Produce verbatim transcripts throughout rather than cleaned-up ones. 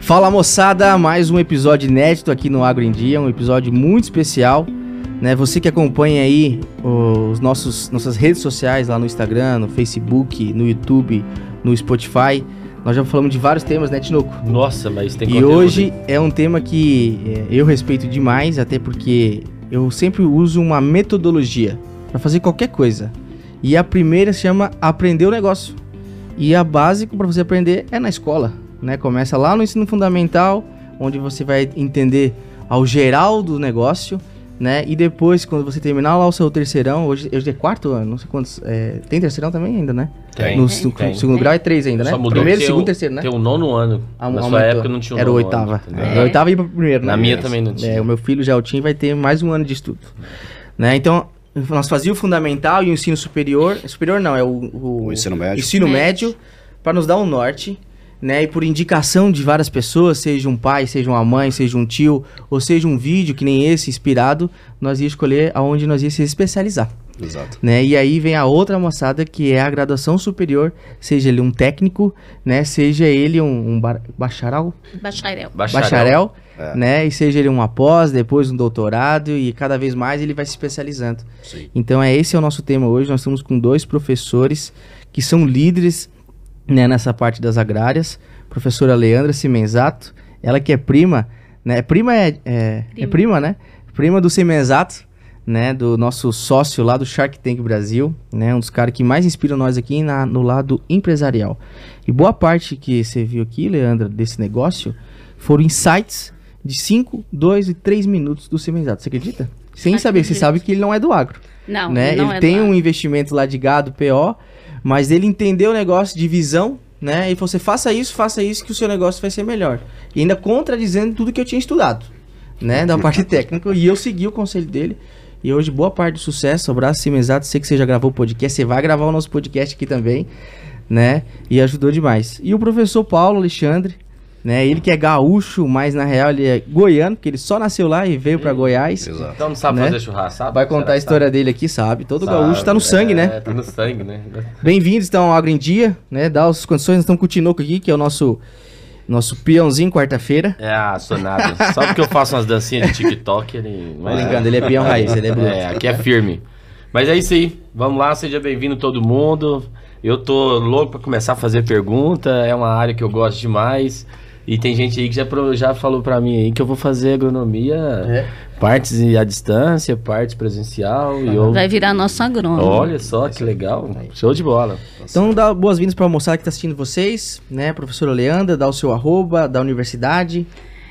Fala moçada, mais um episódio inédito aqui no Agro em Dia, um episódio muito especial, né? Você que acompanha aí os nossos nossas redes sociais lá no Instagram, no Facebook, no YouTube, no Spotify, nós já falamos de vários temas, né, Tinoco? Nossa, mas tem E conteúdo. hoje é um tema que é, eu respeito demais, até porque eu sempre uso uma metodologia para fazer qualquer coisa. E a primeira se chama aprender o negócio. E a básica para você aprender é na escola, né? Começa lá no ensino fundamental, onde você vai entender ao geral do negócio, né? E depois, quando você terminar lá o seu terceirão, hoje, hoje é quarto ano, não sei quantos. É, tem terceirão também ainda, né? Tem. No, tem, no tem. segundo tem. grau é três ainda, né? Só mudou Primeiro, que segundo, eu, terceiro, né? Tem o nono ano. Ah, Na aumentou. sua época não tinha o Era o nono oitava. ano. É. Oitava e pro primeiro, né? Na minha também não tinha. É, o meu filho já o tinha, vai ter mais um ano de estudo. Né? Então, nós fazíamos o fundamental e o ensino superior. Superior não, é o, o, O ensino médio. Ensino médio, para nos dar um norte. Né, e por indicação de várias pessoas, seja um pai, seja uma mãe, seja um tio, ou seja um vídeo que nem esse, inspirado, nós ia escolher aonde nós ia se especializar. Exato. Né, e aí vem a outra moçada, que é a graduação superior, seja ele um técnico, né, seja ele um, um bar, bacharel, Bacharel. Bacharel. bacharel É. né, e seja ele um após, depois um doutorado, e cada vez mais ele vai se especializando. Sim. Então é esse é o nosso tema hoje. Nós estamos com dois professores que são líderes, né, nessa parte das agrárias, professora Leandra Simenzato, ela que é prima, né, prima é, é, Prima. é prima, né, prima do Simenzato, né, do nosso sócio lá do Shark Tank Brasil, né, um dos caras que mais inspiram nós aqui na, no lado empresarial. E boa parte que você viu aqui, Leandra, desse negócio, foram insights de cinco, dois e três minutos do Simenzato, você acredita? Sem Acredito. saber, você sabe que ele não é do agro. Não, Né? não Ele é tem do um agro. investimento lá de gado, P O, mas ele entendeu o negócio de visão, né? E você faça isso, faça isso que o seu negócio vai ser melhor. E ainda contradizendo tudo que eu tinha estudado, né? Da parte técnica. E eu segui o conselho dele. E hoje, boa parte do sucesso, abraço Simenzato, sei que você já gravou o podcast, você vai gravar o nosso podcast aqui também, né? E ajudou demais. E o professor Paulo Alexandre, né? Ele que é gaúcho, mas na real ele é goiano, porque ele só nasceu lá e veio pra Goiás. Exato. Então não sabe Né? fazer churrasco, sabe? Vai contar Será a que história sabe? dele aqui, sabe? Todo Sabe, gaúcho tá no sangue, é, né? Tá no sangue, né? Bem-vindos então ao Agro em Dia, né? Dá as condições, nós estamos com o Tinoco aqui, que é o nosso, nosso peãozinho quarta-feira. É, ah, sou nada. Só porque eu faço umas dancinhas de TikTok, ele... Tô brincando, ele é peão raiz, ele é bruto. É, aqui é firme. Mas é isso aí. Vamos lá, seja bem-vindo todo mundo. Eu tô louco pra começar a fazer pergunta. É uma área que eu gosto demais. E tem gente aí que já, pro- já falou pra mim aí que eu vou fazer agronomia, É. partes à distância, partes presencial. E eu... Vai virar nosso agrônomo. Olha só que legal. Show de bola. Então dá boas-vindas para a moçada que está assistindo vocês, né? Professora Leandra, dá o seu arroba, da universidade.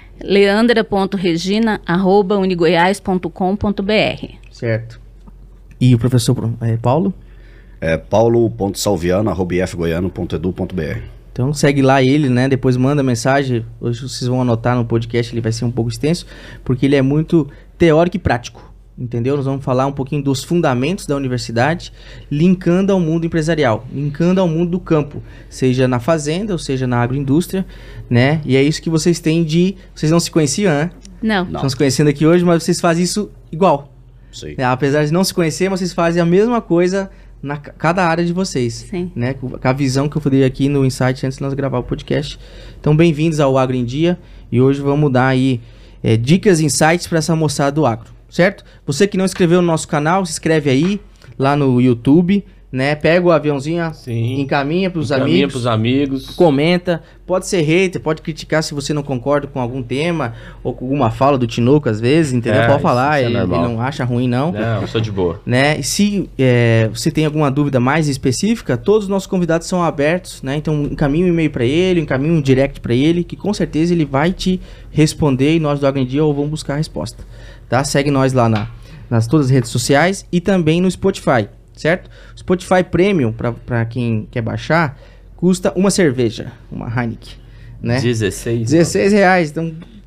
leandra.regina, arroba unigoiás ponto com ponto br. Certo. E o professor é, Paulo? É paulo.salviano, arroba ifgoiano ponto edu ponto br. Então segue lá ele, né? Depois manda mensagem. Hoje vocês vão anotar no podcast, ele vai ser um pouco extenso, porque ele é muito teórico e prático, entendeu? Nós vamos falar um pouquinho dos fundamentos da universidade, linkando ao mundo empresarial, linkando ao mundo do campo, seja na fazenda ou seja na agroindústria, né? E é isso que vocês têm de... Vocês não se conheciam, né? Não. Não. Estão se conhecendo aqui hoje, mas vocês fazem isso igual. Sim. É, apesar de não se conhecer, mas vocês fazem a mesma coisa na ca- cada área de vocês. Sim. Né? Com com a visão que eu falei aqui no Insight antes de nós gravar o podcast. Então, bem-vindos ao Agro em Dia. E hoje vamos dar aí é, dicas e insights para essa moçada do agro, certo? Você que não inscreveu no nosso canal, se inscreve aí, lá no YouTube, né? Pega o aviãozinho, Sim. encaminha para os Caminha amigos. pros amigos. Comenta, pode ser hater, pode criticar se você não concorda com algum tema ou com alguma fala do Tinoco às vezes, entendeu? É, Pode falar, isso é ele, ele normal. não acha ruim não, Não, eu sou de boa. né? E se é, você tem alguma dúvida mais específica, todos os nossos convidados são abertos, né? Então encaminha um e-mail para ele, encaminha um direct para ele, que com certeza ele vai te responder e nós do Agro em Dia ou vamos buscar a resposta, tá? Segue nós lá na, nas todas as redes sociais e também no Spotify, certo? Spotify Premium, para quem quer baixar, custa uma cerveja, uma Heineken, né? dezesseis. dezesseis reais, então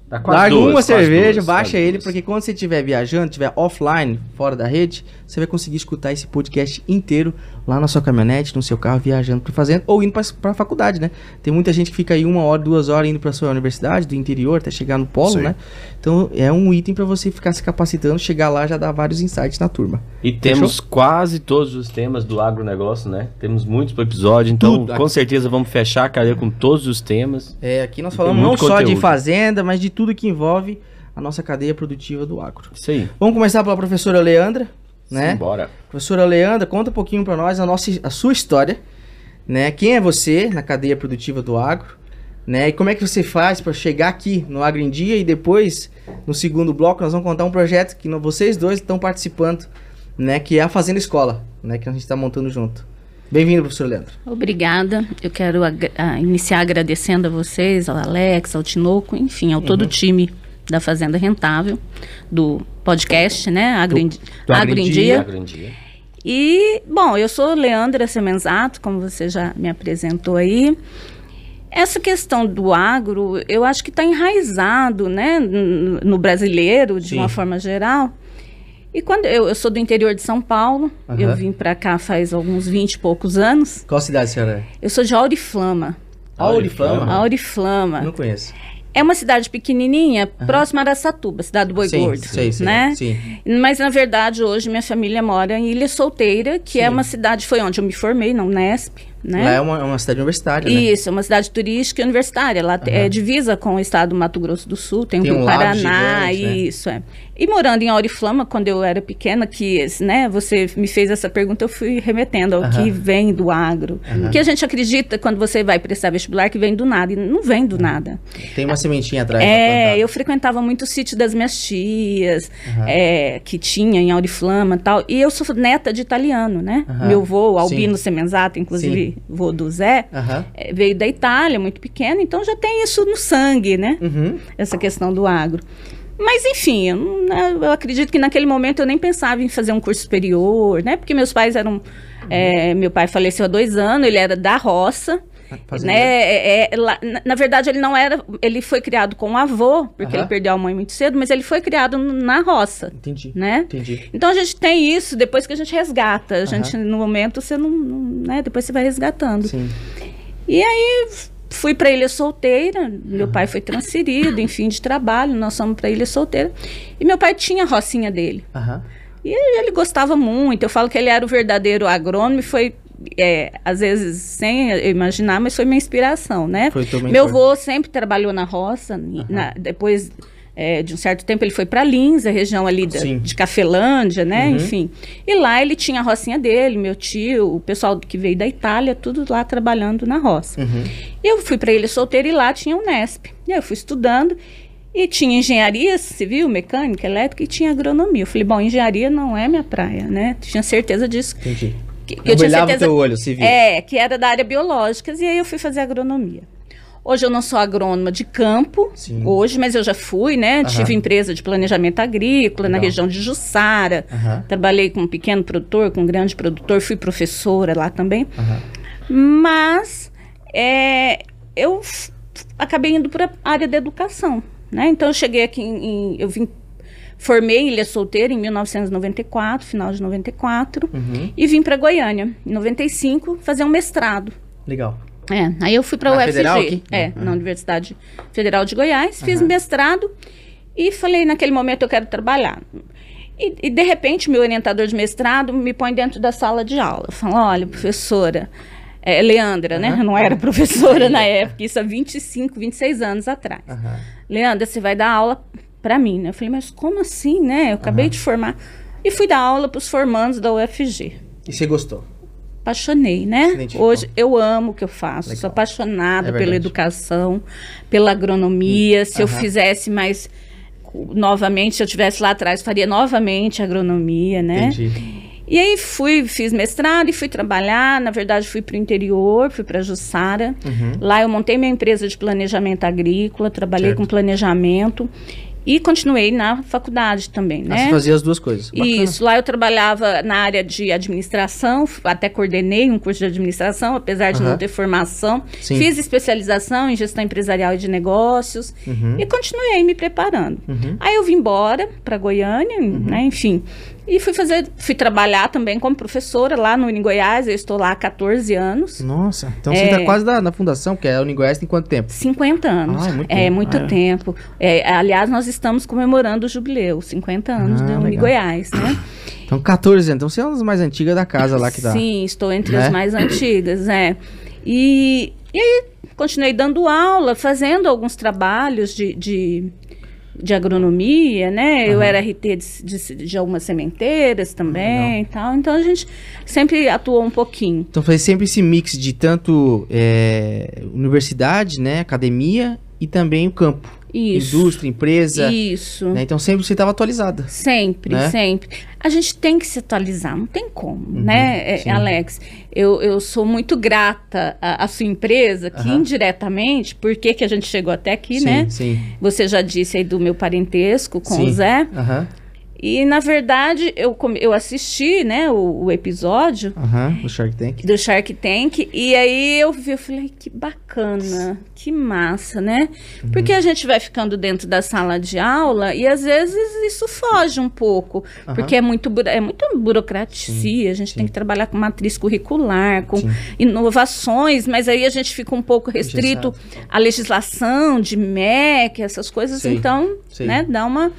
Tá quase Larga duas, uma quase cerveja, duas, baixa quase ele, duas. porque quando você estiver viajando, estiver offline, fora da rede, você vai conseguir escutar esse podcast inteiro lá na sua caminhonete, no seu carro, viajando pra fazenda ou indo pra, pra faculdade, né? Tem muita gente que fica aí uma hora, duas horas indo pra sua universidade, do interior, até chegar no polo, Sim. né? Então é um item pra você ficar se capacitando, chegar lá já dá vários insights na turma. E temos quase todos os temas do agronegócio, né? Temos muitos pro episódio, então Tudo. com certeza vamos fechar a cadeia com todos os temas. É, aqui nós Tem falamos não muito só de conteúdo. fazenda, mas de tudo que envolve a nossa cadeia produtiva do agro. Isso aí. Vamos começar pela professora Leandra, né? Bora. Professora Leandra, conta um pouquinho para nós a, nossa, a sua história, né? Quem é você na cadeia produtiva do agro, né? E como é que você faz para chegar aqui no Agro em Dia e depois, no segundo bloco, nós vamos contar um projeto que no- vocês dois estão participando, né? Que é a Fazenda Escola, né? Que a gente está montando junto. Bem-vindo, professor Leandro. Obrigada. Eu quero ag- a- iniciar agradecendo a vocês, ao Alex, ao Tinoco, enfim, ao todo o time da Fazenda Rentável, do podcast, né? Agro, em, do Agro Agro em em Dia. Dia. Agro em Dia. E, bom, eu sou Leandra Semenzato, como você já me apresentou aí. Essa questão do agro, eu acho que está enraizado, né, n- no brasileiro, de Sim. uma forma geral. E quando eu, eu sou do interior de São Paulo, Aham. eu vim para cá faz alguns vinte e poucos anos. Qual cidade a senhora é? Eu sou de Auriflama. Auriflama? Auriflama. Não conheço. É uma cidade pequenininha, próxima a Araçatuba, cidade do Boi Sim, Gordo, sei, sei, né? sim. Mas, na verdade, hoje minha família mora em Ilha Solteira, que é Sim. uma cidade, foi onde eu me formei, na Unesp, né? Lá é uma, é uma cidade universitária, né? Isso, é uma cidade turística e universitária. Lá é divisa com o estado do Mato Grosso do Sul, tem, Tem o Rio um lago Paraná, gigante, né? isso é. E morando em Auriflama, quando eu era pequena, que, né, você me fez essa pergunta, eu fui remetendo ao Aham. que vem do agro. Que a gente acredita, quando você vai prestar vestibular, que vem do nada, e não vem do nada. Tem uma sementinha atrás. pra É, plantar. eu frequentava muito o sítio das minhas tias, Aham. é, que tinha em Auriflama e tal. E eu sou neta de italiano, né? Aham. Meu avô, Sim. Albino Semenzato, inclusive vô do Zé, Aham. é, veio da Itália, muito pequeno, então já tem isso no sangue, né? Uhum. Essa questão do agro. Mas, enfim, eu, não- né, eu acredito que naquele momento eu nem pensava em fazer um curso superior, né? Porque meus pais eram... é, meu pai faleceu há dois anos, ele era da roça, Fazendeiro. né? É, é, lá- na, na verdade, ele não era... Ele foi criado com o avô, porque Aham. ele perdeu a mãe muito cedo, mas ele foi criado na roça, Entendi. né? Entendi. Então, a gente tem isso depois que a gente resgata. A gente, no momento, você não... não, né? Depois você vai resgatando. Sim. E aí fui para Ilha Solteira, meu pai foi transferido, enfim, de trabalho, nós fomos para Ilha Solteira. E meu pai tinha a rocinha dele. Aham. E ele gostava muito, eu falo que ele era o verdadeiro agrônomo e foi, é, às vezes, sem eu imaginar, mas foi minha inspiração, né? Foi teu mentor. Meu avô sempre trabalhou na roça, e na- depois... é, de um certo tempo ele foi para Lins, a região ali da- Sim. de Cafelândia, né? Uhum. Enfim. E lá ele tinha a rocinha dele, meu tio, o pessoal que veio da Itália, tudo lá trabalhando na roça. Uhum. E eu fui para Ilha Solteira e lá tinha o Unesp. E aí eu fui estudando e tinha engenharia civil, mecânica, elétrica e tinha agronomia. Eu falei, bom, engenharia não é minha praia, né? Tinha certeza disso. Entendi. Que, que Não brilhava o teu olho, se viu. É, que era da área biológicas, e aí eu fui fazer agronomia. Hoje eu não sou agrônoma de campo, Sim. hoje, mas eu já fui, né? Aham. Tive empresa de planejamento agrícola na Legal. região de Jussara. Aham. Trabalhei com um pequeno produtor, com um grande produtor, fui professora lá também. Aham. Mas é, eu f- acabei indo para a área da educação, né? Então eu cheguei aqui em, em- eu vim formei em Ilha Solteira em mil novecentos e noventa e quatro, final de noventa e quatro, Uhum. e vim para Goiânia em noventa e cinco fazer um mestrado. Legal. É, aí eu fui para a Na U F G, Federal aqui? é, na Universidade Federal de Goiás, fiz mestrado e falei, naquele momento eu quero trabalhar. E, e, de repente, meu orientador de mestrado me põe dentro da sala de aula. Fala, olha, professora, é, Leandra, né? Eu não era professora na época, isso há vinte e cinco, vinte e seis anos atrás. Aham. Leandra, você vai dar aula para mim, né? Eu falei, mas como assim, né? Eu acabei de formar. E fui dar aula para os formandos da U F G. E você gostou? Apaixonei, né? Se identificou. Hoje eu amo o que eu faço. Legal. Sou apaixonada É pela verdade. educação, pela agronomia. Se eu Aham. fizesse mais cu- novamente, se eu tivesse lá atrás, faria novamente agronomia, né? Entendi. E aí fui, fiz mestrado e fui trabalhar. Na verdade, fui para o interior, fui para Jussara. Uhum. Lá eu montei minha empresa de planejamento agrícola, trabalhei Certo. com planejamento. E continuei na faculdade também, né? Ah, você fazia as duas coisas. Bacana. Isso, lá eu trabalhava na área de administração, até coordenei um curso de administração, apesar de Uhum. não ter formação. Sim. Fiz especialização em gestão empresarial e de negócios Uhum. e continuei me preparando. Uhum. Aí eu vim embora para Goiânia, né, enfim, e fui fazer, fui trabalhar também como professora lá no Uni Goiás, eu estou lá há quatorze anos. Nossa, então É. você tá quase da, na fundação, que é a Unigoiás, tem quanto tempo? cinquenta anos. Ah, é muito é tempo. muito Ah, é. tempo. É, aliás, nós estamos comemorando o jubileu, cinquenta anos Ah, da Uni legal. Goiás, né? Então, quatorze anos. Então, você é uma das mais antigas da casa lá que tá. Sim, estou entre Né? as mais antigas, é. E, e aí, continuei dando aula, fazendo alguns trabalhos de, de, de agronomia, né? Eu Aham. era R T de, de, de algumas sementeiras também Ah, e tal. Então, a gente sempre atuou um pouquinho. Então, faz sempre esse mix de tanto é, universidade, né, academia e também o campo. Isso. Indústria, empresa. Isso. Né? Então, sempre você estava atualizada. Sempre, Né? sempre. A gente tem que se atualizar, não tem como, né, é, sim. Alex? Eu, eu sou muito grata à, à sua empresa, que Aham. indiretamente, por que que a gente chegou até aqui, sim, né? Sim, Você já disse aí do meu parentesco com Sim. o Zé. Aham, E, na verdade, eu, come- eu assisti, né, o, o episódio aham, do Shark Tank. do Shark Tank, e aí eu vi, eu falei, que bacana, que massa, né? Uhum. Porque a gente vai ficando dentro da sala de aula e às vezes isso foge um pouco, Aham. porque é muito, buro- é muita burocracia, a gente tem que trabalhar com matriz curricular, com Sim. inovações, mas aí a gente fica um pouco restrito Engessado. à legislação de M E C, essas coisas, Sei, então, sei. né, dá uma...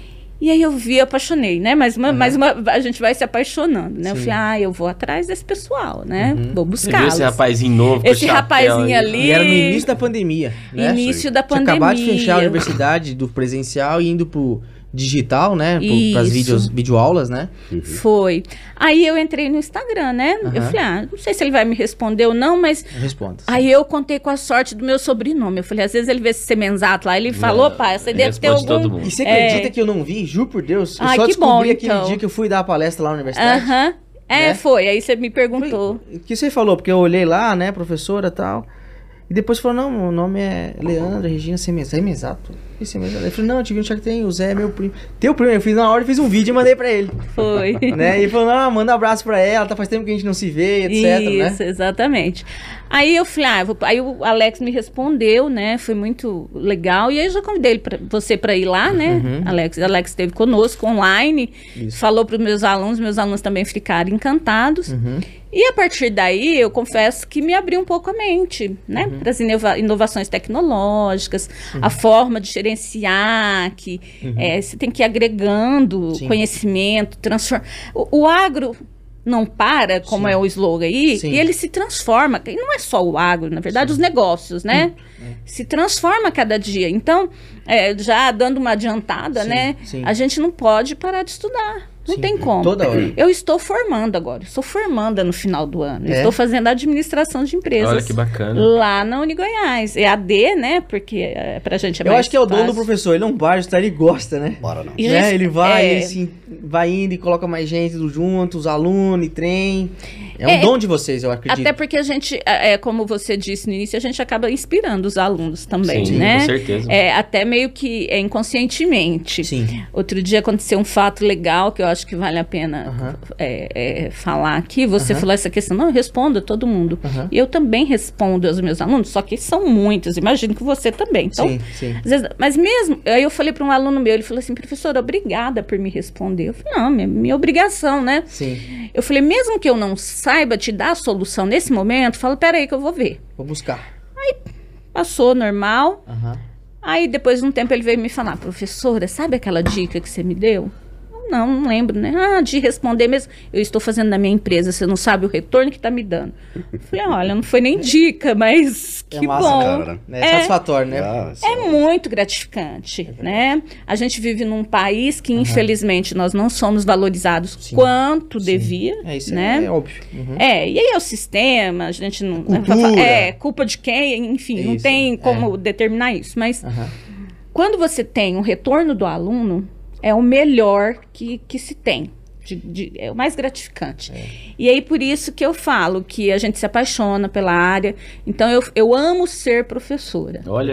E aí eu vi, apaixonei, né? Mais uma, Aham. mais uma, a gente vai se apaixonando, né? Eu Sim. falei, ah, eu vou atrás desse pessoal, né? Vou Você viu buscá-los. esse rapazinho novo com Esse o chapéu rapazinho aí? ali. E era no início da pandemia, né? Início da Tinha pandemia. acabado de fechar a universidade do presencial e indo pro digital, né? Para as Isso. vídeos, videoaulas, né? Foi. Aí eu entrei no Instagram, né? Eu Aham. falei, ah, não sei se ele vai me responder ou não, mas... Responda. Aí eu contei com a sorte do meu sobrenome. Eu falei, às vezes ele vê esse semenzato lá, ele falou, pai, você deve ter responde algum... todo mundo. E você É. acredita que eu não vi? Juro por Deus. Eu Ai, só que descobri bom, aquele então. dia que eu fui dar a palestra lá na universidade. Aham. É, Né? foi. Aí você me perguntou. O que você falou? Porque eu olhei lá, né, professora e tal. E depois falou, não, meu nome é Leandra Regina Semenzato. Semenzato? Que Semenzato? Eu falei, não, eu tive um Shark Tank, o Zé é meu primo. Teu primo, eu fiz na hora, fiz um vídeo e mandei pra ele. Foi. Né? E ele falou, não, manda um abraço pra ela, tá faz tempo que a gente não se vê, etc, Isso, né? exatamente. Aí eu falei, ah, eu vou- aí o Alex me respondeu, né? Foi muito legal. E aí eu já convidei ele pra, você para ir lá, né? Uhum. Alex, Alex esteve conosco online, Isso. falou para os meus alunos, meus alunos também ficaram encantados. Uhum. E a partir daí, eu confesso que me abriu um pouco a mente, né? Uhum. Para as inova- inovações tecnológicas, a forma de gerenciar, que eh, você tem que ir agregando Uhum. Sim. conhecimento, transformar. O, o agro não para, como Sim. é o slogan aí, Sim. e ele se transforma. E não é só o agro, na verdade, os negócios, né? Se transforma a cada dia. Então, é, já dando uma adiantada, Sim, né? sim. A gente não pode parar de estudar. Não Sim, tem como. toda hora. Eu estou formando agora. Estou formanda no final do ano. É? Estou fazendo administração de empresas. Olha que bacana. Lá na Uni Goiás. É A D, né? Porque é, pra gente é Eu mais acho que é o dono do fácil. professor, ele não para de estudar, ele gosta, né? Bora não. E Né? gente- Ele vai, é. ele se, vai indo e coloca mais gente tudo junto, os alunos, e trem. É um É, dom de vocês, eu acredito. Até porque a gente, é, como você disse no início, a gente acaba inspirando os alunos também, Sim, né? com certeza. É, até meio que é, inconscientemente. Sim. Outro dia aconteceu um fato legal que eu acho que vale a pena Aham. é, é, falar aqui. Você Aham. falou essa questão, não, eu respondo a todo mundo. Aham. E eu também respondo aos meus alunos, só que são muitos, imagino que você também. Então, Sim, sim. às vezes, mas mesmo, aí eu falei para um aluno meu, ele falou assim, professora, obrigada por me responder. Eu falei, não, minha, minha obrigação, né? Sim. Eu falei, mesmo que eu não saiba te dar a solução nesse momento, fala, peraí que eu vou ver. Vou buscar. Passou normal. Aham. Aí depois de um tempo ele veio me falar, professora, sabe aquela dica que você me deu? Não, não lembro, né? Ah, de responder mesmo. Eu estou fazendo na minha empresa, você não sabe o retorno que está me dando. Eu falei, olha, não foi nem dica, mas É que massa, bom. cara, É, É. satisfatório, né? Ah, isso É muito gratificante, né? A gente vive num país que, infelizmente, nós não somos valorizados Sim. quanto Sim. devia, É, isso né? é óbvio. Uhum. É, e aí é o sistema, a gente não... Cultura. É, culpa de quem, enfim, não Isso, tem é. como determinar isso. Mas Aham. quando você tem um retorno do aluno, é o melhor que, que se tem. De- de- é o mais gratificante. E aí, por isso que eu falo que a gente se apaixona pela área. Então, eu, eu amo ser professora. Olha,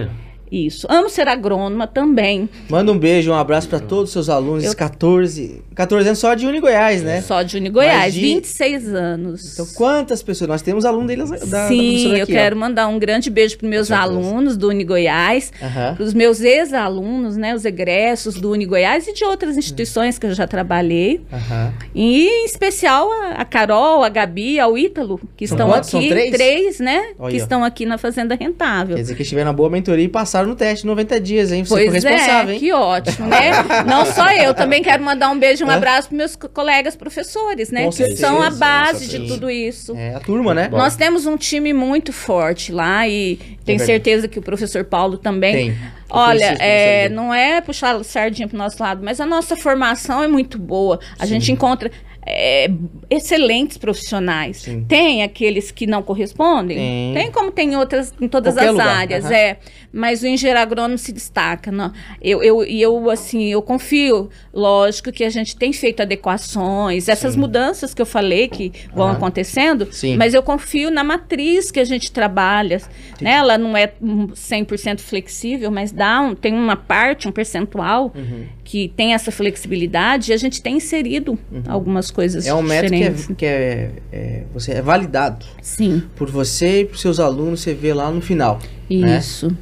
Isso. Amo ser agrônoma também. Manda um beijo, um abraço para todos os seus alunos, Eu- catorze, catorze anos só de Uni Goiás, né? Só de Uni Goiás, Mas de- vinte e seis anos. Então, quantas pessoas? Nós temos aluno deles da, da Sim, professora eu aqui, quero ó. mandar um grande beijo para meus Com certeza. alunos do Uni Goiás, Aham. para os meus ex-alunos, né, os egressos do Uni Goiás e de outras instituições que eu já trabalhei. Aham. E em especial a, a Carol, a Gabi, ao Ítalo, que São estão quantos? aqui. São três? né? Olha. Que estão aqui na Fazenda Rentável. Quer dizer que estiveram na boa mentoria e passaram no teste de noventa dias, hein? Você foi Pois responsável, é, hein? que ótimo, né? Não só eu, também quero mandar um beijo e um abraço para meus co- colegas professores, né? Com que certeza, são a com base certeza. de tudo isso. É a turma, né? Nós temos um time muito forte lá e tenho verdade. certeza que o professor Paulo também. Tem. Eu Olha, conheci os é, professores dele. não é puxar sardinha para o nosso lado, mas a nossa formação é muito boa. A gente encontra é, excelentes profissionais. Sim. Tem aqueles que não correspondem? Tem. como tem outras em todas Qualquer as lugar, áreas, aham. é. Mas o engenheiro agrônomo se destaca. Não? Eu, eu, e eu, assim, eu confio, lógico, que a gente tem feito adequações, essas mudanças que eu falei que vão Aham. acontecendo, Sim. mas eu confio na matriz que a gente trabalha. Né? Ela não é hum, cem por cento flexível, mas dá um, tem uma parte, um percentual Uhum. que tem essa flexibilidade e a gente tem inserido algumas coisas É um método que, diferentes. é, que é, é- você é validado Sim, por você e por seus alunos, você vê lá no final. né? isso.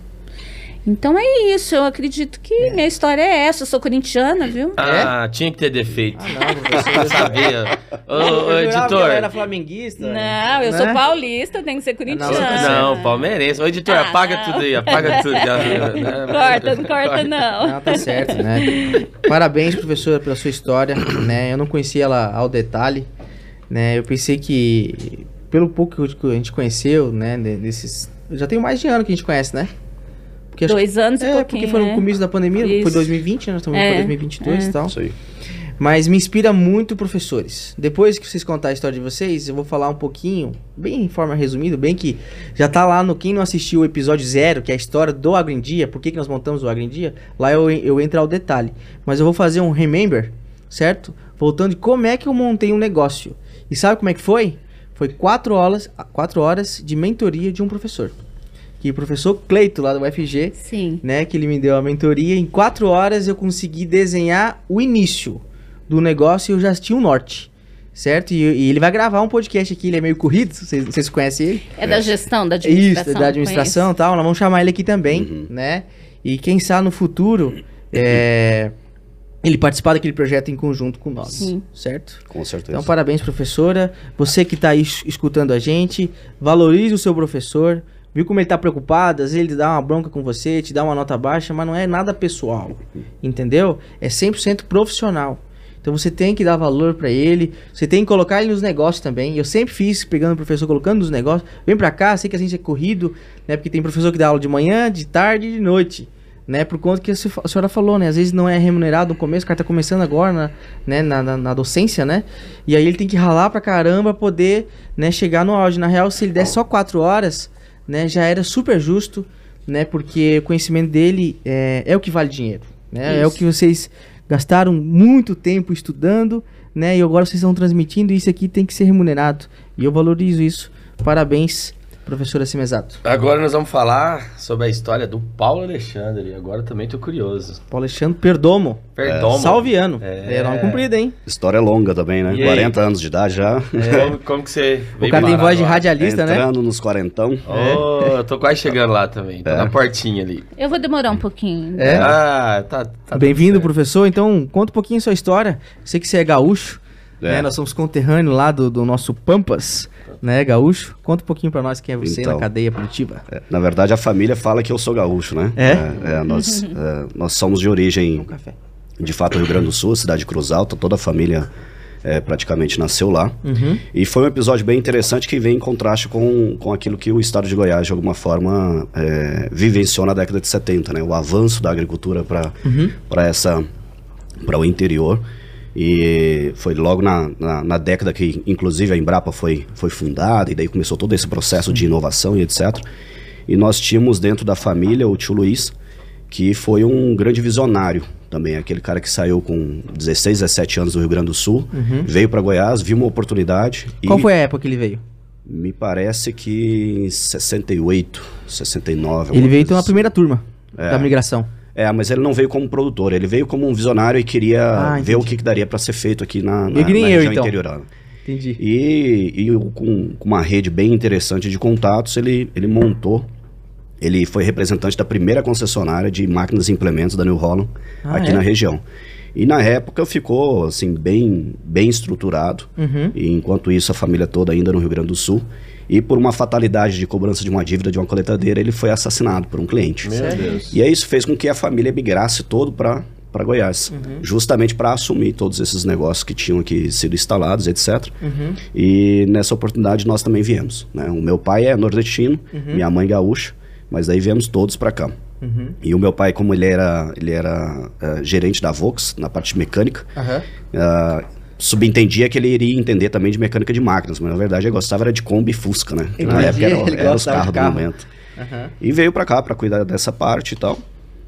Então é isso, eu acredito que minha história é essa. Eu sou corintiana, viu? Ah, tinha que ter defeito. Ah, não, professor. Eu sabia. Ô, ô, Eu jurava que ela editor. era flamenguista. Não, eu né? sou paulista, tenho que ser corintiana. Não, palmeirense. Ô, editor, Ah, apaga não. tudo aí, apaga tudo. Corta, não corta não. Não, tá certo, né? Parabéns, professora, pela sua história, né? Eu não conhecia ela ao detalhe, né? Eu pensei que, pelo pouco que a gente conheceu, né? Desses... Já tem mais de ano que a gente conhece, né? Porque acho Dois anos que, e é, pouquinho, porque foi no né? começo da pandemia, foi Isso. dois mil e vinte, né? Nós estamos É, em dois mil e vinte e dois e é. tal. Isso aí. Mas me inspira muito professores. Depois que vocês contar a história de vocês, eu vou falar um pouquinho, bem em forma resumida, bem que já tá lá no quem não assistiu o episódio zero, que é a história do Agro em Dia, por que, que nós montamos o Agro em Dia, lá eu, eu entro ao detalhe. Mas eu vou fazer um remember, certo? Voltando de como é que eu montei um negócio. E sabe como é que foi? Foi quatro horas, quatro horas de mentoria de um professor. Que o professor Cleito, lá do U F G, Sim. né, que ele me deu a mentoria. Em quatro horas eu consegui desenhar o início do negócio e eu já tinha o norte, certo? E, e ele vai gravar um podcast aqui, ele é meio corrido, vocês, vocês conhecem ele? É da gestão, da Isso, administração. da administração e tal, nós vamos chamar ele aqui também, Uhum. né? E quem sabe no futuro, é, ele participar daquele projeto em conjunto com nós, Sim. certo? Com certeza. Então, parabéns, professora. Você que está aí es- escutando a gente, valorize o seu professor. Viu como ele está preocupado? Às vezes ele dá uma bronca com você, te dá uma nota baixa, mas não é nada pessoal. Entendeu? É cem por cento profissional. Então você tem que dar valor para ele, você tem que colocar ele nos negócios também. Eu sempre fiz, pegando o professor, colocando nos negócios. Vem para cá, sei que a gente é corrido, né? Porque tem professor que dá aula de manhã, de tarde e de noite. Né, por conta que a se- a senhora falou, né? Às vezes não é remunerado no começo, o cara tá começando agora na, né, na, na, na docência, né? E aí ele tem que ralar pra caramba pra poder, né, chegar no auge. Na real, se ele desse só quatro horas, né, já era super justo, né? Porque o conhecimento dele é, é o que vale dinheiro, né? É o Isso. que vocês gastaram muito tempo estudando, né? E agora vocês estão transmitindo, e isso aqui tem que ser remunerado. E eu valorizo isso. Parabéns, professora Cimesato. Agora nós vamos falar sobre a história do Paulo Alexandre. Agora também tô curioso. Paulo Alexandre Perdomo. Perdomo. Salviano. É. É nome comprido, hein? História longa também, né? E aí? quarenta anos de idade já. Como, como que você O cara tem parar voz de agora? radialista, né? Entrando nos quarentão. Oh, eu tô quase chegando lá também. Tô É. na portinha ali. Eu vou demorar um pouquinho. É. Ah, tá. tá tudo Bem-vindo, certo. professor. Então, conta um pouquinho a sua história. Sei que você é gaúcho, É. né? Nós somos conterrâneos lá do, do nosso Pampas, né, gaúcho. Conta um pouquinho pra nós quem é você Então. na cadeia produtiva. É, na verdade, a família fala que eu sou gaúcho, né? É? É, é, nós, é, nós somos de origem, Um café. de fato, Rio Grande do Sul, cidade de Cruz Alta. Toda a família é, praticamente nasceu lá. Uhum. E foi um episódio bem interessante que vem em contraste com, com aquilo que o estado de Goiás, de alguma forma, é, vivenciou na década de setenta, né? O avanço da agricultura para Uhum. para essa para o interior. E foi logo na, na, na década que, inclusive, a Embrapa foi, foi fundada, e daí começou todo esse processo de inovação e etcétera. E nós tínhamos dentro da família o tio Luiz, que foi um grande visionário também, aquele cara que saiu com dezesseis, dezessete anos do Rio Grande do Sul, veio para Goiás, viu uma oportunidade. Qual e foi a época que ele veio? Me parece que em sessenta e oito, sessenta e nove. Ele alguma veio coisa então na assim. primeira turma. É. da migração. É, mas ele não veio como produtor, ele veio como um visionário e queria Ah, ver o que, que daria para ser feito aqui na, na, E que nem na eu, região então. interiorana. Entendi. E, e o- com, com uma rede bem interessante de contatos, ele, ele montou, ele foi representante da primeira concessionária de máquinas e implementos da New Holland Ah, aqui é? na região. E na época ficou assim bem, bem estruturado, Uhum. e enquanto isso a família toda ainda no Rio Grande do Sul. E por uma fatalidade de cobrança de uma dívida de uma coletadeira, ele foi assassinado por um cliente. Meu Deus. E aí isso fez com que a família migrasse todo para para Goiás, justamente para assumir todos esses negócios que tinham aqui sido instalados, etcétera. Uhum. E nessa oportunidade nós também viemos, né? O meu pai é nordestino, minha mãe gaúcha, mas daí viemos todos para cá. Uhum. E o meu pai, como ele era, ele era eh, gerente da Vox, na parte mecânica, Aham. ah, subentendia que ele iria entender também de mecânica de máquinas, mas na verdade ele gostava era de Kombi e Fusca, né? Que na Entendi, época era, ele era os gostava de carros do carro. momento. Aham. E veio pra cá pra cuidar dessa parte e tal.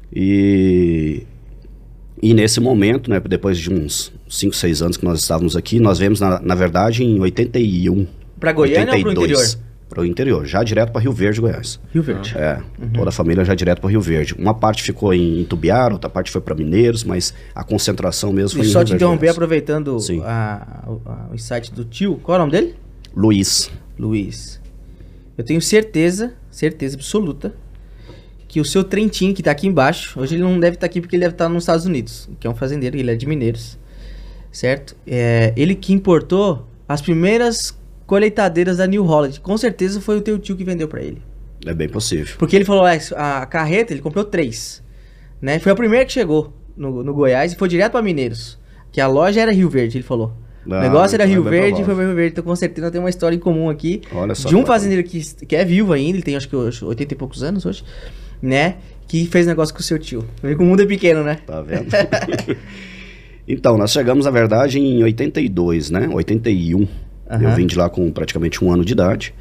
E, e nesse momento, né, depois de uns cinco, seis anos que nós estávamos aqui, nós viemos, na, na verdade, em oitenta e um. Pra Goiânia ou pro interior? Para o interior, já direto para Rio Verde, Goiás. Rio Verde. É, toda a família já direto para Rio Verde. Uma parte ficou em Tubiara, outra parte foi para Mineiros, mas a concentração mesmo foi E em só Rio te Verde, interromper, Goiás. aproveitando Sim. a- a- o insight do tio. Qual é o nome dele? Luiz. Luiz. Eu tenho certeza, certeza absoluta, que o seu Trentinho, que tá aqui embaixo, hoje ele não deve estar aqui porque ele deve estar nos Estados Unidos, que é um fazendeiro, ele é de Mineiros, certo? É, ele que importou as primeiras colheitadeiras da New Holland. Com certeza foi o teu tio que vendeu pra ele. É bem possível. Porque ele falou, ah, a carreta, ele comprou três, né? Foi a primeira que chegou no, no Goiás e foi direto pra Mineiros, que a loja era Rio Verde, ele falou. O Ah, negócio era então é Rio bem Verde e provável. foi pra Rio Verde, então com certeza tem uma história em comum aqui. Olha só de um que bacana. fazendeiro que, que é vivo ainda, ele tem acho que hoje oitenta e poucos anos hoje, né? Que fez negócio com o seu tio. Vê que o mundo é pequeno, né? Tá vendo? Então, nós chegamos, na verdade, em oitenta e dois, né? oitenta e um. Aham. Eu vim de lá com praticamente um ano de idade.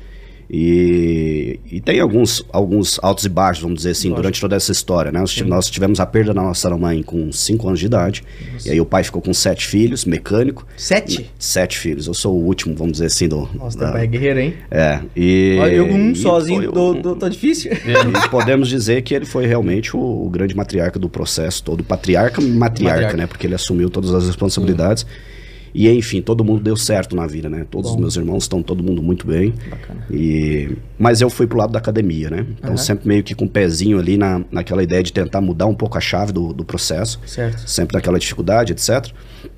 E, e tem alguns, alguns altos e baixos, vamos dizer assim, Lógico. durante toda essa história, né? Nós, tive- nós tivemos a perda da nossa mãe com cinco anos de idade. E aí o pai ficou com sete filhos, mecânico. Sete? Sete filhos. Eu sou o último, vamos dizer assim, do... Nossa, da- teu pai é guerreiro, hein? É. E, Olha, eu com um e sozinho, foi tô, um- tô, tô difícil. e podemos dizer que ele foi realmente o, o grande matriarca do processo todo. Patriarca, matriarca, Matriarca. né? Porque ele assumiu todas as responsabilidades. E, enfim, todo mundo deu certo na vida, né? Todos Bom. os meus irmãos estão todo mundo muito bem. Bacana. E... Mas eu fui pro lado da academia, né? Então, Aham. sempre meio que com o pezinho ali na, naquela ideia de tentar mudar um pouco a chave do, do processo. Certo. Sempre naquela dificuldade, etcétera.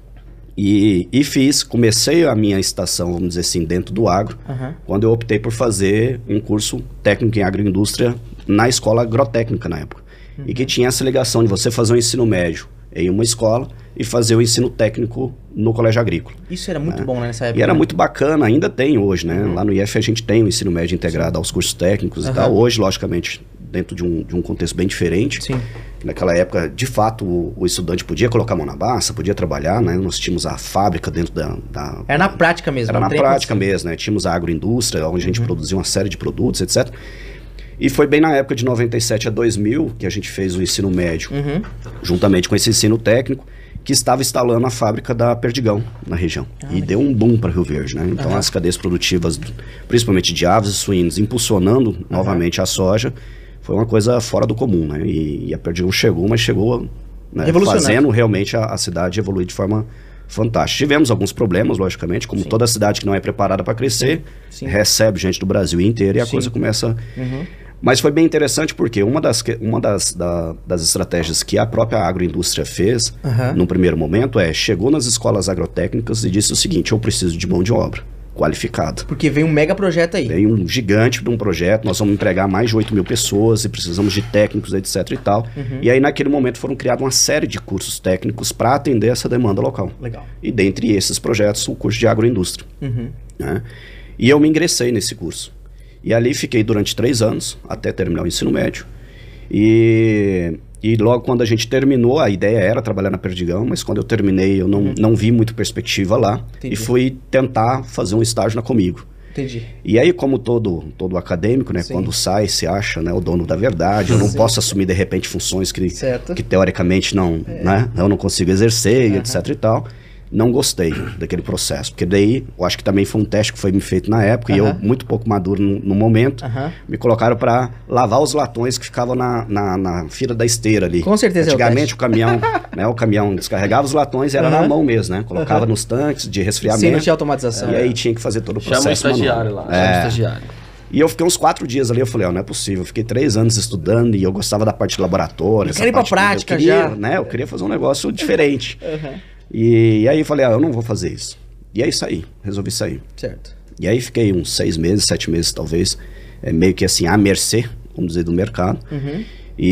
E, e fiz, comecei a minha estação, vamos dizer assim, dentro do agro, Aham. quando eu optei por fazer um curso técnico em agroindústria na escola agrotécnica na época. E que tinha essa ligação de você fazer o ensino médio em uma escola e fazer o ensino técnico no colégio agrícola. Isso era muito bom, né, nessa época. E era né? muito bacana, ainda tem hoje, né? Lá no I F a gente tem o ensino médio integrado aos cursos técnicos Aham. e tal. Hoje, logicamente, dentro de um, de um contexto bem diferente. Sim. Naquela época, de fato, o, o estudante podia colocar a mão na massa, podia trabalhar, né? Nós tínhamos a fábrica dentro da... da Era na prática mesmo. era não na tem prática como- mesmo, né? Tínhamos a agroindústria, onde a Uhum. gente produzia uma série de produtos, etcétera. E foi bem na época de noventa e sete a dois mil que a gente fez o ensino médio, Uhum. juntamente com esse ensino técnico, que estava instalando a fábrica da Perdigão na região. Ah, e deu um boom para Rio Verde, né? Então as cadeias produtivas, principalmente de aves e suínos, impulsionando novamente a soja, foi uma coisa fora do comum, né? E, e a Perdigão chegou, mas chegou, né, Revolucionando. fazendo realmente a, a cidade evoluir de forma fantástica. Tivemos alguns problemas, logicamente, como toda cidade que não é preparada para crescer, Sim. recebe gente do Brasil inteiro e a Sim. coisa começa... Uhum. Mas foi bem interessante porque uma das, que- uma das, da- das estratégias que a própria agroindústria fez, Aham. num primeiro momento, é chegou nas escolas agrotécnicas e disse o seguinte: eu preciso de mão de obra qualificada. Porque veio um mega projeto aí. Tem um gigante de um projeto, nós vamos empregar mais de oito mil pessoas e precisamos de técnicos, etc e tal. Uhum. E aí, naquele momento, foram criados uma série de cursos técnicos para atender essa demanda local. Legal. E dentre esses projetos, o curso de agroindústria. Uhum. Né? E eu me ingressei nesse curso. E ali fiquei durante três anos, até terminar o ensino médio. E, e logo quando a gente terminou, a ideia era trabalhar na Perdigão, mas quando eu terminei eu não, não vi muito perspectiva lá. Entendi. E fui tentar fazer um estágio na Comigo. Entendi. E aí, como todo, todo acadêmico, né, Sim. quando sai, se acha, né, o dono da verdade, eu não Sim. posso assumir de repente funções que, Certo. que teoricamente não, né, eu não consigo exercer, e etc e tal. não gostei daquele processo, porque daí, eu acho que também foi um teste que foi me feito na época, Uhum. e eu, muito pouco maduro no, no momento, Uhum. me colocaram para lavar os latões que ficavam na, na, na fila da esteira ali. Com certeza é o Antigamente teste. o caminhão, né, o caminhão descarregava os latões, era Uhum. na mão mesmo, né? Colocava Uhum. nos tanques de resfriamento. Sim, não tinha automatização. E aí tinha que fazer todo o processo. Chama o estagiário manual. lá, chama o É. estagiário. E eu fiquei uns quatro dias ali, eu falei, ó, não é possível. Eu fiquei três anos estudando e eu gostava da parte de laboratório. Eu essa quero ir pra parte de- prática eu queria, já. né? Eu queria fazer um negócio diferente. Uhum. E, e aí eu falei, ah, eu não vou fazer isso. E aí saí, resolvi sair. Certo. E aí fiquei uns seis meses, sete meses talvez, é, meio que assim, à mercê, vamos dizer, do mercado. Uhum.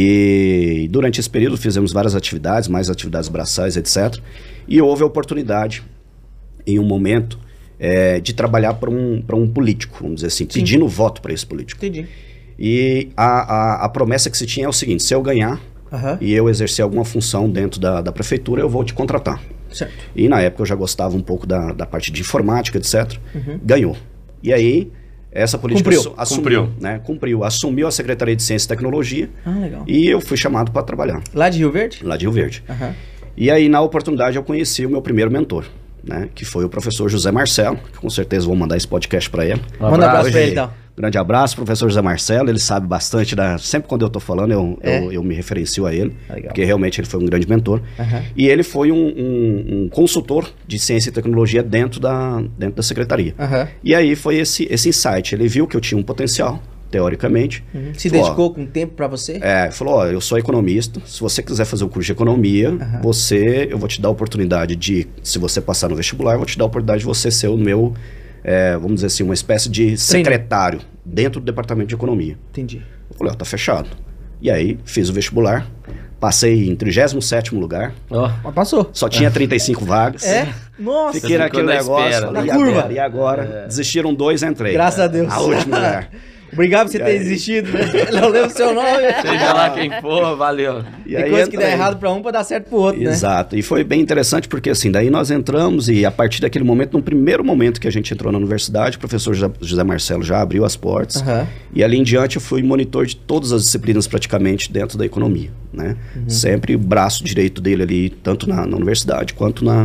E durante esse período fizemos várias atividades, mais atividades braçais, etcétera. E houve a oportunidade, em um momento, é, de trabalhar para um, para um político, vamos dizer assim, Sim. pedindo voto para esse político. Entendi. E a, a, a promessa que se tinha é o seguinte, se eu ganhar Aham. e eu exercer alguma função dentro da, da prefeitura, eu vou te contratar. Certo. E na época eu já gostava um pouco da, da parte de informática, etcétera. Uhum. Ganhou. E aí, essa política Cumpriu. assu- assumiu, Cumpriu. né? Cumpriu. Assumiu a Secretaria de Ciência e Tecnologia Ah, legal. e eu fui chamado para trabalhar Lá de Rio Verde? lá de Rio Verde. Aham. E aí, na oportunidade, eu conheci o meu primeiro mentor, né? Que foi o professor José Marcelo, que com certeza vou mandar esse podcast para ele. Um Manda um abraço Hoje, pra ele, então. Grande abraço, professor José Marcelo, ele sabe bastante da... Sempre quando eu tô falando, eu, É? eu, eu me referencio a ele, Legal. porque realmente ele foi um grande mentor. Aham. E ele foi um, um- um consultor de ciência e tecnologia dentro da, dentro da secretaria. Aham. E aí foi esse, esse insight, ele viu que eu tinha um potencial, teoricamente. Uhum. Se Falou, ó, dedicou com tempo pra você? É, falou, ó, eu sou economista, se você quiser fazer o curso de economia, Aham. você, eu vou te dar a oportunidade de, se você passar no vestibular, eu vou te dar a oportunidade de você ser o meu, é, vamos dizer assim, uma espécie de secretário dentro do departamento de economia. Entendi. Eu falei, ó, tá fechado. E aí, fiz o vestibular, passei em trigésimo sétimo lugar, Ó, Mas passou. só tinha trinta e cinco vagas. É? Nossa. Fiquei Você naquele ficou na negócio, espera, falei, na e curva. agora? E agora? Desistiram dois, entrei. Graças a Deus. A última lugar. Obrigado por você E ter aí? desistido, né? Não lembro o seu nome. seja lá quem for, valeu. E Tem aí coisa que dá entrei. errado pra um pra dar certo pro outro, né? Exato, e foi bem interessante porque assim, daí nós entramos e a partir daquele momento, no primeiro momento que a gente entrou na universidade, o professor José- José Marcelo já abriu as portas Aham. e ali em diante eu fui monitor de todas as disciplinas praticamente dentro da economia, né? Uhum. Sempre o braço direito dele ali, tanto na, na universidade quanto na...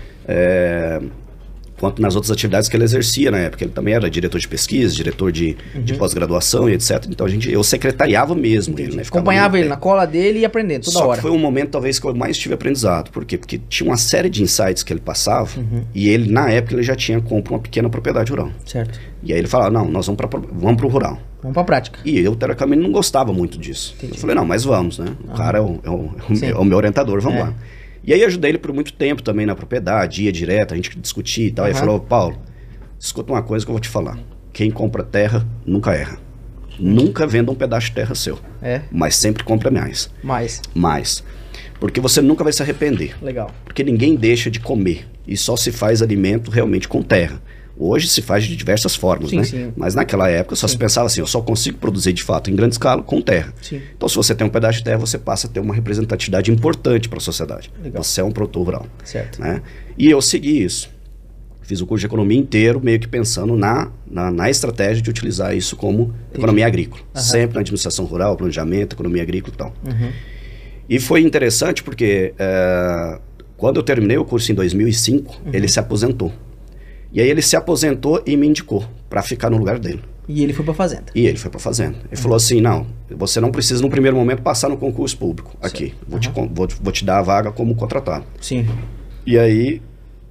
é, quanto nas outras atividades que ele exercia na época. Ele também era diretor de pesquisa, diretor de, Uhum. de pós-graduação e etcétera. Então a gente, eu secretariava mesmo ele, né? Ficava Acompanhava ali ele na cola dele e aprendendo toda Só hora. que foi um momento talvez que eu mais tive aprendizado. Por quê? Porque tinha uma série de insights que ele passava Uhum. e ele, na época, ele já tinha compra uma pequena propriedade rural. Certo. E aí ele falava, não, nós vamos para vamos pro rural. Vamos pra prática. E eu, teoricamente, não gostava muito disso. Entendi. Eu falei, não, mas vamos, né? O cara é o, é o- é o Sim. meu- é o meu orientador, vamos É. lá. E aí ajudei ele por muito tempo também na propriedade, ia direto, a gente discutia e tal. Aí ele Aham. falou, Paulo, escuta uma coisa que eu vou te falar. Quem compra terra, nunca erra. Nunca venda um pedaço de terra seu. É, Mas sempre compra mais. mais. Mais. Porque você nunca vai se arrepender. Legal. Porque ninguém deixa de comer. E só se faz alimento realmente com terra. Hoje se faz de diversas formas, Sim, né? sim. Mas naquela época só se pensava assim, eu só consigo produzir de fato em grande escala com terra. Sim. Então se você tem um pedaço de terra, você passa a ter uma representatividade importante para a sociedade. Legal. Você é um produtor rural. Certo. Né? E eu segui isso. Fiz o curso de economia inteiro, meio que pensando na, na, na estratégia de utilizar isso como economia agrícola. Aham. Sempre na administração rural, planejamento, economia agrícola e tal. Uhum. E foi interessante porque eh, quando eu terminei o curso em dois mil e cinco, Uhum. ele se aposentou. E aí ele se aposentou e me indicou para ficar no lugar dele. E ele foi pra fazenda. E ele foi para fazenda. Ele falou assim, não, você não precisa no primeiro momento passar no concurso público aqui. Vou, te, con- vou, vou te dar a vaga como contratado. Sim. E aí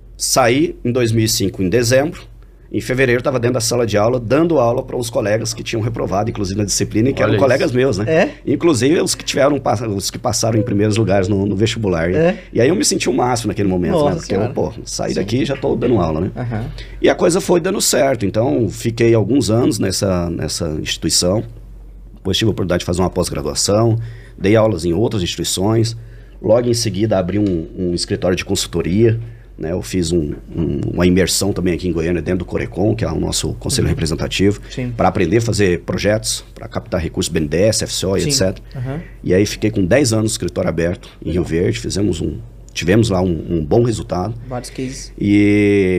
saí em dois mil e cinco, em dezembro. Em fevereiro estava dentro da sala de aula, dando aula para os colegas que tinham reprovado, inclusive na disciplina, e que Olha eram isso. colegas meus, né? É? Inclusive os que tiveram, pass- os que passaram em primeiros lugares no, no vestibular. É? E aí eu me senti o máximo naquele momento, Nossa né? Porque Senhora. eu, pô, saí daqui e já estou dando aula, né? Aham. E a coisa foi dando certo. Então, fiquei alguns anos nessa, nessa instituição. Depois tive a oportunidade de fazer uma pós-graduação. Dei aulas em outras instituições. Logo em seguida, abri um, um escritório de consultoria. Né? Eu fiz um, um, uma imersão também aqui em Goiânia, dentro do Corecon, que é o nosso conselho representativo, Sim. para aprender a fazer projetos, para captar recursos B N D E S, F C O e Sim. etcétera. Aham. E aí fiquei com dez anos no escritório aberto em Rio Verde. Fizemos um, tivemos lá um, um bom resultado. Vários cases. E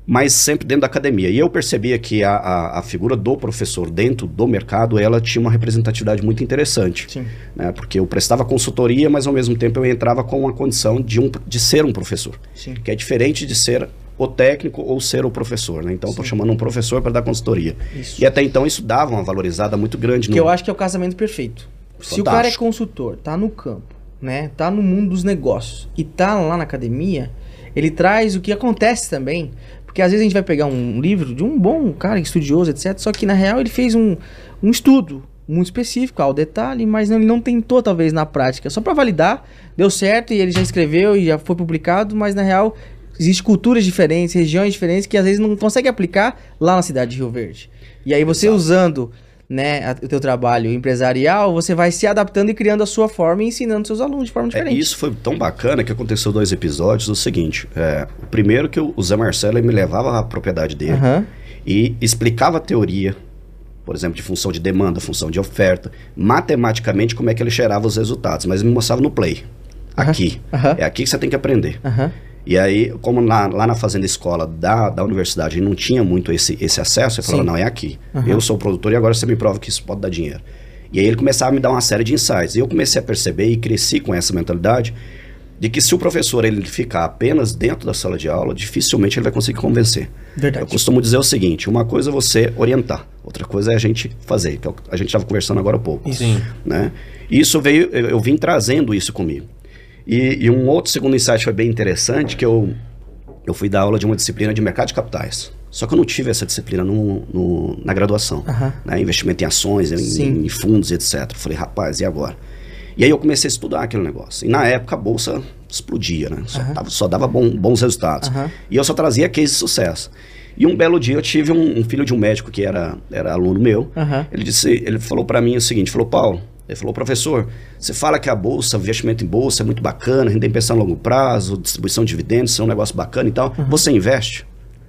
mas sempre dentro da academia. E eu percebia que a, a, a figura do professor dentro do mercado, ela tinha uma representatividade muito interessante. Sim. Né? Porque eu prestava consultoria, mas ao mesmo tempo eu entrava com a condição de, um, de ser um professor. Sim. Que é diferente de ser o técnico ou ser o professor. Né? Então eu estou chamando um professor para dar consultoria. Isso. E até então isso dava uma valorizada muito grande. Que no... eu acho que é o casamento perfeito. Fantástico. Se o cara é consultor, tá no campo, né? Tá no mundo dos negócios e tá lá na academia, ele traz o que acontece também. Porque às vezes a gente vai pegar um livro de um bom cara estudioso, etcétera. Só que na real ele fez um, um estudo muito específico ao detalhe, mas não, ele não tentou talvez na prática. Só para validar, deu certo e ele já escreveu e já foi publicado, mas na real existem culturas diferentes, regiões diferentes que às vezes não consegue aplicar lá na cidade de Rio Verde. E aí você Exato. usando, né, a, o teu trabalho empresarial, você vai se adaptando e criando a sua forma e ensinando seus alunos de forma diferente. É, isso foi tão bacana que aconteceu dois episódios. O seguinte, é, o primeiro que o Zé Marcelo me levava à propriedade dele uhum. e explicava a teoria, por exemplo, de função de demanda, função de oferta, matematicamente como é que ele gerava os resultados, mas me mostrava no play, uhum. aqui, uhum. é aqui que você tem que aprender. Uhum. E aí, como lá, lá na fazenda escola da, da universidade não tinha muito esse, esse acesso, eu falava, não, é aqui. Uhum. Eu sou o produtor e agora você me prova que isso pode dar dinheiro. E aí ele começava a me dar uma série de insights. E eu comecei a perceber e cresci com essa mentalidade de que se o professor ele ficar apenas dentro da sala de aula, dificilmente ele vai conseguir convencer. Verdade. Eu costumo dizer o seguinte, uma coisa é você orientar, outra coisa é a gente fazer, que a gente estava conversando agora há pouco. Sim. Né? E isso veio, eu, eu vim trazendo isso comigo. E, e um outro segundo insight foi bem interessante, que eu, eu fui dar aula de uma disciplina de mercado de capitais. Só que eu não tive essa disciplina no, no, na graduação. Uhum. Né? Investimento em ações, em, em fundos, etcétera. Eu falei, rapaz, e agora? E aí eu comecei a estudar aquele negócio. E na época a bolsa explodia, né? Só, uhum. tava, só dava bom, bons resultados. Uhum. E eu só trazia case de sucesso. E um belo dia eu tive um, um filho de um médico que era, era aluno meu. Uhum. Ele, disse, ele falou para mim o seguinte, falou, Paulo, ele falou, professor, você fala que a bolsa, o investimento em bolsa é muito bacana, a gente tem que pensar a longo prazo, distribuição de dividendos, isso é um negócio bacana e tal. Uhum. Você investe?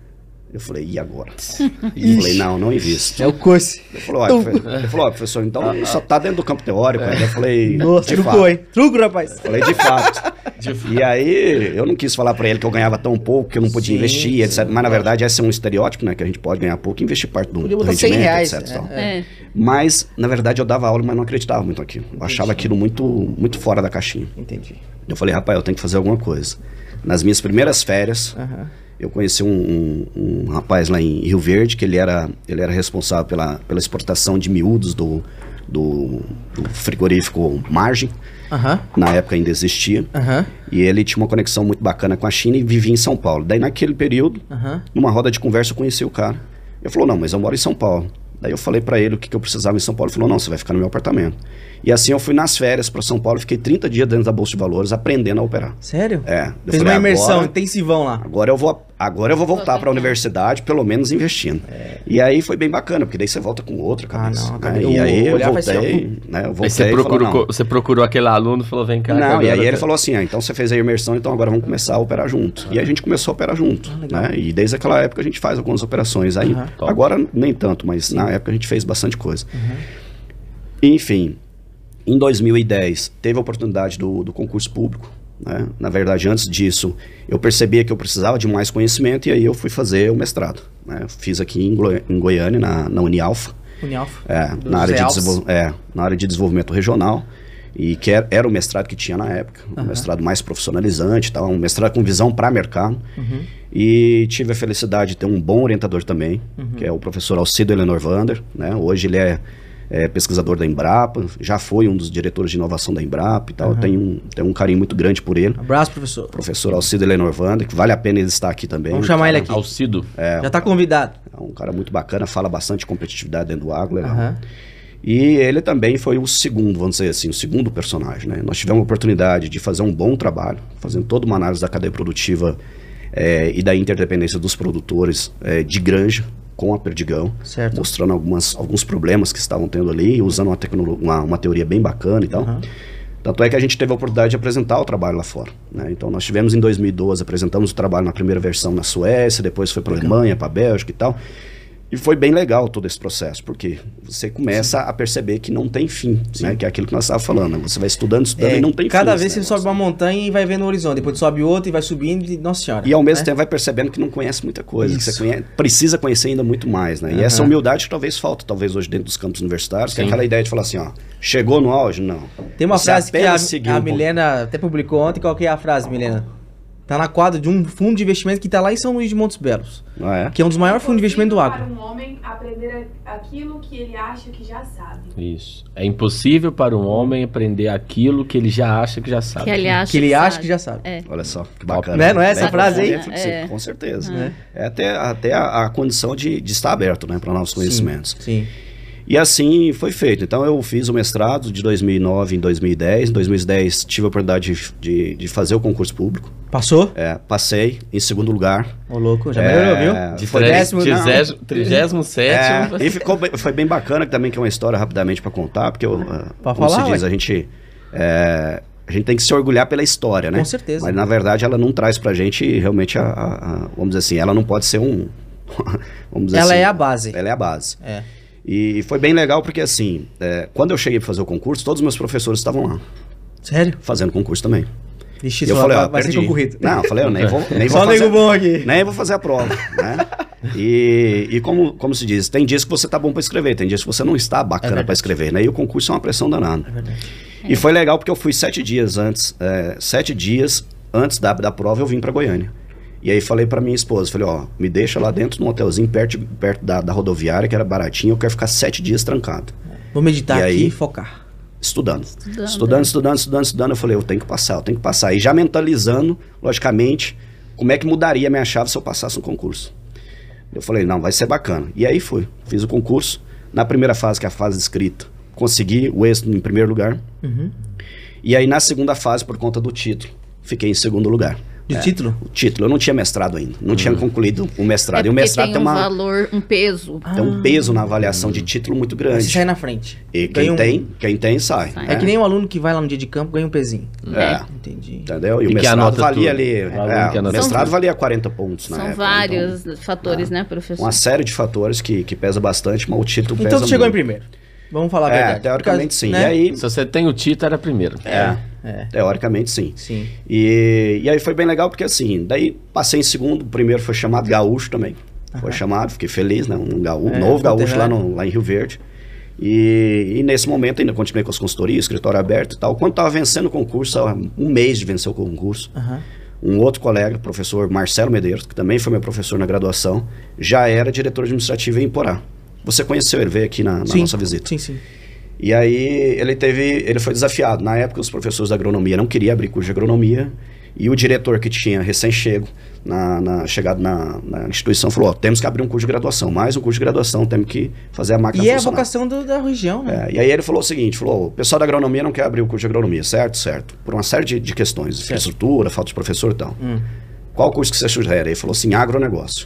Eu falei, e agora? E eu falei, não, não invisto. É o curso. Ele falou, ó, ele falou, ó, professor, então ah, só tá dentro do campo teórico. É. Aí eu falei, nossa, de truco, fato. hein? Truco, rapaz. Eu falei, de fato. De e aí, eu não quis falar pra ele que eu ganhava tão pouco, que eu não podia sim, investir, sim, etcétera. Mas, na verdade, esse é um estereótipo, né? Que a gente pode ganhar pouco e investir parte do, do rendimento, reais, etcétera. É, é. Mas, na verdade, eu dava aula, mas não acreditava muito naquilo. Eu Entendi. achava aquilo muito, muito fora da caixinha. Entendi. Eu falei, rapaz, eu tenho que fazer alguma coisa. Nas minhas primeiras férias... Aham. Eu conheci um, um, um rapaz lá em Rio Verde, que ele era, ele era responsável pela, pela exportação de miúdos do, do, do frigorífico Margem. Uhum. Na época ainda existia. Uhum. E ele tinha uma conexão muito bacana com a China e vivia em São Paulo. Daí naquele período, uhum. numa roda de conversa, eu conheci o cara. Ele falou, não, mas eu moro em São Paulo. Daí eu falei pra ele o que, que eu precisava em São Paulo. Ele falou, não, você vai ficar no meu apartamento. E assim eu fui nas férias pra São Paulo, fiquei trinta dias dentro da Bolsa de Valores aprendendo a operar. Sério? É. Fez falei, uma imersão, agora, intensivão lá. Agora eu vou, agora eu vou voltar pra universidade, pelo menos investindo. É. E aí foi bem bacana, porque daí você volta com outra cabeça. Ah, não, né? E aí eu voltei, né? Eu voltei aí você procurou, falou, você procurou aquele aluno e falou, vem cá. Não, e aí ele falou assim, ah, então você fez a imersão, então agora vamos começar a operar junto. Ah. E a gente começou a operar junto, ah, né? E desde aquela época a gente faz algumas operações. Aí, uhum. Agora nem tanto, mas Sim. na época a gente fez bastante coisa. Uhum. Enfim... Em dois mil e dez, teve a oportunidade do, do concurso público. Né? Na verdade, antes disso, eu percebia que eu precisava de mais conhecimento e aí eu fui fazer o mestrado. Né? Fiz aqui em, Glo em Goiânia, na, na Unialfa. Unialfa? É, na área, de é, na área de desenvolvimento regional. E que era, era o mestrado que tinha na época. Um uhum. mestrado mais profissionalizante, tá? Um mestrado com visão para mercado. Uhum. E tive a felicidade de ter um bom orientador também, uhum. que é o professor Alcido Eleanor Vander. Né? Hoje ele é... É pesquisador da Embrapa, já foi um dos diretores de inovação da Embrapa e tal, uhum. eu tenho um, tenho um carinho muito grande por ele. Abraço, professor. Professor Alcido Eleanor Vander, que vale a pena ele estar aqui também. Vamos chamar cara, ele aqui. Alcido. É, já está convidado. É um cara muito bacana, fala bastante de competitividade dentro do agro, legal. Uhum. E ele também foi o segundo, vamos dizer assim, o segundo personagem, né? Nós tivemos a oportunidade de fazer um bom trabalho, fazendo toda uma análise da cadeia produtiva é, e da interdependência dos produtores é, de granja, com a Perdigão, certo. Mostrando algumas, alguns problemas que estavam tendo ali, usando uma, tecnologia, uma, uma teoria bem bacana e tal. Uhum. Tanto é que a gente teve a oportunidade de apresentar o trabalho lá fora. Né? Então nós tivemos em dois mil e doze, apresentamos o trabalho na primeira versão na Suécia, depois foi para a Alemanha, para a Bélgica e tal. E foi bem legal todo esse processo, porque você começa a perceber que não tem fim, né? Que é aquilo que nós estávamos falando, né? Você vai estudando, estudando É, e não tem cada fim. vez você sobe uma montanha e vai vendo o horizonte, depois sobe outro e vai subindo e, nossa senhora. E ao mesmo né? tempo vai percebendo que não conhece muita coisa, que Isso. você conhece, precisa conhecer ainda muito mais, né? E Aham. essa humildade que talvez falta, talvez hoje dentro dos campos universitários, que é Sim. aquela ideia de falar assim, ó, chegou no auge? Não. Tem uma Você frase que a, apenas seguiu a um pouco. Milena até publicou ontem. Qual que é a frase, Milena? Tá na quadra de um fundo de investimento que tá lá em São Luís de Montes Belos, Não é? que é um dos maiores fundos de investimento do agro. Para um homem aprender aquilo que ele acha que já sabe. Isso. É impossível para um homem aprender aquilo que ele já acha que já sabe. Que ele acha Que ele que acha sabe. que já sabe. É. Olha só, que bacana. Né? Não é essa Bem frase aí? profundo, sim, É. com certeza. É. É até, até a, a condição de, de estar aberto, né, para novos conhecimentos. Sim. E assim foi feito. Então eu fiz o mestrado de dois mil e nove em dois mil e dez. Em dois mil e dez tive a oportunidade de, de, de fazer o concurso público. Passou? É, passei em segundo lugar. Ô, louco, já É, melhorou, viu? De Foi décimo, não. trigésimo sétimo. É, e ficou bem- foi bem bacana, que também que é uma história rapidamente para contar, porque eu, ah, Pode como falar, se diz, ué. a gente é, a gente tem que se orgulhar pela história, né? Com certeza. Mas na verdade ela não traz pra gente realmente a, a- a- vamos dizer assim, ela não pode ser um vamos dizer Ela assim, é a base. Ela é a base. É. E foi bem legal porque assim, é, quando eu cheguei para fazer o concurso, todos os meus professores estavam lá Sério? fazendo concurso também. Vixe, E eu só falei, vai, ó, vai ser perdi. concorrido. Não, eu falei, eu nem vou, nem Só vou fazer, nego bom aqui. nem vou fazer a prova, né? E, e como, como se diz, tem dias que você tá bom para escrever, tem dias que você não está É bacana verdade. para escrever, né? E o concurso é uma pressão danada. É verdade. E foi legal porque eu fui sete dias antes, é, sete dias antes da, da prova eu vim para Goiânia. E aí falei para minha esposa, falei, ó, me deixa lá dentro num hotelzinho perto, de- perto da, da rodoviária, que era baratinho, eu quero ficar sete dias trancado. Vou meditar E aqui aí? e focar. Estudando. Estudando, Estudando, é. estudando, estudando, estudando. Eu falei, eu tenho que passar, eu tenho que passar. E já mentalizando, logicamente, como é que mudaria a minha chave se eu passasse um concurso. Eu falei, não, vai ser bacana. E aí fui, fiz o concurso. Na primeira fase, que é a fase de escrita, consegui o êxito em primeiro lugar. Uhum. E aí na segunda fase, por conta do título, fiquei em segundo lugar. De É, título? O título, eu não tinha mestrado ainda, não tinha concluído o mestrado. É e o porque mestrado tem tem, um uma, valor, um peso. tem um peso na avaliação de título muito Aí grande. você sai na frente. E Ganha quem um- tem, quem tem sai. Sai. É que nem um aluno que vai lá no dia de campo ganha um pezinho. É. Entendi. Entendeu? E, E o que mestrado anota valia tudo. ali. O aluno é, que o anota mestrado tudo. valia quarenta pontos na São época, vários então, fatores, né, professor? uma série de fatores que, que pesa bastante, mas o título pesa Então tu chegou em muito. primeiro. Vamos falar a É, verdade. teoricamente Por sim. causa- né? E aí, Se você tem o título, era primeiro. é, É. teoricamente sim. Sim. E, e aí foi bem legal porque assim, daí passei em segundo, o primeiro foi chamado Gaúcho também. Foi chamado, fiquei feliz, né? Um gaú, É, novo gaúcho lá, conterrâneo. no, lá em Rio Verde. E, e nesse momento ainda continuei com as consultorias, escritório aberto e tal. Quando estava vencendo o concurso, um mês de vencer o concurso, Aham. um outro colega, o professor Marcelo Medeiros, que também foi meu professor na graduação, já era diretor administrativo em Iporá. Você conheceu ele, veio aqui na, na Sim. nossa visita. Sim, sim. E aí ele teve, ele foi desafiado. Na época os professores da agronomia não queriam abrir curso de agronomia e o diretor que tinha recém-chego, na, na, chegado na, na instituição, falou, ó, temos que abrir um curso de graduação, mais um curso de graduação, temos que fazer a máquina E é a funcionar. vocação do- da região, né? É, e aí ele falou o seguinte, falou, o pessoal da agronomia não quer abrir o curso de agronomia, certo? Certo. Por uma série de, de questões, infraestrutura, falta de professor e tal. Hum. Qual curso que você sugere? Ele falou assim, agronegócio.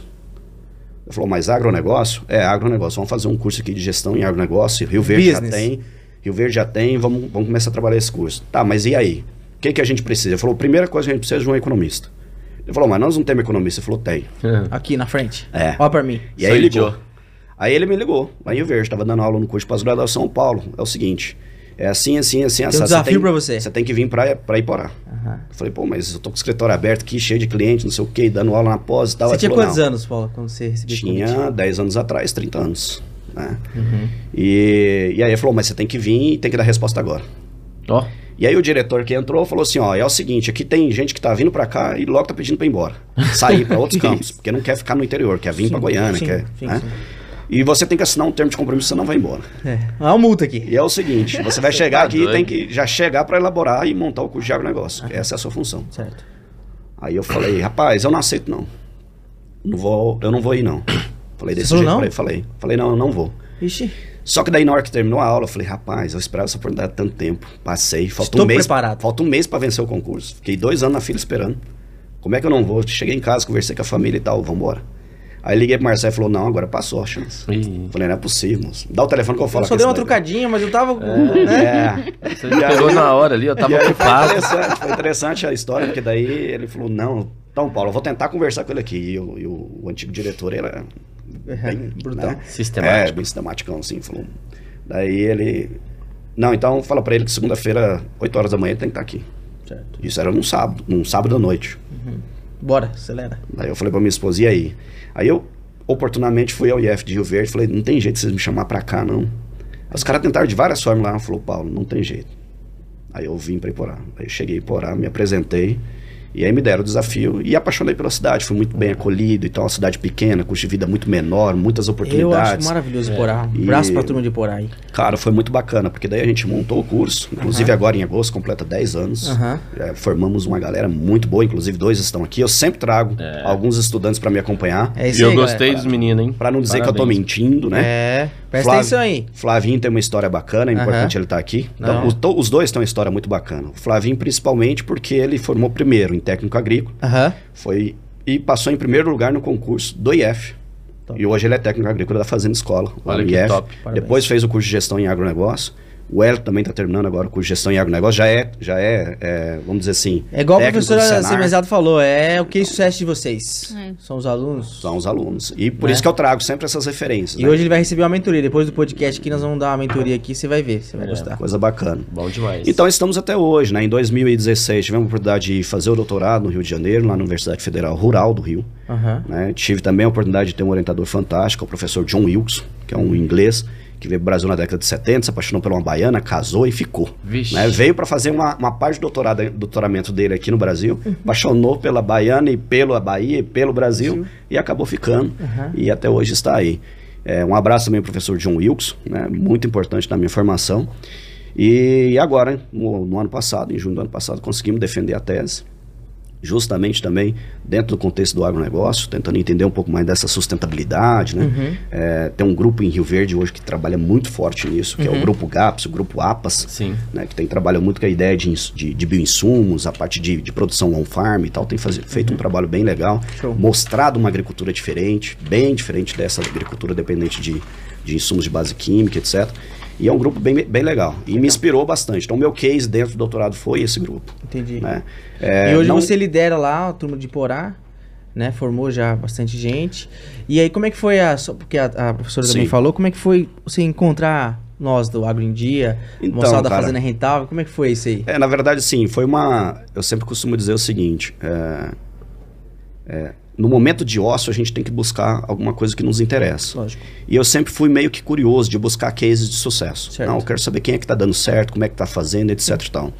Ele falou, mas agronegócio? É, agronegócio. Vamos fazer um curso aqui de gestão em agronegócio. Rio Verde Business. já tem. Rio Verde já tem, vamos, vamos começar a trabalhar esse curso. Tá, mas e aí? O que, que a gente precisa? Ele falou, primeira coisa que a gente precisa é de um economista. Ele falou, mas nós não temos economista. Ele falou, tem. Aqui na frente. É. Ó pra mim. E aí Sou ele ligou. idiota. Aí ele me ligou, lá em Rio Verde, estava dando aula no curso de pós-graduação São Paulo. É o seguinte, é assim, assim, assim, assado. desafio tem, pra você. Você tem que vir pra, pra Iporá. Aham. Eu falei, pô, mas eu tô com o escritório aberto aqui, cheio de clientes, não sei o quê, dando aula na pós e tal. Você Ele tinha falou, quantos não. anos, Paulo, quando você recebeu esse convite? Tinha dez anos atrás, trinta anos. Né? Uhum. E, e aí ele falou, mas você tem que vir e tem que dar resposta agora. Ó, E aí o diretor que entrou falou assim, ó, é o seguinte, aqui tem gente que tá vindo pra cá e logo tá pedindo pra ir embora. Sair pra outros campos, porque não quer ficar no interior, quer vir Sim, pra Goiânia, sim, quer... sim, né? sim. E você tem que assinar um termo de compromisso, você não vai embora. É. Há uma multa aqui. E é o seguinte, você vai chegar tá aqui doido. e tem que já chegar para elaborar e montar o curso de agronegócio. que Essa é a sua função. Certo. Aí eu falei, rapaz, eu não aceito não. Não vou, eu não vou ir não. Falei desse Você falou jeito, não? falei, falei, falei, não, eu não vou. Ixi. Só que daí na hora que terminou a aula, eu falei, rapaz, eu esperava essa oportunidade há tanto tempo. Passei, faltou Estou um mês. preparado. Falta um mês para vencer o concurso. Fiquei dois anos na fila esperando. Como é que eu não vou? Cheguei em casa, conversei com a família e tal, vambora. Aí liguei pro Marcelo e falou, não, agora passou a chance. Ih. Falei, não é possível, moço. Dá o telefone que eu falo. Eu só com dei esse uma daí. trucadinha, mas eu tava... né? É. você me pegou na hora ali, eu tava E aí foi ocupado. interessante, foi interessante a história, porque daí ele falou, não, então Paulo, eu vou tentar conversar com ele aqui. E, o, e o, o antigo diretor, ele era bem, Brutal. né? Sistemático. É, bem sistematicão, assim, falou. Daí ele... Não, então fala pra ele que segunda-feira, oito horas da manhã, ele tem que estar aqui. Certo. Isso era num sábado, num sábado à noite. Bora, acelera. Daí eu falei pra minha esposa, e aí? Aí eu, oportunamente, fui ao I F de Rio Verde, falei, não tem jeito de vocês me chamar pra cá, não. Os caras tentaram de várias formas lá, falou, Paulo, não tem jeito. Aí eu vim pra Iporá. Aí eu cheguei em Iporá, me apresentei, e aí me deram o desafio e apaixonei pela cidade. Fui muito bem acolhido, então uma cidade pequena, custo de vida muito menor, muitas Eu oportunidades. acho maravilhoso Iporá. Um E- braço pra turma de Iporá aí. Cara, foi muito bacana, porque daí a gente montou o curso, inclusive agora em agosto, completa dez anos. Aham. É, formamos uma galera muito boa, inclusive dois estão aqui. Eu sempre trago alguns estudantes para me acompanhar, É E isso eu aí, gostei galera. dos meninos, hein? para não dizer que eu tô Parabéns. mentindo, né? É, presta Flávio- atenção aí. Flavinho tem uma história bacana, é Aham. importante ele estar aqui. Então, Não. os, to- os dois têm uma história muito bacana. O Flavinho, principalmente, porque ele formou primeiro em técnico agrícola, Aham. foi e passou em primeiro lugar no concurso do I F. Top. E hoje ele é técnico agrícola da Fazenda Escola, lá Olha no que I F. top. Parabéns. Depois fez o curso de gestão em agronegócio. O Hélio também está terminando agora o curso de gestão em agronegócio. Já é, já é, é, vamos dizer assim, É igual a técnico do professora Senar. Semezado falou, é o que é sucesso de vocês. É. São os alunos. São os alunos. E por Né? isso que eu trago sempre essas referências. E né? hoje ele vai receber uma mentoria. Depois do podcast aqui, nós vamos dar uma mentoria aqui. Você vai ver, você vai É. gostar. Coisa bacana. Bom demais. Então estamos até hoje, né? Em dois mil e dezesseis tivemos a oportunidade de fazer o doutorado no Rio de Janeiro, lá na Universidade Federal Rural do Rio. Aham. Né? Tive também a oportunidade de ter um orientador fantástico, o professor John Wilkes, que é um inglês que veio para o Brasil na década de setenta, se apaixonou por uma baiana, casou e ficou. Vixe. Né? Veio para fazer uma, uma parte do doutorado, doutoramento dele aqui no Brasil, apaixonou pela baiana e pela Bahia e pelo Brasil e acabou ficando e até hoje está aí. É, um abraço também ao professor John Wilkes, né? Muito importante na minha formação. E agora, no, no ano passado, em junho do ano passado, conseguimos defender a tese. Justamente também dentro do contexto do agronegócio, tentando entender um pouco mais dessa sustentabilidade, né? Uhum. É, tem um grupo em Rio Verde hoje que trabalha muito forte nisso, que é o grupo GAPS, o grupo APAS, Sim. né? Que tem trabalha muito com a ideia de, ins- de, de bioinsumos, a parte de, de produção on-farm e tal, tem fazer, feito um trabalho bem legal, Show. mostrado uma agricultura diferente, bem diferente dessa agricultura dependente de, de insumos de base química, etcétera. E é um grupo bem, bem legal. E me inspirou bastante. Então, o meu case dentro do doutorado foi esse grupo. Entendi. Né? É, E hoje não- você lidera lá a turma de Iporá, né? Formou já bastante gente. E aí, como é que foi a... Só porque a, a professora também Sim. falou, como é que foi você encontrar nós do Agro em Dia, Então, moçada da cara, Fazenda Rentável, como é que foi isso aí? É, na verdade, sim, foi uma... Eu sempre costumo dizer o seguinte, é, é, no momento de ócio, a gente tem que buscar alguma coisa que nos interessa. Lógico. E eu sempre fui meio que curioso de buscar cases de sucesso. Certo. Não, eu quero saber quem é que tá dando certo, como é que tá fazendo, etc e tal.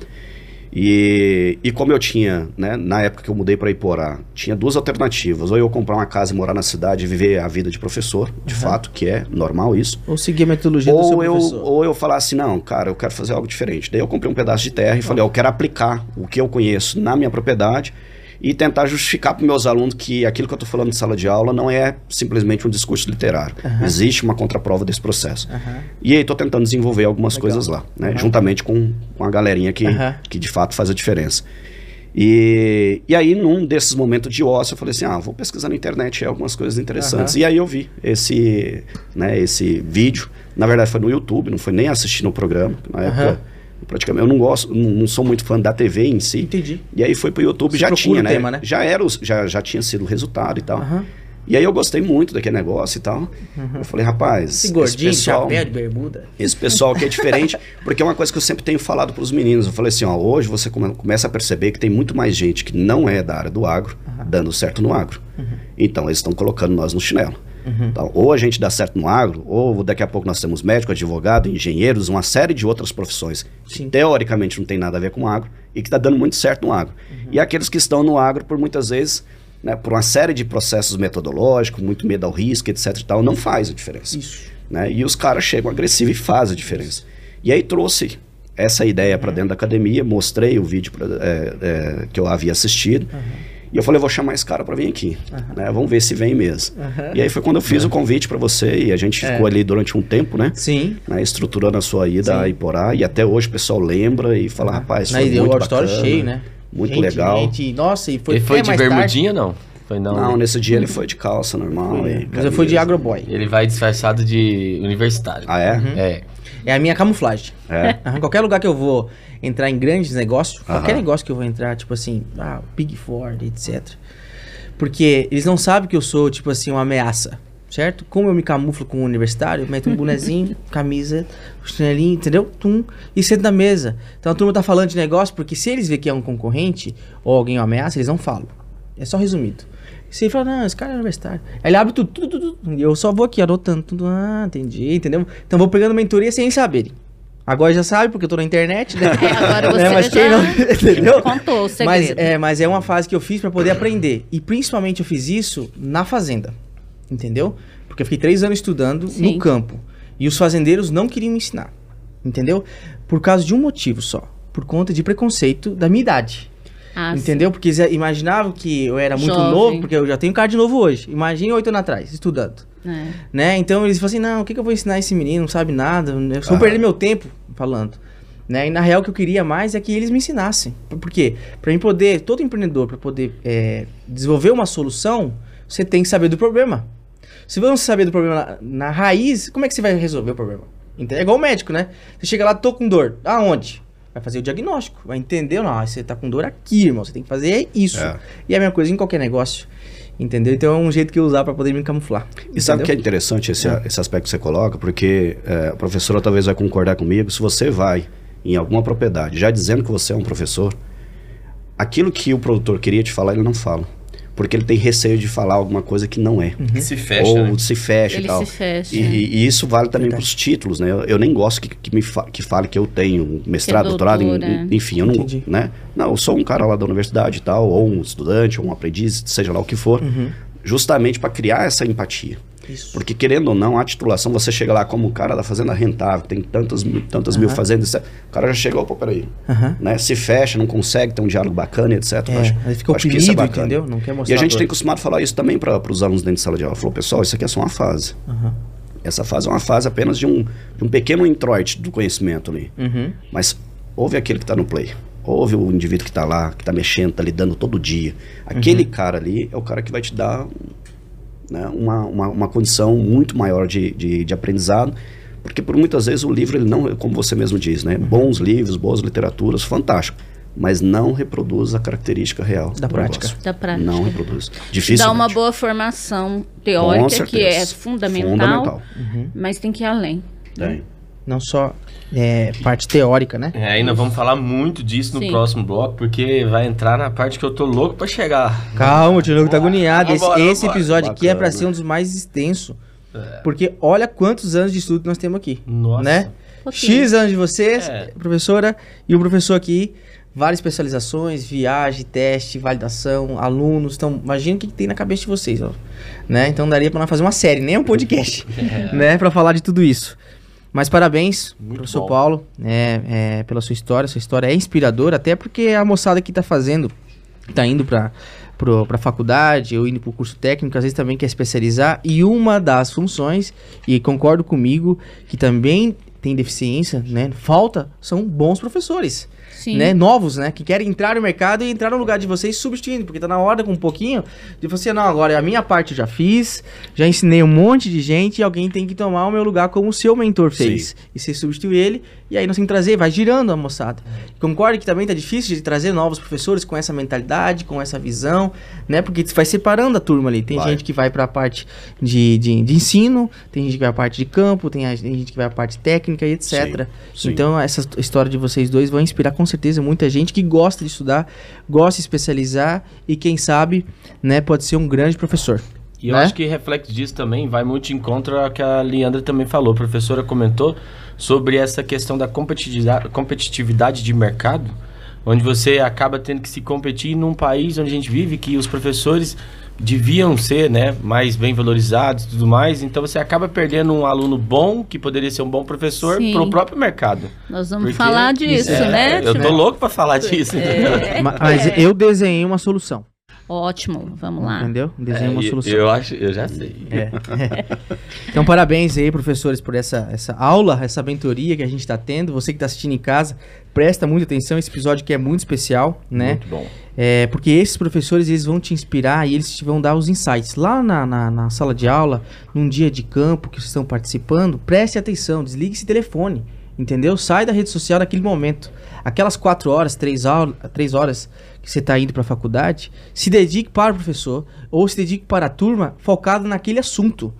E, e como eu tinha, né, na época que eu mudei para Iporá, tinha duas alternativas. Ou eu comprar uma casa e morar na cidade e viver a vida de professor, de fato, que é normal isso. Ou seguir a metodologia do seu Ou eu, professor. ou eu falar assim, não, cara, eu quero fazer algo diferente. Daí eu comprei um pedaço de terra e falei, ó, eu quero aplicar o que eu conheço na minha propriedade e tentar justificar para meus alunos que aquilo que eu estou falando de sala de aula não é simplesmente um discurso literário. Existe uma contraprova desse processo. Aham. E aí estou tentando desenvolver algumas coisas lá, né? Juntamente com, com a galerinha que, Aham. que de fato faz a diferença. E, e aí, num desses momentos de ócio, eu falei assim, ah, vou pesquisar na internet algumas coisas interessantes. Aham. E aí eu vi esse, né, esse vídeo. Na verdade foi no YouTube, não foi nem assistindo o programa. Na época, Aham. praticamente, eu não gosto, não, não sou muito fã da T V em si. Entendi. E aí foi pro YouTube, Você já procura tinha, o né? tema, né? Já era, os- já, já tinha sido o resultado e tal. Aham. E aí eu gostei muito daquele negócio e tal. Eu falei, rapaz, Esse gordinho, de pessoal, chapéu de bermuda. esse pessoal aqui é diferente, porque é uma coisa que eu sempre tenho falado para os meninos. Eu falei assim, ó, hoje você come- começa a perceber que tem muito mais gente que não é da área do agro, dando certo no agro. Então, eles estão colocando nós no chinelo. Então, ou a gente dá certo no agro, ou daqui a pouco nós temos médico, advogado, engenheiros, uma série de outras profissões que Sim. teoricamente não tem nada a ver com o agro e que está dando muito certo no agro. E aqueles que estão no agro, por muitas vezes, né, por uma série de processos metodológicos, muito medo ao risco, etc e tal, não faz a diferença. Isso. Né? E os caras chegam agressivos e fazem a diferença. E aí trouxe essa ideia para dentro da academia, mostrei o vídeo pra, é, é, que eu havia assistido, e eu falei, eu vou chamar esse cara para vir aqui, né? Vamos ver se vem mesmo. E aí foi quando eu fiz o convite para você, e a gente ficou ali durante um tempo, né? Sim. né, estruturando a sua ida a Iporá, e até hoje o pessoal lembra e fala, rapaz, Na foi ideia, muito o auditório bacana, cheio, né? muito Gente, legal. gente, nossa, e foi Ele foi até de mais tarde. bermudinha, não? Foi não. Não, né? nesse dia ele foi de calça normal. e Mas eu fui de camisa. agroboy. Ele vai disfarçado de universitário. Ah, é? É. É a minha camuflagem. É. Aham, qualquer lugar que eu vou entrar em grandes negócios, qualquer Aham. negócio que eu vou entrar, tipo assim, ah, Big Ford, etcétera. Porque eles não sabem que eu sou, tipo assim, uma ameaça. certo? Como eu me camuflo com o universitário, meto um bonezinho, camisa, chinelinho, entendeu? Tum, e sento na mesa. Então a turma tá falando de negócio, porque se eles verem que é um concorrente, ou alguém ameaça, eles não falam. É só resumido. Se ele fala, não, esse cara é universitário. Aí ele abre tudo, tudo, tudo, tudo. E eu só vou aqui anotando tudo. Ah, entendi, entendeu? Então vou pegando mentoria sem saberem. Agora já sabe, porque eu tô na internet, né? É, agora você né? Mas quem já não, entendeu? contou o segredo. Mas é, mas é uma fase que eu fiz pra poder aprender. E principalmente eu fiz isso na fazenda. Entendeu? Porque eu fiquei três anos estudando Sim. no campo. E os fazendeiros não queriam me ensinar. Entendeu? Por causa de um motivo só. Por conta de preconceito da minha idade. Ah, Entendeu? Porque eles imaginavam que eu era muito Jovem. novo, porque eu já tenho cara de novo hoje. Imagina oito anos atrás, estudando. sim. É. Né? Então eles falam assim, não, o que, que eu vou ensinar esse menino? Não sabe nada, eu só vou Ah. perder meu tempo falando. Né? E na real o que eu queria mais é que eles me ensinassem. Por quê? Pra mim poder, todo empreendedor, para poder é, desenvolver uma solução, você tem que saber do problema. Se você não saber do problema na, na raiz, como é que você vai resolver o problema? Entendeu? É igual o médico, né? Você chega lá, tô com dor. Aonde? Vai fazer o diagnóstico. Vai entender, não, você tá com dor aqui, irmão. Você tem que fazer isso. É. E é a mesma coisa em qualquer negócio. Entendeu? Então é um jeito que eu usar para poder me camuflar. E sabe o que é entendeu? interessante esse, É. esse aspecto que você coloca? Porque é, a professora talvez vai concordar comigo. Se você vai em alguma propriedade já dizendo que você é um professor, aquilo que o produtor queria te falar, ele não fala. Porque ele tem receio de falar alguma coisa que não é. Que se fecha, Ou né? se fecha Ele e tal. se fecha. E, e isso vale também para Verdade. os títulos, né? Eu, eu nem gosto que, que, me fa que fale que eu tenho mestrado, Que é doutorado, em- doutor, em- é. enfim, eu não, Entendi. né? Não, eu sou um cara lá da universidade e tal, ou um estudante, ou um aprendiz, seja lá o que for, Uhum. justamente para criar essa empatia. Isso. Porque, querendo ou não, a titulação, você chega lá como o cara da fazenda rentável, que tem tantas, mil- tantas mil Aham. fazendas, etcétera. O cara já chegou, pô, peraí, Aham. né? Se fecha, não consegue ter um diálogo bacana, etcétera. Eu acho- É, aí fica eu acho que isso é oprimido, bacana. entendeu? Não quer E mostrar a gente dor. tem costumado falar isso também para os alunos dentro de sala de aula. Falou, pessoal, isso aqui é só uma fase. Aham. Essa fase é uma fase apenas de um, de um pequeno introito do conhecimento ali. Uhum. Mas ouve aquele que está no play. Ouve o indivíduo que está lá, que está mexendo, está lidando todo dia. Aquele cara ali é o cara que vai te dar, né, uma, uma, uma condição muito maior de, de, de aprendizado. Porque por muitas vezes o livro, ele não, como você mesmo diz, né? Bons livros, boas literaturas, fantástico. Mas não reproduz a característica real Da do prática. negócio. Da prática. Não reproduz. Dá Difícil. uma boa formação teórica, que é fundamental, Fundamental. mas tem que ir além. Tem. Não só é, parte teórica, né? É, ainda vamos falar muito disso no Sim. próximo bloco, porque vai entrar na parte que eu tô louco pra chegar. Calma, o Tinoco tá agoniado. Esse, Vambora, esse vambora. episódio aqui é pra Bacana. ser um dos mais extensos. Porque olha quantos anos de estudo nós temos aqui. Nossa. Né? Pouquinho. X anos de vocês, É. professora, e o professor aqui. Várias especializações, viagem, teste, validação, alunos. Então, imagina o que, que tem na cabeça de vocês, ó. Né? Então, daria pra nós fazer uma série, nem um podcast, né? Pra falar de tudo isso. Mas parabéns, Muito professor bom. Paulo, é, é, pela sua história. Sua história é inspiradora, até porque a moçada que tá fazendo, tá indo pra, pro, pra faculdade ou indo pro curso técnico, às vezes também quer especializar. E uma das funções, e concordo comigo, que também tem deficiência, né? Falta, são bons professores. Sim. Né, novos, né, que querem entrar no mercado e entrar no lugar de vocês substituindo, porque tá na hora com um pouquinho de você, não, agora a minha parte eu já fiz, já ensinei um monte de gente e alguém tem que tomar o meu lugar como o seu mentor fez. Sim. E você substitui ele, e aí nós temos que trazer, vai girando a moçada. Concorda que também tá difícil de trazer novos professores com essa mentalidade, com essa visão, né, porque vai separando a turma ali. Tem Vai. gente que vai pra parte de, de, de ensino, tem gente que vai pra parte de campo, tem, a- tem gente que vai pra parte técnica e etcétera. Sim, sim. Então, essa história de vocês dois vai inspirar com certeza muita gente que gosta de estudar, gosta de especializar e quem sabe, né, pode ser um grande professor. E eu né? acho que reflexo disso também vai muito de encontro ao que a Leandra também falou. A professora comentou sobre essa questão da competitividade, competitividade de mercado, onde você acaba tendo que se competir num país onde a gente vive, que os professores deviam ser, né, mais bem valorizados e tudo mais. Então você acaba perdendo um aluno bom, que poderia ser um bom professor, Sim. pro próprio mercado. Nós vamos Porque falar disso, é, né? Eu Tipo, tô louco pra falar disso. entendeu? Ma- Mas eu desenhei uma solução, Ótimo, vamos lá. entendeu? Desenhei uma É, solução. eu acho, eu já sei. É. Então, parabéns aí, professores, por essa, essa aula, essa mentoria que a gente está tendo. Você que está assistindo em casa, presta muita atenção. Esse episódio que é muito especial, né? Muito bom. É, porque esses professores, eles vão te inspirar e eles te vão dar os insights. Lá na, na, na sala de aula, num dia de campo que vocês estão participando, preste atenção, desligue esse telefone, entendeu? Sai da rede social naquele momento. Aquelas quatro horas, três, aula, três horas que você está indo para a faculdade, se dedique para o professor ou se dedique para a turma focado naquele assunto.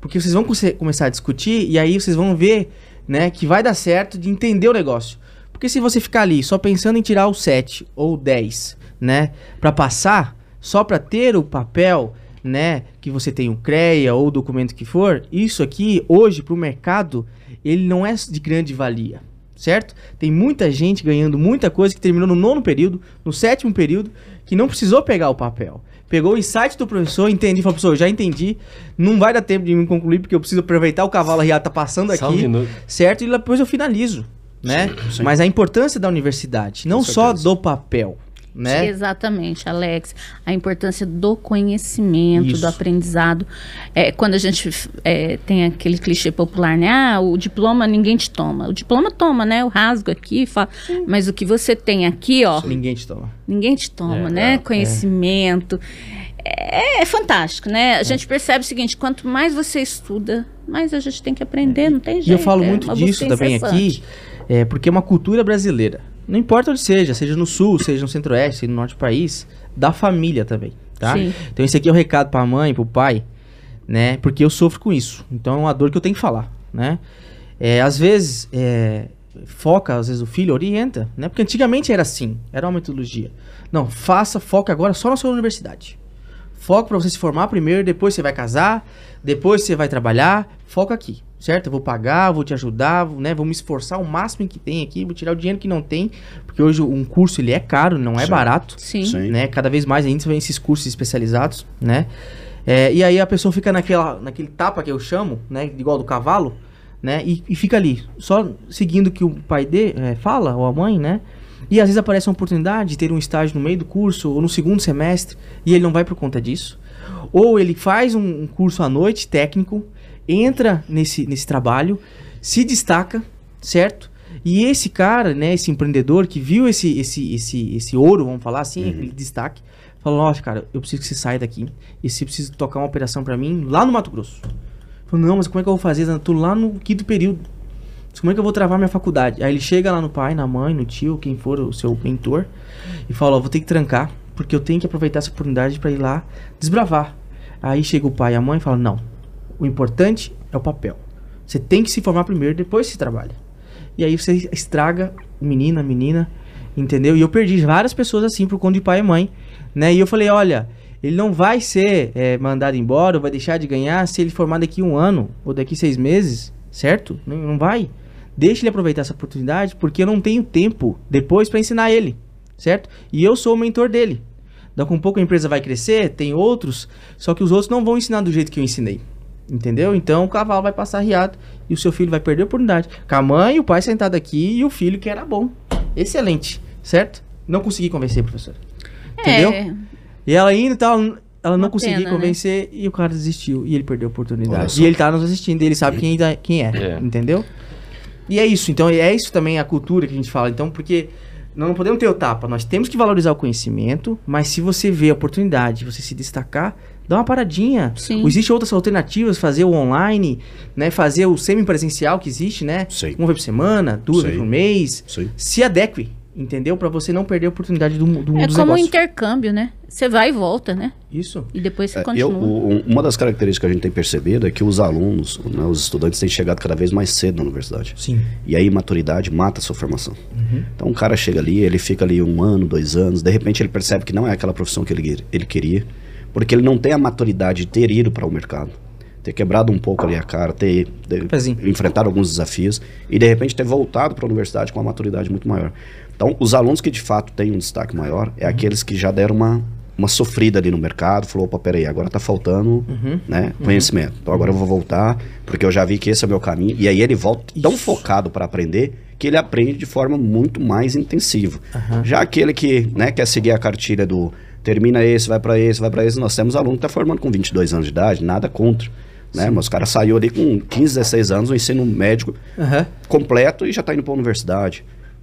Porque vocês vão come- começar a discutir e aí vocês vão ver, né, que vai dar certo de entender o negócio. Porque se você ficar ali só pensando em tirar o sete ou o dez, né, pra passar, só pra ter o papel, né, que você tem o CREA ou o documento que for, isso aqui, hoje, pro mercado, ele não é de grande valia, certo? Tem muita gente ganhando muita coisa que terminou no nono período, no sétimo período, que não precisou pegar o papel. Pegou o insight do professor, entendi, falou, professor, já entendi, não vai dar tempo de me concluir, porque eu preciso aproveitar o cavalo arriado tá passando Só um aqui, minuto. certo? E depois eu finalizo, né? sim. Mas a importância da universidade, não Com só certeza. do papel, né? Exatamente, Alex. A importância do conhecimento, Isso. do aprendizado. É, quando a gente é, tem aquele clichê popular, né? Ah, o diploma ninguém te toma. O diploma toma, né? Eu rasgo aqui, falo. Mas o que você tem aqui, ó, Ninguém te toma. ninguém te toma, É, né? é, Conhecimento. É, é fantástico, né? A gente percebe o seguinte, quanto mais você estuda, mais a gente tem que aprender, não tem jeito. E eu falo é muito uma disso busca também incessante. aqui, é, porque é uma cultura brasileira. Não importa onde seja, seja no sul, seja no centro-oeste, seja no norte do país, da família também, tá? Sim. Então esse aqui é o recado pra mãe, pro pai, né? Porque eu sofro com isso. Então é uma dor que eu tenho que falar, né? É, às vezes, é, foca, às vezes o filho orienta, né? Porque antigamente era assim, era uma metodologia. Não, faça, foca agora só na sua universidade. Foca pra você se formar primeiro, depois você vai casar, depois você vai trabalhar, foca aqui, certo? Eu vou pagar, vou te ajudar, vou, né? Vou me esforçar o máximo que tem aqui, vou tirar o dinheiro que não tem, porque hoje um curso ele é caro, não é Sim. barato, Sim. Sim. né? Cada vez mais ainda vem esses cursos especializados, né? É, e aí a pessoa fica naquela, naquele tapa que eu chamo, né? Igual do cavalo, né? E, e fica ali, só seguindo o que o pai de, é, fala, ou a mãe, né? E às vezes aparece uma oportunidade de ter um estágio no meio do curso, ou no segundo semestre, e ele não vai por conta disso. Ou ele faz um, um curso à noite, técnico, entra nesse, nesse trabalho, se destaca, certo? E esse cara, né, esse empreendedor que viu esse, esse, esse, esse ouro, vamos falar assim, aquele destaque, falou, nossa, cara, eu preciso que você saia daqui, e você precisa tocar uma operação pra mim lá no Mato Grosso. Falou, não, mas como é que eu vou fazer? Eu tô lá no quinto período. Como é que eu vou travar minha faculdade? Aí ele chega lá no pai, na mãe, no tio, quem for o seu mentor, e fala, ó, vou ter que trancar, porque eu tenho que aproveitar essa oportunidade pra ir lá desbravar. Aí chega o pai e a mãe e fala, não, o importante é o papel. Você tem que se formar primeiro, depois se trabalha. E aí você estraga o menino, a menina, entendeu? E eu perdi várias pessoas assim por conta de pai e mãe, né? E eu falei, olha, ele não vai ser é, mandado embora, ou vai deixar de ganhar se ele formar daqui um ano, ou daqui seis meses, certo? Não, não vai. Deixa ele aproveitar essa oportunidade, porque eu não tenho tempo depois para ensinar ele, certo? E eu sou o mentor dele. Daqui a pouco a empresa vai crescer, tem outros, só que os outros não vão ensinar do jeito que eu ensinei, entendeu? Então o cavalo vai passar riado e o seu filho vai perder a oportunidade. Com a mãe e o pai sentado aqui e o filho que era bom. Excelente, certo? Não consegui convencer, professora. Entendeu? É, E ela ainda e tal, ela não Uma conseguiu pena, né? convencer e o cara desistiu e ele perdeu a Olha oportunidade. só. E ele tá nos assistindo, ele sabe quem, tá- quem é, É. entendeu? E é isso, então é isso também a cultura que a gente fala. Então, porque nós não podemos ter o tapa, nós temos que valorizar o conhecimento, mas se você vê a oportunidade, você se destacar, dá uma paradinha. Sim. Existem outras alternativas, fazer o online, né, fazer o semi-presencial que existe, né? Sim. Uma vez por semana, duas Sim. vezes por mês. Sim. Se adeque, entendeu? Pra você não perder a oportunidade do, do é dos como um negócios. intercâmbio, né? Você vai e volta, né? Isso. E depois você É, continua. eu- o- uma das características que a gente tem percebido é que os alunos, né, os estudantes têm chegado cada vez mais cedo na universidade. Sim. E a imaturidade mata a sua formação. Uhum. Então o cara chega ali, ele fica ali um ano, dois anos, de repente ele percebe que não é aquela profissão que ele, ele queria, porque ele não tem a maturidade de ter ido para o mercado, ter quebrado um pouco ali a cara, ter, ter Pezinho. enfrentado alguns desafios e de repente ter voltado para a universidade com uma maturidade muito maior. Então os alunos que de fato têm um destaque maior é aqueles que já deram uma, uma sofrida ali no mercado, falou, opa, peraí, agora tá faltando Uhum. né, conhecimento. Então agora eu vou voltar, porque eu já vi que esse é o meu caminho. E aí ele volta tão Isso. focado para aprender que ele aprende de forma muito mais intensiva. Aham. Já aquele que, né, quer seguir a cartilha do termina esse, vai para esse, vai para esse, nós temos aluno que tá formando com vinte e dois anos de idade, nada contra. Né? Mas os caras saiu ali com quinze, dezesseis anos, o ensino médico Aham. completo e já tá indo para a universidade.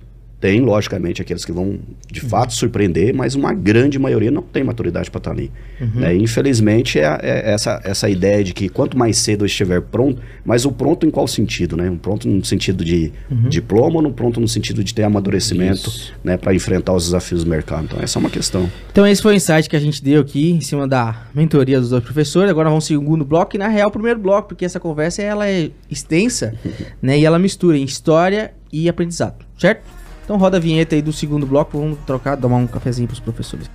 Tem, logicamente, aqueles que vão, de fato, surpreender, mas uma grande maioria não tem maturidade para estar ali. Uhum. Né? Infelizmente, é, é essa, essa ideia de que quanto mais cedo eu estiver pronto, mas o pronto em qual sentido? Né? Um pronto no sentido de uhum. diploma ou no pronto no sentido de ter amadurecimento, né, para enfrentar os desafios do mercado? Então, essa é uma questão. Então, esse foi o insight que a gente deu aqui em cima da mentoria dos dois professores. Agora vamos ao segundo bloco e, na real, o primeiro bloco, porque essa conversa ela é extensa, né, e ela mistura em história e aprendizado, certo? Então roda a vinheta aí do segundo bloco, vamos trocar, tomar um cafezinho para os professores.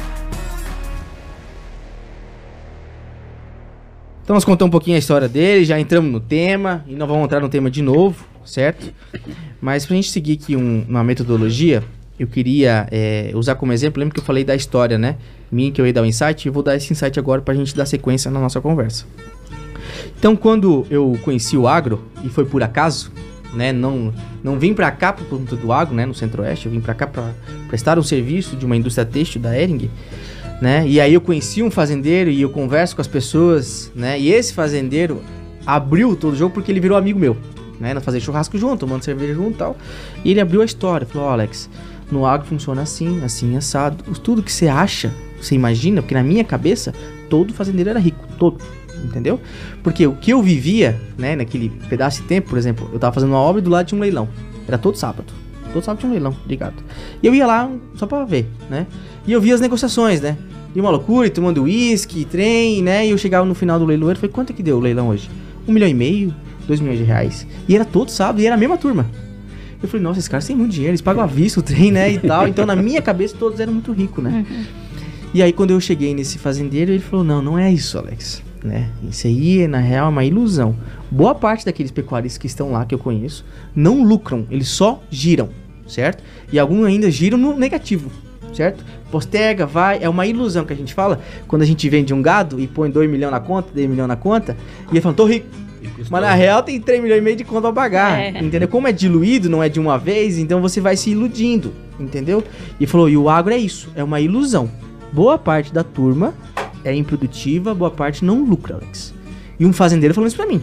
Então nós contamos um pouquinho a história dele, já entramos no tema, e nós vamos entrar no tema de novo, certo? Mas pra gente seguir aqui um, uma metodologia, eu queria é, usar como exemplo, lembra que eu falei da história, né? Minha, que eu ia dar um insight, eu vou dar esse insight agora pra gente dar sequência na nossa conversa. Então quando eu conheci o agro, e foi por acaso, né, não, não vim para cá por conta do agro, né, no Centro-Oeste, eu vim para cá para prestar um serviço de uma indústria têxtil da Hering, né, e aí eu conheci um fazendeiro e eu converso com as pessoas, né, e esse fazendeiro abriu todo o jogo porque ele virou amigo meu, né, nós fazíamos churrasco junto, tomando cerveja junto e tal, e ele abriu a história, falou, ó, Alex, no agro funciona assim, assim, assado, tudo que você acha, você imagina, porque na minha cabeça, todo fazendeiro era rico, todo. Entendeu? Porque o que eu vivia, né, naquele pedaço de tempo, por exemplo, eu tava fazendo uma obra e do lado tinha um leilão. Era todo sábado. Todo sábado tinha um leilão, ligado. E eu ia lá só pra ver, né? E eu via as negociações, né? E uma loucura, e tomando uísque, trem, né? E eu chegava no final do leilão e falei, quanto é que deu o leilão hoje? Um milhão e meio, dois milhões de reais. E era todo sábado, e era a mesma turma. Eu falei, nossa, esses caras têm muito dinheiro, eles pagam à vista o trem, né, e tal. Então, na minha cabeça, todos eram muito ricos, né? Uhum. E aí, quando eu cheguei nesse fazendeiro, ele falou, não, não é isso, Alex. Né? Isso aí, na real, é uma ilusão. Boa parte daqueles pecuaristas que estão lá, que eu conheço, não lucram, eles só giram, certo? E alguns ainda giram no negativo, certo? Posterga, vai, é uma ilusão que a gente fala, quando a gente vende um gado e põe dois milhões na conta, dez milhões na conta, e ele fala, tô rico. Mas na real tem três milhões e meio de conta pra pagar, é. Entendeu? Como é diluído, não é de uma vez, então você vai se iludindo, entendeu? E falou, e o agro é isso, é uma ilusão. Boa parte da turma é improdutiva, boa parte não lucra, Alex. E um fazendeiro falou isso pra mim.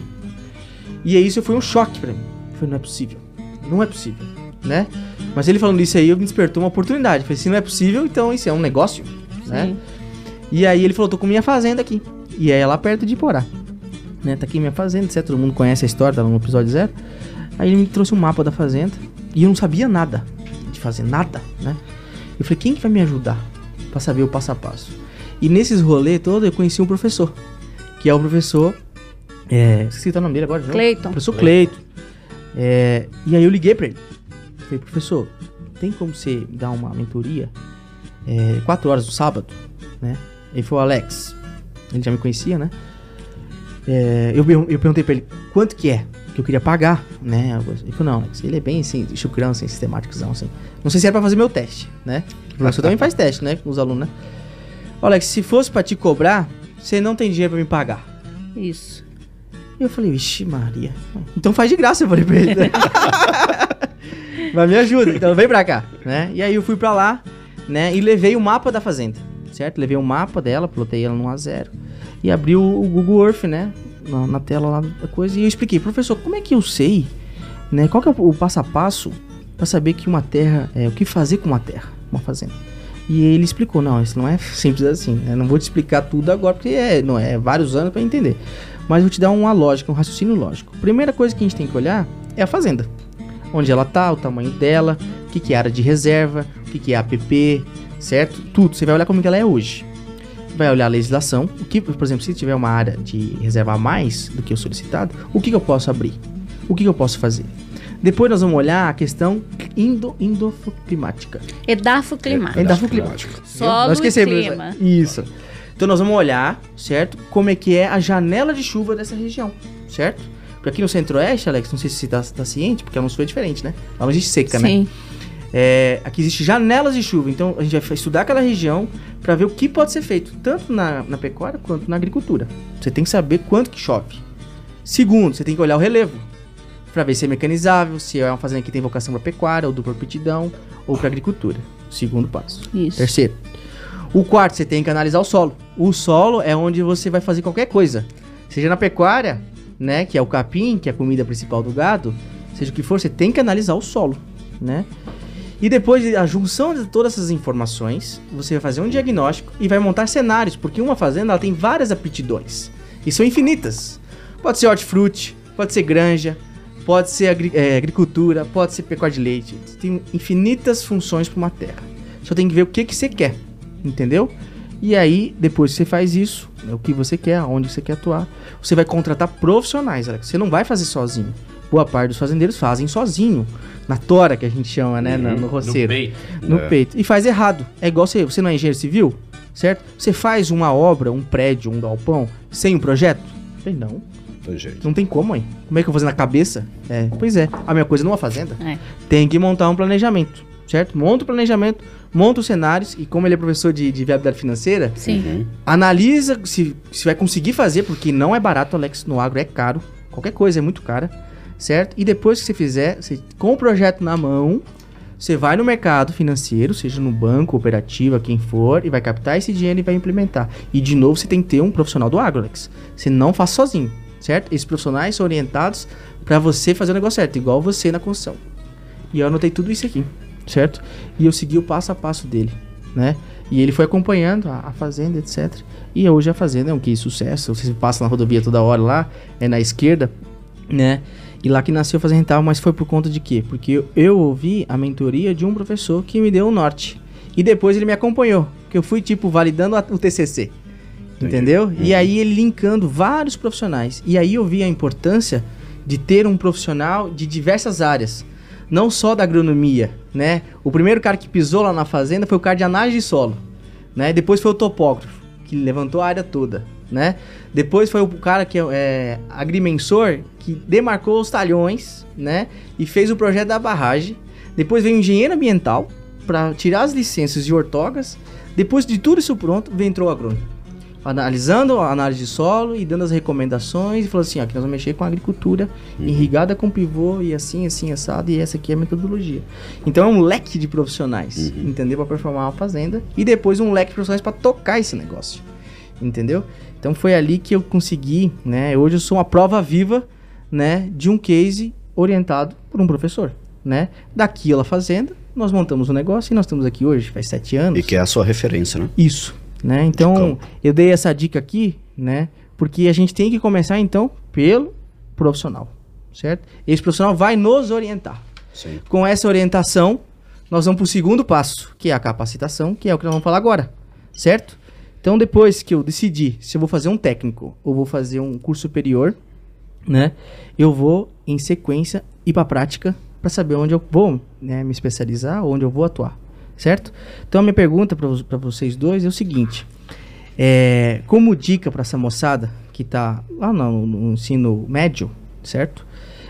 E aí isso foi um choque pra mim. Eu falei, não é possível. Não é possível, né? Mas ele falando isso aí, eu me despertou uma oportunidade. Eu falei, se não é possível, então isso é um negócio, sim, né? E aí ele falou, tô com minha fazenda aqui. E é lá perto de Iporá, né? Tá aqui minha fazenda, etcétera. Todo mundo conhece a história, tá no episódio zero. Aí ele me trouxe um mapa da fazenda. E eu não sabia nada de fazer, nada, né? Eu falei, quem que vai me ajudar pra saber o passo a passo? E nesses rolês todos eu conheci um professor, que é o professor, é, esqueci o nome dele agora, Cleiton. Professor Cleiton. É, e aí eu liguei pra ele, falei, professor, tem como você dar uma mentoria, é, quatro horas no sábado, né? Ele falou, Alex, ele já me conhecia, né? É, eu, eu perguntei pra ele, quanto que é que eu queria pagar, né? Ele falou, não, Alex, ele é bem assim, chucrão, assim, sistemáticozão, assim. Não sei se era pra fazer meu teste, né? O professor também faz teste, né, com os alunos, né? Alex, se fosse pra te cobrar, você não tem dinheiro pra me pagar. Isso. E eu falei, vixe Maria. Então faz de graça, eu falei pra ele. Né? Mas me ajuda, então vem pra cá, né? E aí eu fui pra lá, né? E levei o mapa da fazenda, certo? Levei o mapa dela, plotei ela no A zero. E abri o, o Google Earth, né? Na, na tela lá da coisa. E eu expliquei, professor, como é que eu sei, né? Qual que é o, o passo a passo pra saber que uma terra, é o que fazer com uma terra, uma fazenda? E ele explicou, não, isso não é simples assim, eu não vou te explicar tudo agora, porque é, não é vários anos para entender. Mas vou te dar uma lógica, um raciocínio lógico. Primeira coisa que a gente tem que olhar é a fazenda. Onde ela tá, o tamanho dela, o que, que é área de reserva, o que, que é A P P, certo? Tudo, você vai olhar como que ela é hoje. Vai olhar a legislação, o que, por exemplo, se tiver uma área de reserva a mais do que o solicitado, o que, que eu posso abrir? O que, que eu posso fazer? Depois nós vamos olhar a questão indo, indofoclimática. Edafoclimática. Edafoclimática. Solo e clima. Isso. Então nós vamos olhar, certo? Como é que é a janela de chuva dessa região, certo? Porque aqui no Centro-Oeste, Alex, não sei se você tá, tá ciente, porque a nossa é diferente, né? Lá não existe seca, sim, né? É, aqui existe janelas de chuva, então a gente vai estudar aquela região para ver o que pode ser feito, tanto na, na pecuária quanto na agricultura. Você tem que saber quanto que chove. Segundo, você tem que olhar o relevo, para ver se é mecanizável, se é uma fazenda que tem vocação para pecuária, ou dupla aptidão, ou para agricultura. Segundo passo. Isso. Terceiro. O quarto, você tem que analisar o solo. O solo é onde você vai fazer qualquer coisa. Seja na pecuária, né, que é o capim, que é a comida principal do gado, seja o que for, você tem que analisar o solo, né? E depois a junção de todas essas informações, você vai fazer um diagnóstico e vai montar cenários, porque uma fazenda ela tem várias aptidões e são infinitas. Pode ser hortifruti, pode ser granja, pode ser agri é, agricultura, pode ser pecuária de leite. Tem infinitas funções para uma terra. Só tem que ver o que, que você quer, entendeu? E aí, depois que você faz isso, é o que você quer, onde você quer atuar, você vai contratar profissionais, Alex. Você não vai fazer sozinho. Boa parte dos fazendeiros fazem sozinho, na tora que a gente chama, né, uhum, no, no roceiro. No peito. No é. peito. E faz errado. É igual você, você não é engenheiro civil, certo? Você faz uma obra, um prédio, um galpão, sem um projeto? Eu falei, não. Tem jeito. Não tem como, hein? Como é que eu vou fazer na cabeça? É, pois é. A minha coisa numa fazenda. É. Tem que montar um planejamento, certo? Monta o planejamento, monta os cenários, e como ele é professor de, de viabilidade financeira, sim, uhum, analisa se, se vai conseguir fazer, porque não é barato, Alex, no agro é caro. Qualquer coisa é muito cara, certo? E depois que você fizer, você, com o projeto na mão, você vai no mercado financeiro, seja no banco, cooperativa, quem for, e vai captar esse dinheiro e vai implementar. E de novo, você tem que ter um profissional do agro, Alex. Você não faz sozinho, certo? Esses profissionais são orientados para você fazer o negócio certo, igual você na construção. E eu anotei tudo isso aqui, certo? E eu segui o passo a passo dele, né? E ele foi acompanhando a, a fazenda, etcétera. E hoje a fazenda é um que sucesso. Você passa na rodovia toda hora lá, é na esquerda, né? E lá que nasceu a Fazenda Rentável, mas foi por conta de quê? Porque eu, eu ouvi a mentoria de um professor que me deu o norte. E depois ele me acompanhou, que eu fui, tipo, validando a, o T C C. Entendeu? Uhum. E aí ele linkando vários profissionais. E aí eu vi a importância de ter um profissional de diversas áreas. Não só da agronomia, né? O primeiro cara que pisou lá na fazenda foi o cara de análise de solo, né? Depois foi o topógrafo, que levantou a área toda, né? Depois foi o cara que é, é agrimensor, que demarcou os talhões, né? E fez o projeto da barragem. Depois veio o engenheiro ambiental para tirar as licenças de ortogas. Depois de tudo isso pronto, veio entrou o agrônomo, analisando a análise de solo e dando as recomendações, e falou assim, ó, que nós vamos mexer com a agricultura uhum. irrigada com pivô e assim, assim, assado, e essa aqui é a metodologia. Então é um leque de profissionais, uhum. entendeu? Para performar uma fazenda, e depois um leque de profissionais para tocar esse negócio, entendeu? Então foi ali que eu consegui, né? Hoje eu sou uma prova viva, né, de um case orientado por um professor, né? Daquela fazenda, nós montamos um negócio e nós estamos aqui hoje, faz sete anos. E que é a sua referência, né? Isso. Né? Então, eu dei essa dica aqui, né? Porque a gente tem que começar, então, pelo profissional, certo? Esse profissional vai nos orientar. Sim. Com essa orientação, nós vamos para o segundo passo, que é a capacitação, que é o que nós vamos falar agora, certo? Então, depois que eu decidir se eu vou fazer um técnico ou vou fazer um curso superior, né? Eu vou, em sequência, ir para a prática para saber onde eu vou, né, me especializar, onde eu vou atuar. Certo? Então a minha pergunta para vocês dois é o seguinte, é, como dica para essa moçada que está lá no, no ensino médio, certo?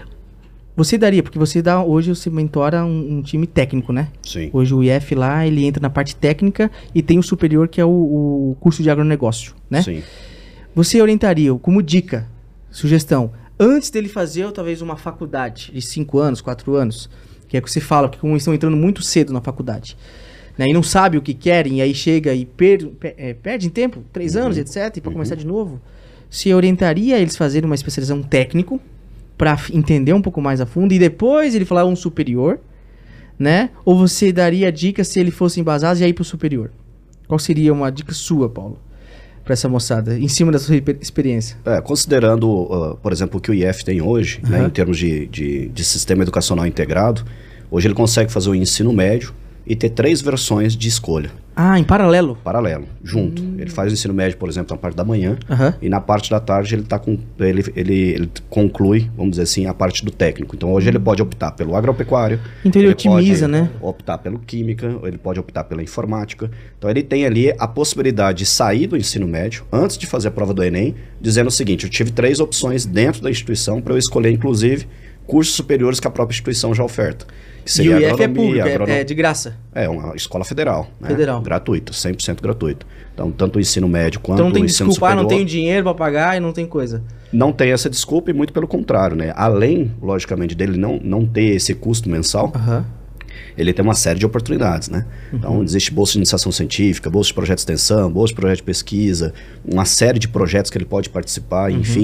Você daria, porque você dá, hoje você mentora um, um time técnico, né? Sim. Hoje o I F lá, ele entra na parte técnica e tem o superior que é o, o curso de agronegócio, né? Sim. Você orientaria, como dica, sugestão, antes dele fazer talvez uma faculdade de cinco anos, quatro anos, que é o que você fala, porque como estão entrando muito cedo na faculdade, né, e não sabe o que querem, e aí chega e per, per, é, perde em tempo, três anos, uhum. etcétera, e para uhum. começar de novo, se orientaria eles fazerem uma especialização técnico, para entender um pouco mais a fundo, e depois ele falar um superior, né, ou você daria dicas se ele fosse embasado e aí para o superior? Qual seria uma dica sua, Paulo, para essa moçada, em cima da sua experiência? É, considerando, uh, por exemplo, o que o I F tem hoje, uhum. né, em termos de, de, de sistema educacional integrado, hoje ele consegue fazer o ensino médio e ter três versões de escolha. Ah, em paralelo? Paralelo, junto. Hum. Ele faz o ensino médio, por exemplo, na parte da manhã, uhum. e na parte da tarde ele, tá com, ele, ele, ele conclui, vamos dizer assim, a parte do técnico. Então hoje hum. ele pode optar pelo agropecuário. Então ele, ele otimiza, pode, né? optar pelo química, ele pode optar pela informática. Então ele tem ali a possibilidade de sair do ensino médio, antes de fazer a prova do Enem, dizendo o seguinte, eu tive três opções dentro da instituição para eu escolher, inclusive, cursos superiores que a própria instituição já oferta. Que seria e o I F é público, agronom... é de graça? É, uma escola federal. Né? Federal. Gratuita, cem por cento gratuito. Então, tanto o ensino médio quanto então, não tem o ensino desculpa, superior... não tenho dinheiro para pagar e não tem coisa. Não tem essa desculpa e muito pelo contrário, né? Além, logicamente, dele não, não ter esse custo mensal, uhum. ele tem uma série de oportunidades, né? Uhum. Então, existe bolsa de iniciação científica, bolsa de projeto de extensão, bolsa de projeto de pesquisa, uma série de projetos que ele pode participar, uhum. enfim...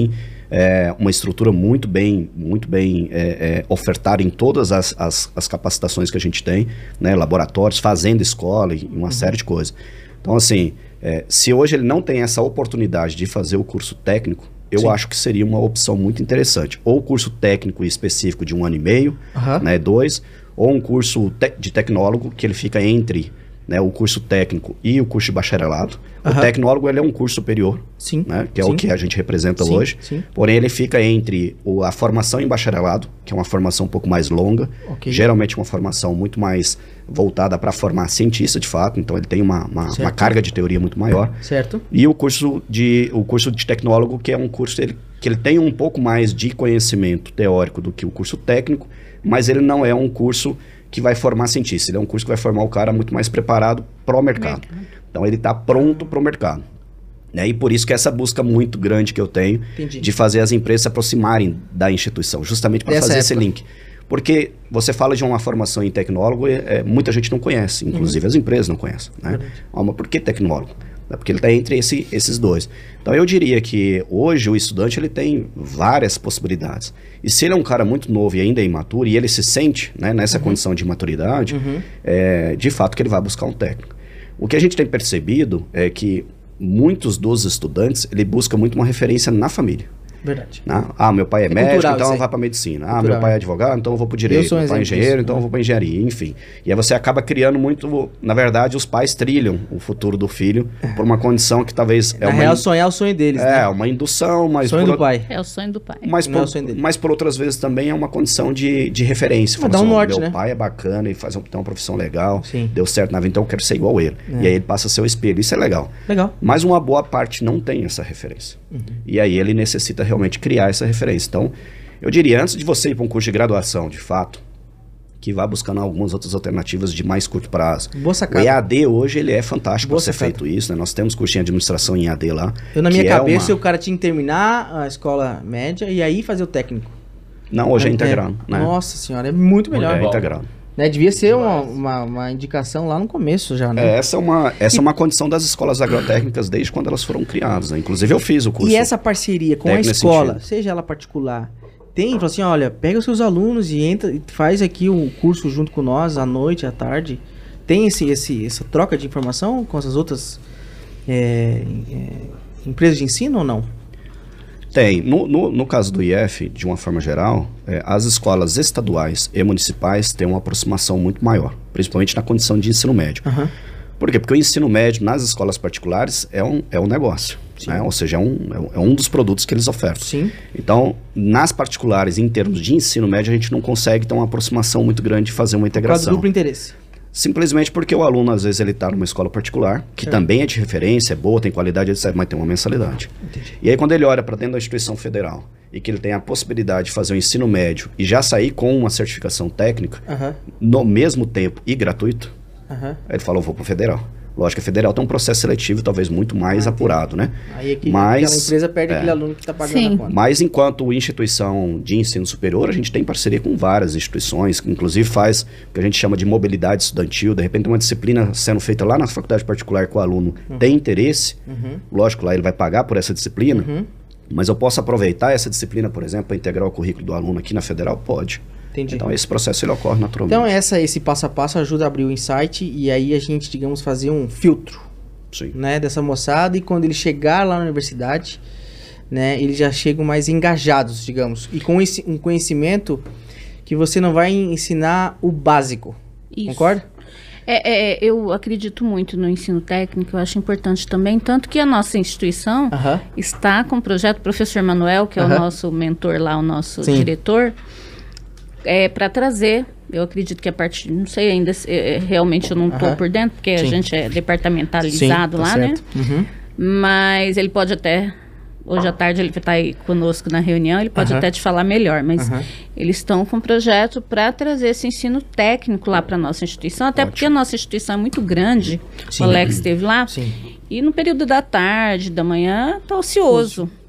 é, uma estrutura muito bem, muito bem é, é, ofertada em todas as, as, as capacitações que a gente tem, né? Laboratórios, fazenda escola e uma uhum. série de coisas. Então, assim, é, se hoje ele não tem essa oportunidade de fazer o curso técnico, eu Sim. acho que seria uma opção muito interessante. Ou curso técnico específico de um ano e meio, uhum. né, dois, ou um curso te de tecnólogo, que ele fica entre, né, o curso técnico e o curso de bacharelado. Uhum. O tecnólogo ele é um curso superior, sim, né, que é sim. o que a gente representa sim, hoje. Sim. Porém, ele fica entre o, a formação em bacharelado, que é uma formação um pouco mais longa, okay. geralmente uma formação muito mais voltada para formar cientista, de fato. Então, ele tem uma, uma, uma carga de teoria muito maior. Certo. E o curso de, o curso de tecnólogo, que é um curso ele, que ele tem um pouco mais de conhecimento teórico do que o curso técnico, mas ele não é um curso que vai formar cientista. Ele é um curso que vai formar o cara muito mais preparado para o mercado. mercado. Então, ele está pronto para o mercado. Né? E por isso que essa busca muito grande que eu tenho Entendi. de fazer as empresas se aproximarem da instituição, justamente para fazer época. esse link. Porque você fala de uma formação em tecnólogo, é, muita gente não conhece, inclusive uhum. as empresas não conhecem. Né? Ah, mas por que tecnólogo? É porque ele está entre esse, esses dois. Então eu diria que hoje o estudante ele tem várias possibilidades. E se ele é um cara muito novo e ainda é imaturo, e ele se sente, né, nessa uhum. condição de maturidade, uhum. é, de fato que ele vai buscar um técnico. O que a gente tem percebido é que muitos dos estudantes, ele busca muito uma referência na família. Verdade. Né? Ah, meu pai é, é médico, cultural, então eu vou para medicina. Ah, cultural. meu pai é advogado, então eu vou para o direito. Meu pai é engenheiro, então eu vou para engenharia. Enfim. E aí você acaba criando muito... Na verdade, os pais trilham o futuro do filho por uma condição que talvez... É, é uma real, sonhar o sonho deles, É, né? uma indução, mas... Sonho por do pai. É o sonho do pai. Mas, Não por, é o sonho dele. mas por outras vezes também é uma condição de, de referência. Dá um assim, norte, meu né? pai é bacana e faz um, tem uma profissão legal, Sim. deu certo na vida, então eu quero ser igual a ele. É. E aí ele passa a ser o espelho. Isso é legal. Legal. Mas uma boa parte não tem essa referência. Uhum. E aí ele necessita realmente criar essa referência. Então, eu diria, antes de você ir para um curso de graduação, de fato, que vá buscando algumas outras alternativas de mais curto prazo. Boa sacada. O E A D hoje, ele é fantástico para ser sacada. feito isso, né? Nós temos curso em administração em E A D lá. Eu, na minha cabeça, é uma... o cara tinha que terminar a escola média e aí fazer o técnico. Não, hoje é, é integrado. É, né? Nossa senhora, é muito melhor. É integrado. Né? Devia ser uma, uma, uma indicação lá no começo já, né? É, essa é uma, essa e... é uma condição das escolas agrotécnicas desde quando elas foram criadas, né? Inclusive eu fiz o curso. E essa parceria com a escola, seja ela particular, tem, fala assim, olha, pega os seus alunos e entra e faz aqui o curso junto com nós, à noite, à tarde. Tem esse, esse, essa troca de informação com essas outras é, é, empresas de ensino ou não? Tem. No, no, no caso do I F, de uma forma geral, é, as escolas estaduais e municipais têm uma aproximação muito maior, principalmente na condição de ensino médio. Uhum. Por quê? Porque o ensino médio nas escolas particulares é um, é um negócio, né? Ou seja, é um, é um dos produtos que eles ofertam. Sim. Então, nas particulares, em termos de ensino médio, a gente não consegue ter uma aproximação muito grande de fazer uma integração. Por causa do duplo interesse. Simplesmente porque o aluno, às vezes, ele está numa escola particular, que certo. também é de referência, é boa, tem qualidade, etcétera, mas tem uma mensalidade. Entendi. E aí, quando ele olha para dentro da instituição federal e que ele tem a possibilidade de fazer o ensino médio e já sair com uma certificação técnica, uhum. no mesmo tempo e gratuito, uhum. aí ele fala, eu vou para o federal. Lógico que a federal tem um processo seletivo talvez muito mais ah, apurado, né? Aí aquele, mas, aquela empresa perde é, aquele aluno que está pagando sim. a conta. Mas enquanto instituição de ensino superior, a gente tem parceria com várias instituições, que inclusive faz o que a gente chama de mobilidade estudantil. De repente uma disciplina sendo feita lá na faculdade particular que o aluno uhum. tem interesse, uhum. lógico, lá ele vai pagar por essa disciplina, uhum. mas eu posso aproveitar essa disciplina, por exemplo, para integrar o currículo do aluno aqui na federal? Pode. Entendi. Então esse processo ele ocorre naturalmente. Então essa, esse passo a passo ajuda a abrir o insight e aí a gente, digamos, fazer um filtro. Sim. Né, dessa moçada, e quando ele chegar lá na universidade, né, eles já chegam mais engajados, digamos, e com esse, um conhecimento que você não vai ensinar o básico. Isso. Concorda? É, é, eu acredito muito no ensino técnico, eu acho importante também, tanto que a nossa instituição uh-huh. está com o projeto Professor Manuel, que é uh-huh. o nosso mentor lá, o nosso Sim. diretor, é, para trazer... Eu acredito que a partir, não sei ainda, é, realmente eu não estou uh-huh. por dentro, porque Sim. a gente é departamentalizado Sim, tá lá, certo. né? Uhum. Mas ele pode até, hoje à tarde ele está aí conosco na reunião, ele pode uh-huh. até te falar melhor, mas uh-huh. eles estão com um projeto para trazer esse ensino técnico lá para a nossa instituição, até Ótimo. porque a nossa instituição é muito grande, Sim. o Alex esteve lá, Sim. e no período da tarde, da manhã, está ocioso.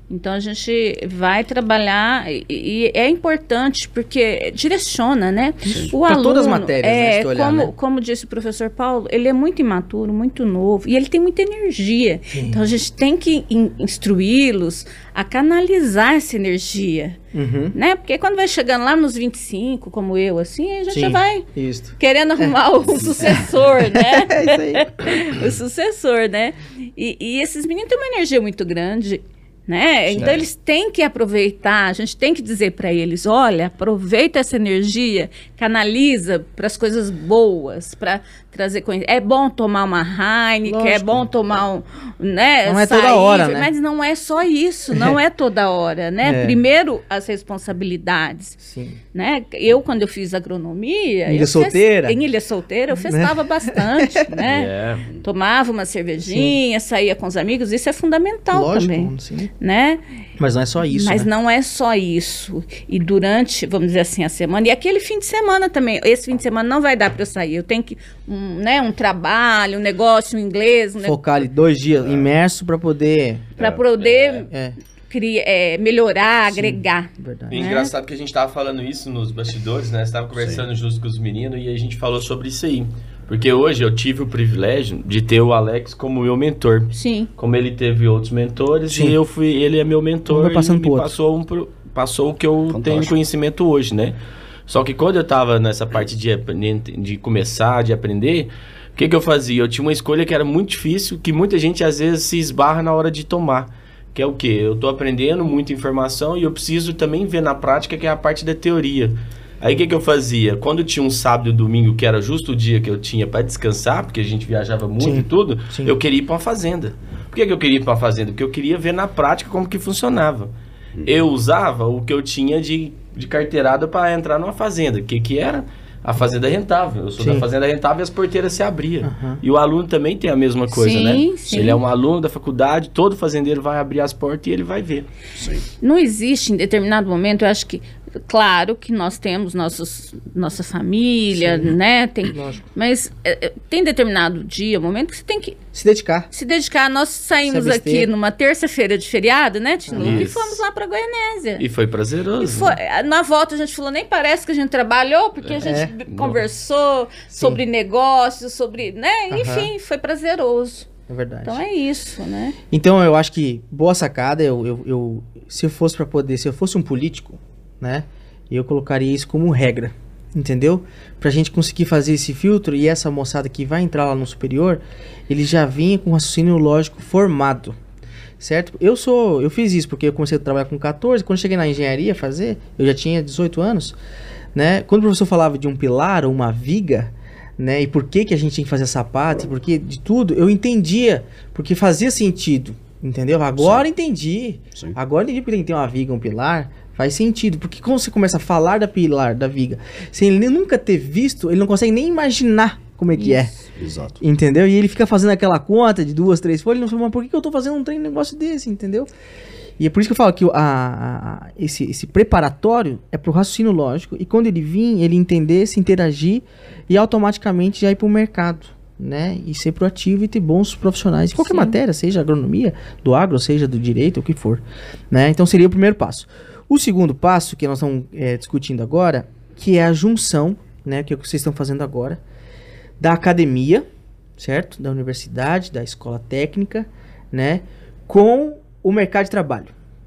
Então a gente vai trabalhar e, e é importante porque direciona, né? O Pra aluno, todas as matérias, né, é, se tu olhar, como, né? como disse o professor Paulo, ele é muito imaturo, muito novo e ele tem muita energia. Então a gente tem que in- instruí-los a canalizar essa energia, Uhum. né? Porque quando vai chegando lá nos vinte e cinco, como eu, assim, a gente já Sim, vai isso. querendo arrumar o sucessor, né? É isso aí. O sucessor, né? E, e esses meninos têm uma energia muito grande, né? Então eles têm que aproveitar, a gente tem que dizer para eles, olha, aproveita essa energia, canaliza para as coisas boas, para trazer conhecimento. É bom tomar uma Heineken, é Lógico. bom tomar um, né? Não é toda hora, né? Mas não é só isso, não é toda hora, né? É. Primeiro as responsabilidades. Sim. Né? Eu, quando eu fiz agronomia... Ilha eu Solteira? Fest... Em Ilha Solteira, eu festava bastante, né? É. Tomava uma cervejinha, saía com os amigos, isso é fundamental Lógico, também, sim. né? Mas não é só isso, Mas né? não é só isso. E durante, vamos dizer assim, a semana, e aquele fim de semana também, esse fim de semana não vai dar para eu sair, eu tenho que, um, né, um trabalho, um negócio, um inglês, um Focar ali dois dias imerso pra poder... para poder É, criar, é, melhorar, agregar. verdade. E Né? engraçado que a gente tava falando isso nos bastidores, né? Você tava conversando junto com os meninos e a gente falou sobre isso aí. Porque hoje eu tive o privilégio de ter o Alex como meu mentor. Sim. Como ele teve outros mentores Sim. e eu fui, ele é meu mentor Um vai passando e pro me outro. passou, um, pro- passou o que eu Fantástico. tenho conhecimento hoje, né? Só que quando eu tava nessa parte de, aprender- de começar, de aprender, o que que eu fazia? Eu tinha uma escolha que era muito difícil, que muita gente às vezes se esbarra na hora de tomar. Que é o quê? Eu tô aprendendo muita informação e eu preciso também ver na prática, que é a parte da teoria. Aí o que que eu fazia? Quando tinha um sábado e um domingo, que era justo o dia que eu tinha para descansar, porque a gente viajava muito Sim, e tudo, sim. eu queria ir para uma fazenda. Por que que eu queria ir para uma fazenda? Porque eu queria ver na prática como que funcionava. Eu usava o que eu tinha de, de carteirada para entrar numa fazenda. O que que era? A fazenda rentável. Eu sou Sim. da fazenda rentável e as porteiras se abriam. Aham. E o aluno também tem a mesma coisa, Sim, né? sim. Se ele é um aluno da faculdade, todo fazendeiro vai abrir as portas e ele vai ver. Sim. Não existe em determinado momento, eu acho que, claro que nós temos nossos, nossa família, né? Tem, Lógico. mas é, é, tem determinado dia, momento que você tem que Se dedicar. se dedicar. Nós saímos Se abster. aqui numa terça-feira de feriado, né, Tinu? E Isso. fomos lá para Goianésia. E foi prazeroso. E foi- na volta a gente falou, nem parece que a gente trabalhou, porque a gente É. b- conversou sobre negócios, sobre, né? Aham. Enfim, foi prazeroso. É verdade. Então é isso, né? Então eu acho que boa sacada. Eu, eu, eu- se eu fosse para poder, se eu fosse um político, né, eu colocaria isso como regra, entendeu? Pra gente conseguir fazer esse filtro e essa moçada que vai entrar lá no superior, ele já vinha com um raciocínio lógico formado, certo? Eu sou, eu fiz isso porque eu comecei a trabalhar com catorze, quando eu cheguei na engenharia a fazer, eu já tinha dezoito anos, né? Quando o professor falava de um pilar ou uma viga, né, e por que que a gente tem que fazer sapato, e por que de tudo, eu entendia, porque fazia sentido, entendeu? Agora entendi. Sim. Agora entendi porque tem que ter uma viga, um pilar, faz sentido, porque quando você começa a falar da pilar, da viga, sem ele nunca ter visto, ele não consegue nem imaginar como é que é. Exato. Entendeu? E ele fica fazendo aquela conta de duas, três folhas, e não fala, mas por que que eu tô fazendo um trem negócio desse, entendeu? E é por isso que eu falo que o- a, a- a- esse, esse preparatório é pro raciocínio lógico, e quando ele vir, ele entender, se interagir e automaticamente já ir pro mercado, né? E ser proativo e ter bons profissionais. Em qualquer Sim. matéria, seja agronomia, do agro, seja do direito, o que for, né? Então seria o primeiro passo. O segundo passo, que nós estamos é, discutindo agora, que é a junção, né? Que é o que vocês estão fazendo agora, da academia, certo? Da universidade, da escola técnica, né? Com o mercado de trabalho.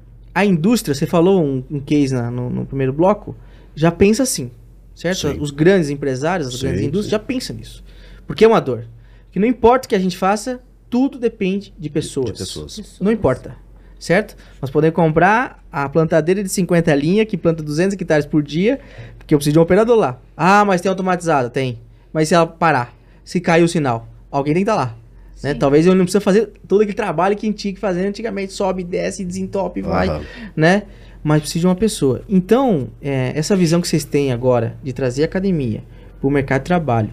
A indústria, você falou um, um case na- no, no primeiro bloco, já pensa assim, certo? Sim. Os grandes empresários, as Sim, grandes indústrias sim. já pensam nisso. Porque é uma dor. Que não importa o que a gente faça, tudo depende de pessoas. De pessoas. Não importa, certo? Nós podemos comprar a plantadeira de cinquenta linhas, que planta duzentos hectares por dia, porque eu preciso de um operador lá. Ah, mas tem automatizado? Tem. Mas se ela parar, se cair o sinal, alguém tem que estar lá. Né? Talvez eu não precise fazer todo aquele trabalho que a gente tinha que fazer antigamente, sobe, desce, desentope, vai, Aham. né? Mas precisa de uma pessoa. Então, é, essa visão que vocês têm agora de trazer a academia para o mercado de trabalho,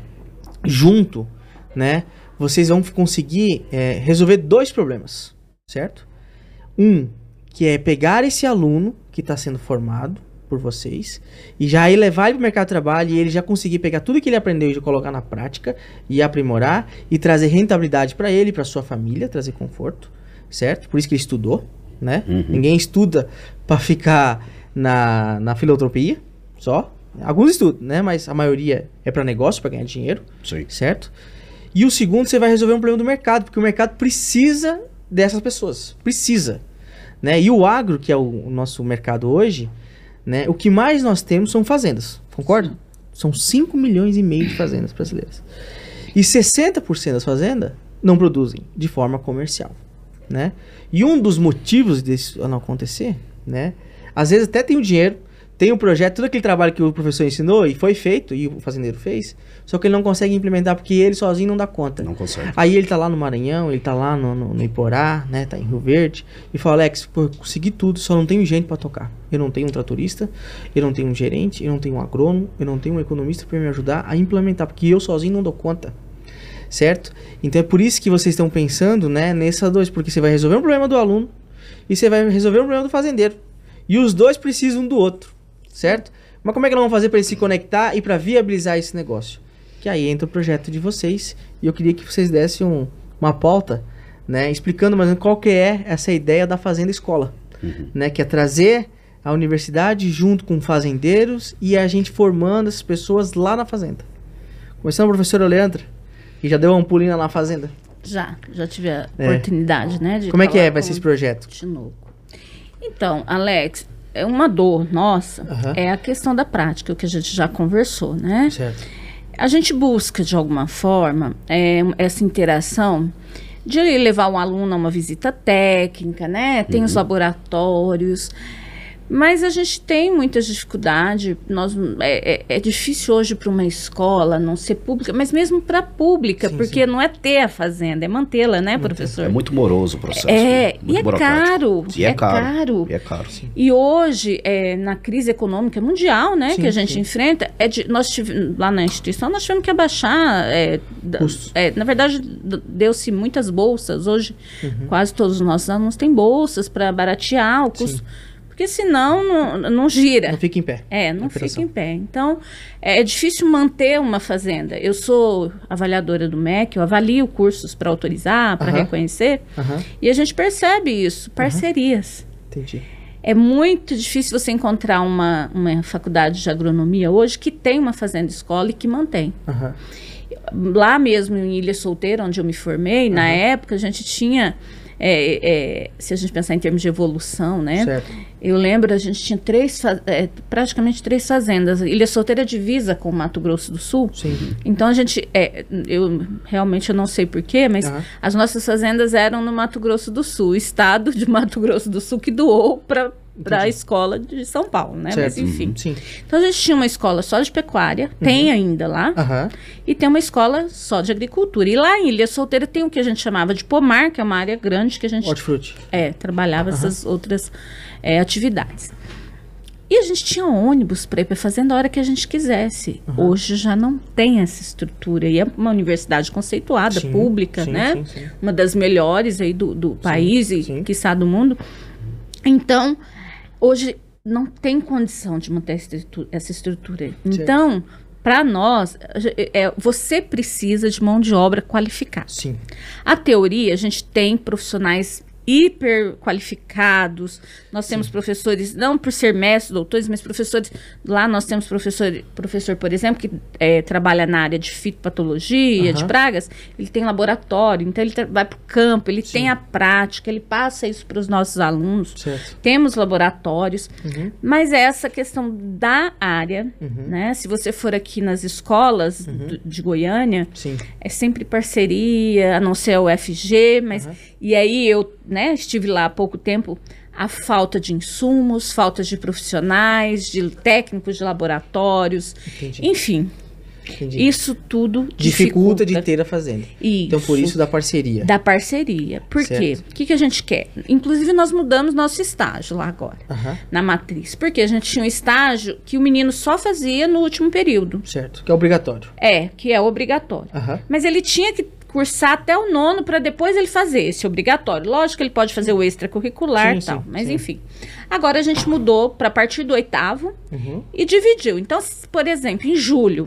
junto, né? Vocês vão conseguir é, resolver dois problemas, certo? Um, que é pegar esse aluno que está sendo formado por vocês e já ir levar ele para o mercado de trabalho e ele já conseguir pegar tudo que ele aprendeu e já colocar na prática e aprimorar e trazer rentabilidade para ele, para sua família, trazer conforto, certo? Por isso que ele estudou, né? Uhum. Ninguém estuda para ficar na, na filantropia só. Alguns estudam, né? Mas a maioria é para negócio, para ganhar dinheiro, Sim. certo? E o segundo, você vai resolver um problema do mercado, porque o mercado precisa dessas pessoas, precisa, né? E o agro, que é o, o nosso mercado hoje, né? O que mais nós temos são fazendas, concorda? Sim. São cinco milhões e meio de fazendas brasileiras. E sessenta por cento das fazendas não produzem de forma comercial, né? E um dos motivos disso não acontecer, né? Às vezes até tem o dinheiro, tem o projeto, todo aquele trabalho que o professor ensinou e foi feito, e o fazendeiro fez, só que ele não consegue implementar porque ele sozinho não dá conta. Não consegue. Aí ele tá lá no Maranhão, ele tá lá no, no, no Iporá, né? Tá em Rio Verde, e fala, Alex, pô, eu consegui tudo, só não tenho gente para tocar. Eu não tenho um tratorista, eu não tenho um gerente, eu não tenho um agrônomo, eu não tenho um economista para me ajudar a implementar, porque eu sozinho não dou conta. Certo? Então é por isso que vocês estão pensando, né, nessa dois, porque você vai resolver um problema do aluno e você vai resolver um problema do fazendeiro. E os dois precisam um do outro, certo? Mas como é que nós vamos fazer para eles se conectar e para viabilizar esse negócio? Que aí entra o projeto de vocês e eu queria que vocês dessem um, uma pauta, né, explicando mais ou menos qual que é essa ideia da fazenda escola, uhum. né, que é trazer a universidade junto com fazendeiros e a gente formando essas pessoas lá na fazenda. Começando a professora Leandra, que já deu uma pulinha lá na fazenda. Já, já tive a É. oportunidade, né? De Como é que falar é, vai com ser esse projeto? o Tinoco. Então, Alex, é uma dor nossa, Aham. é a questão da prática, o que a gente já conversou, né? Certo. A gente busca, de alguma forma, é, essa interação de levar o aluno a uma visita técnica, né? Tem os laboratórios, mas a gente tem muitas dificuldades. Nós, é, é, é difícil hoje para uma escola não ser pública, mas mesmo para pública, Sim, porque sim. não é ter a fazenda, é mantê-la, né, professor? É muito moroso o processo. É, muito e é burocrático. caro, E é, é caro. caro. E é caro, sim. E hoje, é, na crise econômica mundial, né, Sim, que a gente sim. enfrenta, é de, nós tive, lá na instituição nós tivemos que abaixar, é, da- Custos. é, na verdade, d- deu-se muitas bolsas. Hoje, Uhum. quase todos os nossos alunos têm bolsas para baratear o custo, Sim. porque senão não, não gira. Não fica em pé. É, não Operação. fica em pé. Então, é, é difícil manter uma fazenda. Eu sou avaliadora do M E C, eu avalio cursos para autorizar, para Aham. reconhecer, Aham, e a gente percebe isso, parcerias. entendi. É muito difícil você encontrar uma, uma faculdade de agronomia hoje que tem uma fazenda escola e que mantém. Aham. Lá mesmo em Ilha Solteira, onde eu me formei, na época a gente tinha, é, é, se a gente pensar em termos de evolução, né? Certo. Eu lembro, a gente tinha três, fa- é, praticamente três fazendas. Ilha Solteira divisa com Mato Grosso do Sul. Sim. Então a gente, é, eu realmente eu não sei porquê, mas Aham. as nossas fazendas eram no Mato Grosso do Sul, o estado de Mato Grosso do Sul que doou para a escola de São Paulo, né? Certo. Mas enfim. Sim. Então a gente tinha uma escola só de pecuária, tem ainda lá, Aham. e tem uma escola só de agricultura. E lá em Ilha Solteira tem o que a gente chamava de pomar, que é uma área grande que a gente Hortifruti. é, trabalhava essas outras é, atividades. E a gente tinha ônibus para ir para a fazenda a hora que a gente quisesse. Hoje já não tem essa estrutura. E é uma universidade conceituada, Sim, pública, sim, né? sim, sim. Uma das melhores aí do, do país e, sim. quiçá, do mundo. Então, hoje não tem condição de manter essa estrutura. Essa estrutura. Então, para nós, é, você precisa de mão de obra qualificada. Sim. A teoria, a gente tem profissionais hiper qualificados, nós temos professores, não por ser mestres, doutores, mas professores, lá nós temos professor, professor por exemplo, que é, trabalha na área de fitopatologia, Aham. de pragas, ele tem laboratório, então ele tra- vai para o campo, ele tem a prática, ele passa isso para os nossos alunos, Certo. temos laboratórios, Uhum. mas é essa questão da área, Uhum. né, se você for aqui nas escolas do- de Goiânia, Sim. é sempre parceria, a não ser a U F G, mas Aham. e aí eu, né, estive lá há pouco tempo, a falta de insumos, falta de profissionais, de técnicos de laboratórios, Entendi. enfim, Entendi. isso tudo Dificulta de ter a fazenda. Isso. Então, por isso da parceria. Da parceria. Por quê? Certo. O que, que a gente quer? Inclusive, nós mudamos nosso estágio lá agora, Aham. na matriz. Porque a gente tinha um estágio que o menino só fazia no último período. Certo. Que é obrigatório. É, que é obrigatório. Aham. Mas ele tinha que cursar até o nono para depois ele fazer esse obrigatório. Lógico que ele pode fazer o extracurricular Sim, e tal, sim, mas sim. enfim. Agora a gente mudou para a partir do oitavo Uhum. e dividiu. Então, se, por exemplo, em julho,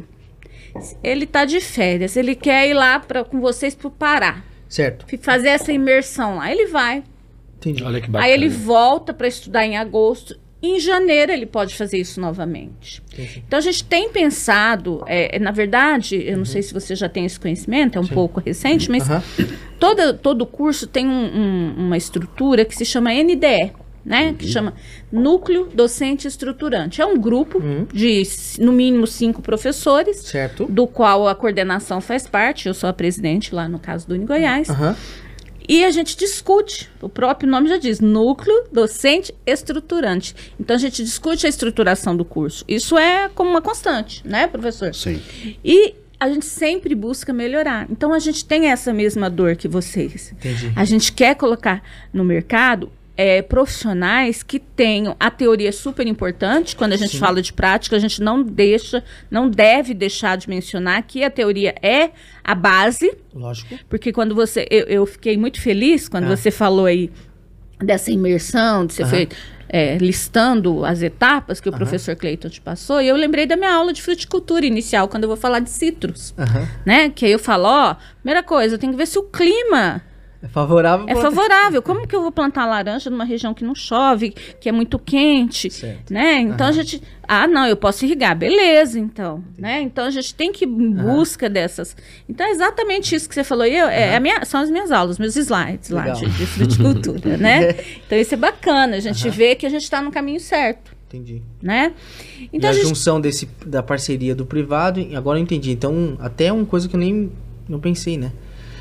ele tá de férias, ele quer ir lá pra, com vocês para o Pará, Certo. fi- fazer essa imersão lá. Ele vai. Entendi. Olha que bacana. Aí ele volta para estudar em agosto. Em janeiro ele pode fazer isso novamente. Entendi. Então a gente tem pensado, é, na verdade, eu não uhum. sei se você já tem esse conhecimento, é um Sim. pouco recente, mas uhum. todo, todo curso tem um, um, uma estrutura que se chama N D E, né? Uhum. Que chama Núcleo Docente Estruturante. É um grupo uhum. de, no mínimo, cinco professores, certo. do qual a coordenação faz parte, eu sou a presidente lá no caso do Unigoiás. Uhum. E a gente discute, o próprio nome já diz, Núcleo Docente Estruturante. Então, a gente discute a estruturação do curso. Isso é como uma constante, né, professor? Sim. E a gente sempre busca melhorar. Então, a gente tem essa mesma dor que vocês. Entendi. A gente quer colocar no mercado é, profissionais que tenham a teoria super importante. Quando a gente Sim. fala de prática, a gente não deixa, não deve deixar de mencionar que a teoria é a base. Lógico. Porque quando você... Eu, eu fiquei muito feliz quando ah. você falou aí dessa imersão, de você foi é, listando as etapas que o Aham. professor Cleiton te passou, e eu lembrei da minha aula de fruticultura inicial, quando eu vou falar de citros. Aham. Né? Que aí eu falo, ó, primeira coisa, eu tenho que ver se o clima... É favorável. É favorável. Como que eu vou plantar laranja numa região que não chove, que é muito quente, certo. né? Então uhum. a gente... Ah, não, eu posso irrigar. Beleza, então. Né? Então a gente tem que ir em busca uhum. dessas... Então é exatamente isso que você falou. Eu, uhum. é a minha, são as minhas aulas, meus slides lá de, de fruticultura, né? Então isso é bacana. A gente uhum. vê que a gente está no caminho certo. Entendi. Né? Então e a, a gente... junção desse, da parceria do privado, agora eu entendi. Então, até uma coisa que eu nem não pensei, né?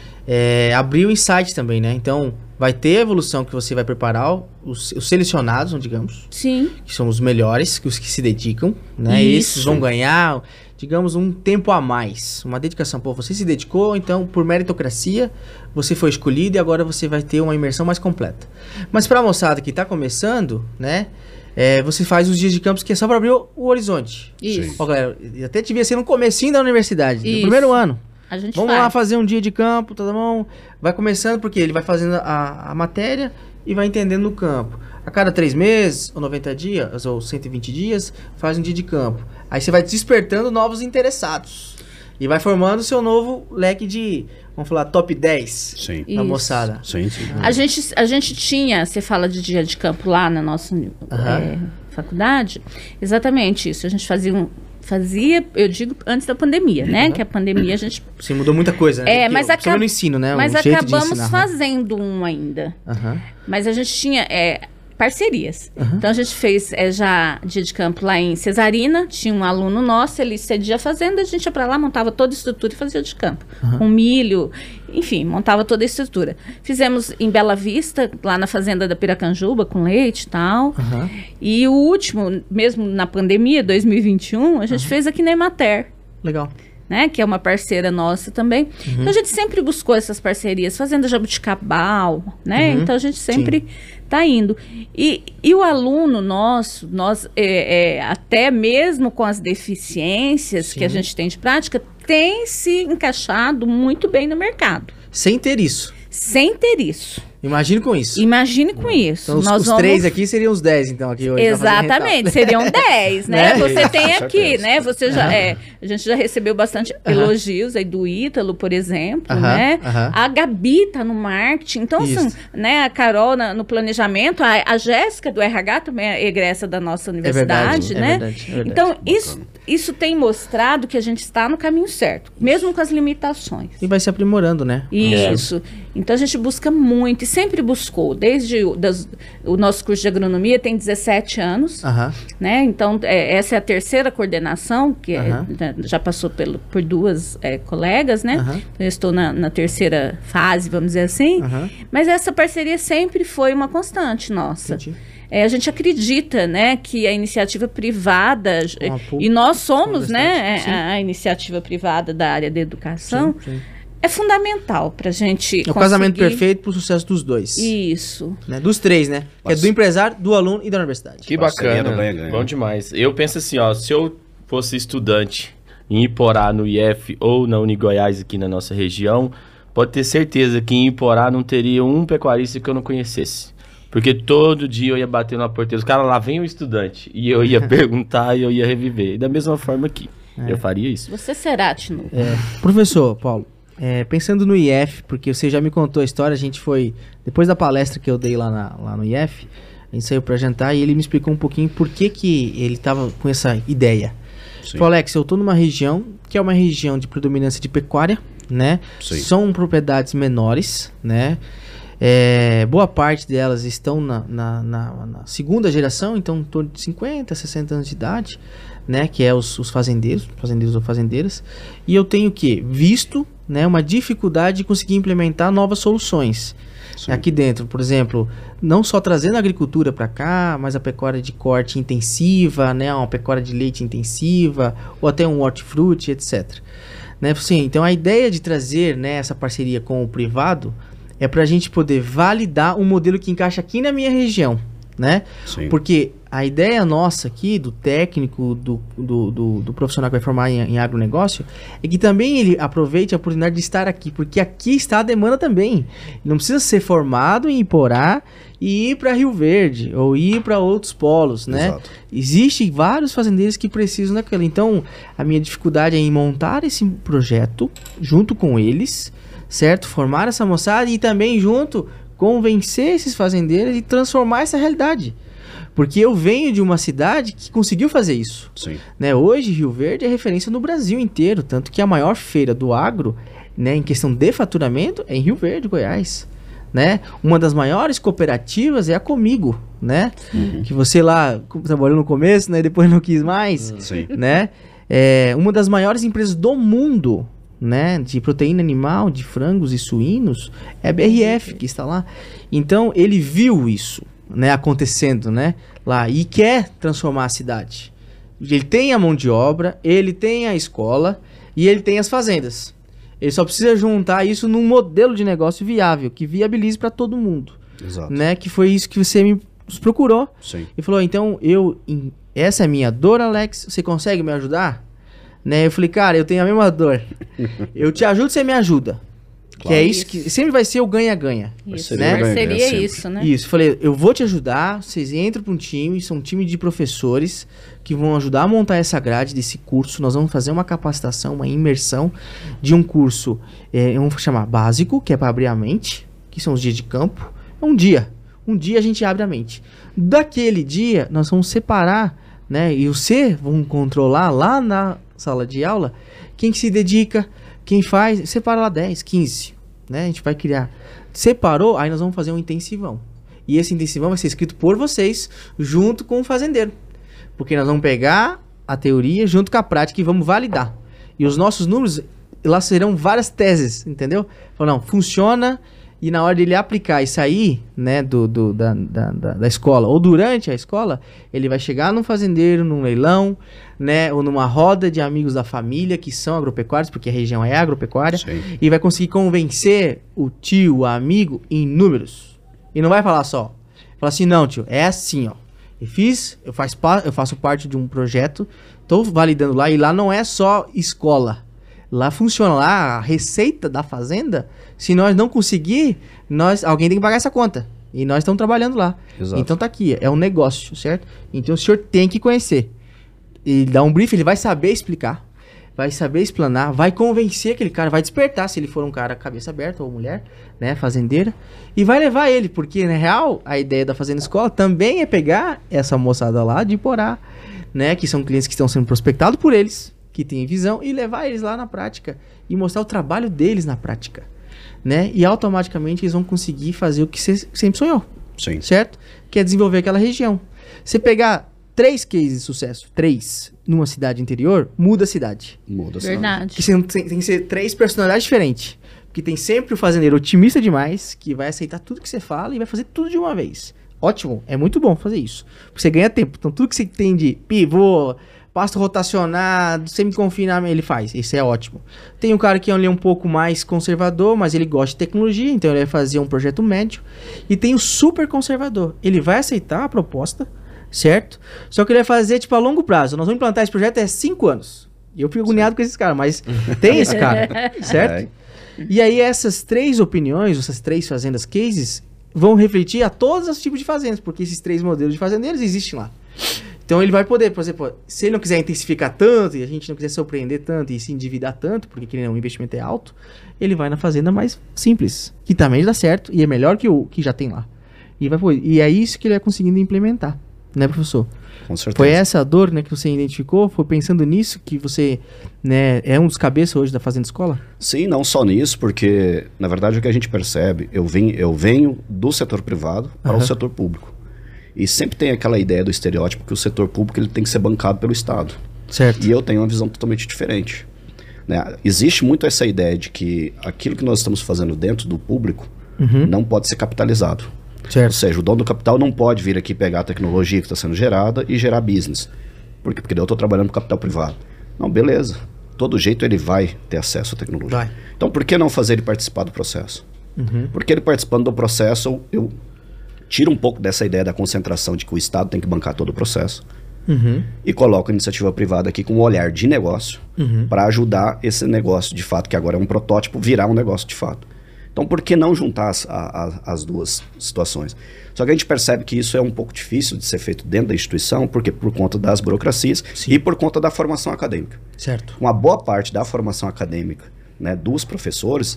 É, abrir o insight também, né? Então, vai ter a evolução que você vai preparar os, os selecionados, digamos. Sim. Que são os melhores, que os que se dedicam, né? Isso. Esses vão ganhar, digamos, um tempo a mais. Uma dedicação. Pô, você se dedicou, então, por meritocracia, você foi escolhido e agora você vai ter uma imersão mais completa. Mas para a moçada que está começando, né? É, você faz os dias de campus que é só para abrir o, o horizonte. Isso. Ó, galera, até devia ser no comecinho da universidade, Isso. no primeiro ano. A gente Vamos faz. lá fazer um dia de campo, tá bom? Vai começando, porque ele vai fazendo a, a matéria e vai entendendo no campo. A cada três meses, ou noventa dias, ou cento e vinte dias, faz um dia de campo. Aí você vai despertando novos interessados. E vai formando o seu novo leque de, vamos falar, top dez sim. da Isso. moçada. Sim, sim. A gente, a gente tinha, você fala de dia de campo lá na nossa Uhum. é, faculdade, exatamente isso. A gente fazia um... Fazia, eu digo, antes da pandemia, né? Uhum. Que a pandemia a gente... Sim, mudou muita coisa, né? É, mas, eu, acab... no ensino, né? mas um jeito de acabamos ensinar, fazendo um ainda. Uhum. Mas a gente tinha é, parcerias. Uhum. Então, a gente fez é, já dia de campo lá em Cesarina. Tinha um aluno nosso, ele cedia a fazenda. A gente ia pra lá, montava toda a estrutura e fazia de campo. Uhum. Com milho, enfim, montava toda a estrutura. Fizemos em Bela Vista, lá na fazenda da Piracanjuba, com leite e tal. Uhum. E o último, mesmo na pandemia, dois mil e vinte e um, a gente uhum. fez aqui na Emater. Legal. Né, que é uma parceira nossa também. Uhum. Então a gente sempre buscou essas parcerias, Fazenda Jabuticabal, né? Uhum. Então a gente sempre Sim. tá indo. E, e o aluno nosso, nós é, é, até mesmo com as deficiências Sim. que a gente tem de prática, tem se encaixado muito bem no mercado. Sem ter isso. Sem ter isso. Imagine com isso. Imagine com isso. Então, os, Nós os vamos... três aqui seriam os dez, então, aqui hoje. Exatamente, seriam dez, né? Né? Você tem Com aqui, certeza. né? Você já, é, a gente já recebeu bastante elogios aí do Ítalo, por exemplo, Aham, né? aham. A Gabi tá no marketing, então, assim, Isso. né? A Carol na- no planejamento, a, a Jéssica do R H também é egressa da nossa universidade, verdade, é né? verdade, é verdade. Então, isso, isso tem mostrado que a gente está no caminho certo, mesmo com as limitações. E vai se aprimorando, né? Isso. Então a gente busca muito e sempre buscou. Desde o, das, o nosso curso de agronomia tem dezessete anos, Aham. né? Então é, essa é a terceira coordenação, que é, Aham. né, já passou pelo, por duas é, colegas, né? Aham. Então, eu estou na, na terceira fase, vamos dizer assim. Aham. Mas essa parceria sempre foi uma constante nossa. Entendi. É, a gente acredita, né, que a iniciativa privada, Uma pu- e nós somos, né, Sim. a, a iniciativa privada da área da educação, Sim, sim. é fundamental para a gente É o conseguir... casamento perfeito pro sucesso dos dois. Isso. Né? Dos três, né? Que é do empresário, do aluno e da universidade. Que Parceria bacana, do ganha-ganha. bom demais. Eu penso assim, ó, se eu fosse estudante em Iporá, no I F ou na Unigoiás aqui na nossa região, pode ter certeza que em Iporá não teria um pecuarista que eu não conhecesse. Porque todo dia eu ia bater na porteira, os caras lá vem o estudante, e eu ia perguntar e eu ia reviver. E da mesma forma aqui, É. eu faria isso. Você será, Tino. É. Professor, Paulo, é, pensando no I F, porque você já me contou a história, a gente foi, depois da palestra que eu dei lá, na, lá no I F, a gente saiu para jantar e ele me explicou um pouquinho por que que ele estava com essa ideia. Sim. Falou, Alex, eu tô numa região que é uma região de predominância de pecuária, né? Sim. São propriedades menores, né? É, boa parte delas estão na, na, na, na segunda geração, então em torno de cinquenta, sessenta anos de idade, né? Que é os, os fazendeiros, fazendeiros ou fazendeiras. E eu tenho que visto, né, uma dificuldade de conseguir implementar novas soluções. Sim. Aqui dentro, por exemplo, não só trazendo a agricultura para cá, mas a pecuária de corte intensiva, né, uma pecuária de leite intensiva, ou até um hortifruti, etcétera. Né, assim, então a ideia de trazer, né, essa parceria com o privado é para a gente poder validar um modelo que encaixa aqui na minha região, né? Sim. Porque a ideia nossa aqui, do técnico, do, do, do, do profissional que vai formar em, em agronegócio, é que também ele aproveite a oportunidade de estar aqui, porque aqui está a demanda também. Não precisa ser formado em Iporá e ir para Rio Verde, ou ir para outros polos, né? Exato. Existem vários fazendeiros que precisam daquilo. Então, a minha dificuldade é em montar esse projeto junto com eles, certo? Formar essa moçada e também junto convencer esses fazendeiros e transformar essa realidade. Porque eu venho de uma cidade que conseguiu fazer isso. Sim. Né? Hoje, Rio Verde é referência no Brasil inteiro, tanto que a maior feira do agro, né, em questão de faturamento, é em Rio Verde, Goiás. Né? Uma das maiores cooperativas é a Comigo, né? Uhum. Que você lá trabalhou no começo, né? Depois não quis mais. Sim. Né? É uma das maiores empresas do mundo, né, de proteína animal, de frangos e suínos, é a B R F que está lá. Então ele viu isso, né, acontecendo, né, lá e quer transformar a cidade. Ele tem a mão de obra, ele tem a escola e ele tem as fazendas. Ele só precisa juntar isso num modelo de negócio viável, que viabilize para todo mundo. Exato. Né, que foi isso que você me procurou. Sim. E falou, então eu, essa é a minha dor, Alex, você consegue me ajudar? Né? Eu falei, cara, eu tenho a mesma dor. Eu te ajudo, você me ajuda. Claro. Que é isso, isso que sempre vai ser o ganha-ganha. Isso, né? Parceria é isso, né? Isso, falei, eu vou te ajudar, vocês entram para um time, são um time de professores que vão ajudar a montar essa grade desse curso. Nós vamos fazer uma capacitação, uma imersão de um curso, é, vamos chamar básico, que é para abrir a mente, que são os dias de campo. É um dia. Um dia a gente abre a mente. Daquele dia, nós vamos separar, né? E você vão controlar lá na sala de aula, quem que se dedica, quem faz, separa lá dez, quinze, né? A gente vai criar. Separou, aí nós vamos fazer um intensivão. E esse intensivão vai ser escrito por vocês, junto com o fazendeiro. Porque nós vamos pegar a teoria junto com a prática e vamos validar. E os nossos números, lá serão várias teses, entendeu? Falou, não, funciona. E na hora de ele aplicar e sair, né, do, do, da, da, da, da escola, ou durante a escola, ele vai chegar num fazendeiro, num leilão, né, ou numa roda de amigos da família que são agropecuários, porque a região é agropecuária, sim, e vai conseguir convencer o tio, o amigo, em números. E não vai falar só, fala assim, não, tio, é assim, ó, eu fiz, eu, faz, eu faço parte de um projeto, tô validando lá, e lá não é só escola. Lá funciona, lá a receita da fazenda, se nós não conseguir, nós, alguém tem que pagar essa conta. E nós estamos trabalhando lá. Exato. Então tá aqui, é um negócio, certo? Então o senhor tem que conhecer. Ele dá um briefing, ele vai saber explicar, vai saber explanar, vai convencer aquele cara, vai despertar, se ele for um cara cabeça aberta ou mulher, né, fazendeira, e vai levar ele, porque na real, a ideia da Fazenda Escola também é pegar essa moçada lá de Iporá, né, que são clientes que estão sendo prospectados por eles, que tem visão, e levar eles lá na prática e mostrar o trabalho deles na prática, né? E automaticamente eles vão conseguir fazer o que você sempre sonhou. Sim. Certo? Que é desenvolver aquela região. Você pegar três cases de sucesso, três, numa cidade interior, muda a cidade. Muda a cidade. Verdade. Que tem, tem que ser três personalidades diferentes. Porque tem sempre o fazendeiro otimista demais, que vai aceitar tudo que você fala e vai fazer tudo de uma vez. Ótimo, é muito bom fazer isso. Porque você ganha tempo. Então tudo que você tem de pivô, pasto rotacionado, semi-confinamento, ele faz. Isso é ótimo. Tem um cara que é um pouco mais conservador, mas ele gosta de tecnologia, então ele vai fazer um projeto médio. E tem o super conservador. Ele vai aceitar a proposta, certo? Só que ele vai fazer, tipo, a longo prazo. Nós vamos implantar esse projeto há cinco anos. E eu fico agoniado com esses caras, mas tem esse cara, certo? É. E aí essas três opiniões, essas três fazendas cases, vão refletir a todos os tipos de fazendas, porque esses três modelos de fazendeiros existem lá. Então Então ele vai poder, por exemplo, se ele não quiser intensificar tanto e a gente não quiser surpreender tanto e se endividar tanto, porque querendo, o investimento é alto, ele vai na fazenda mais simples, que também dá certo e é melhor que o que já tem lá. E, vai, e é isso que ele vai conseguindo implementar, né, professor? Com certeza. Foi essa a dor, né, que você identificou? Foi pensando nisso que você, né, é um dos cabeças hoje da Fazenda Escola? Sim, não só nisso, porque, na verdade, o que a gente percebe, eu venho, eu venho do setor privado para Uhum. o setor público. E sempre tem aquela ideia do estereótipo que o setor público ele tem que ser bancado pelo Estado. Certo. E eu tenho uma visão totalmente diferente. Né? Existe muito essa ideia de que aquilo que nós estamos fazendo dentro do público Uhum. não pode ser capitalizado. Ou Certo. seja, o dono do capital não pode vir aqui pegar a tecnologia que está sendo gerada e gerar business. Por quê? Porque eu estou trabalhando com capital privado. Não, beleza. Todo jeito ele vai ter acesso à tecnologia. Vai. Então por que não fazer ele participar do processo? Uhum. Porque ele participando do processo, eu, eu tiro um pouco dessa ideia da concentração de que o Estado tem que bancar todo o processo Uhum. e coloco a iniciativa privada aqui com um olhar de negócio Uhum. para ajudar esse negócio de fato, que agora é um protótipo, virar um negócio de fato. Então, por que não juntar as, a, a, as duas situações? Só que a gente percebe que isso é um pouco difícil de ser feito dentro da instituição, porque por conta das burocracias Sim. e por conta da formação acadêmica. Certo. Uma boa parte da formação acadêmica, né, dos professores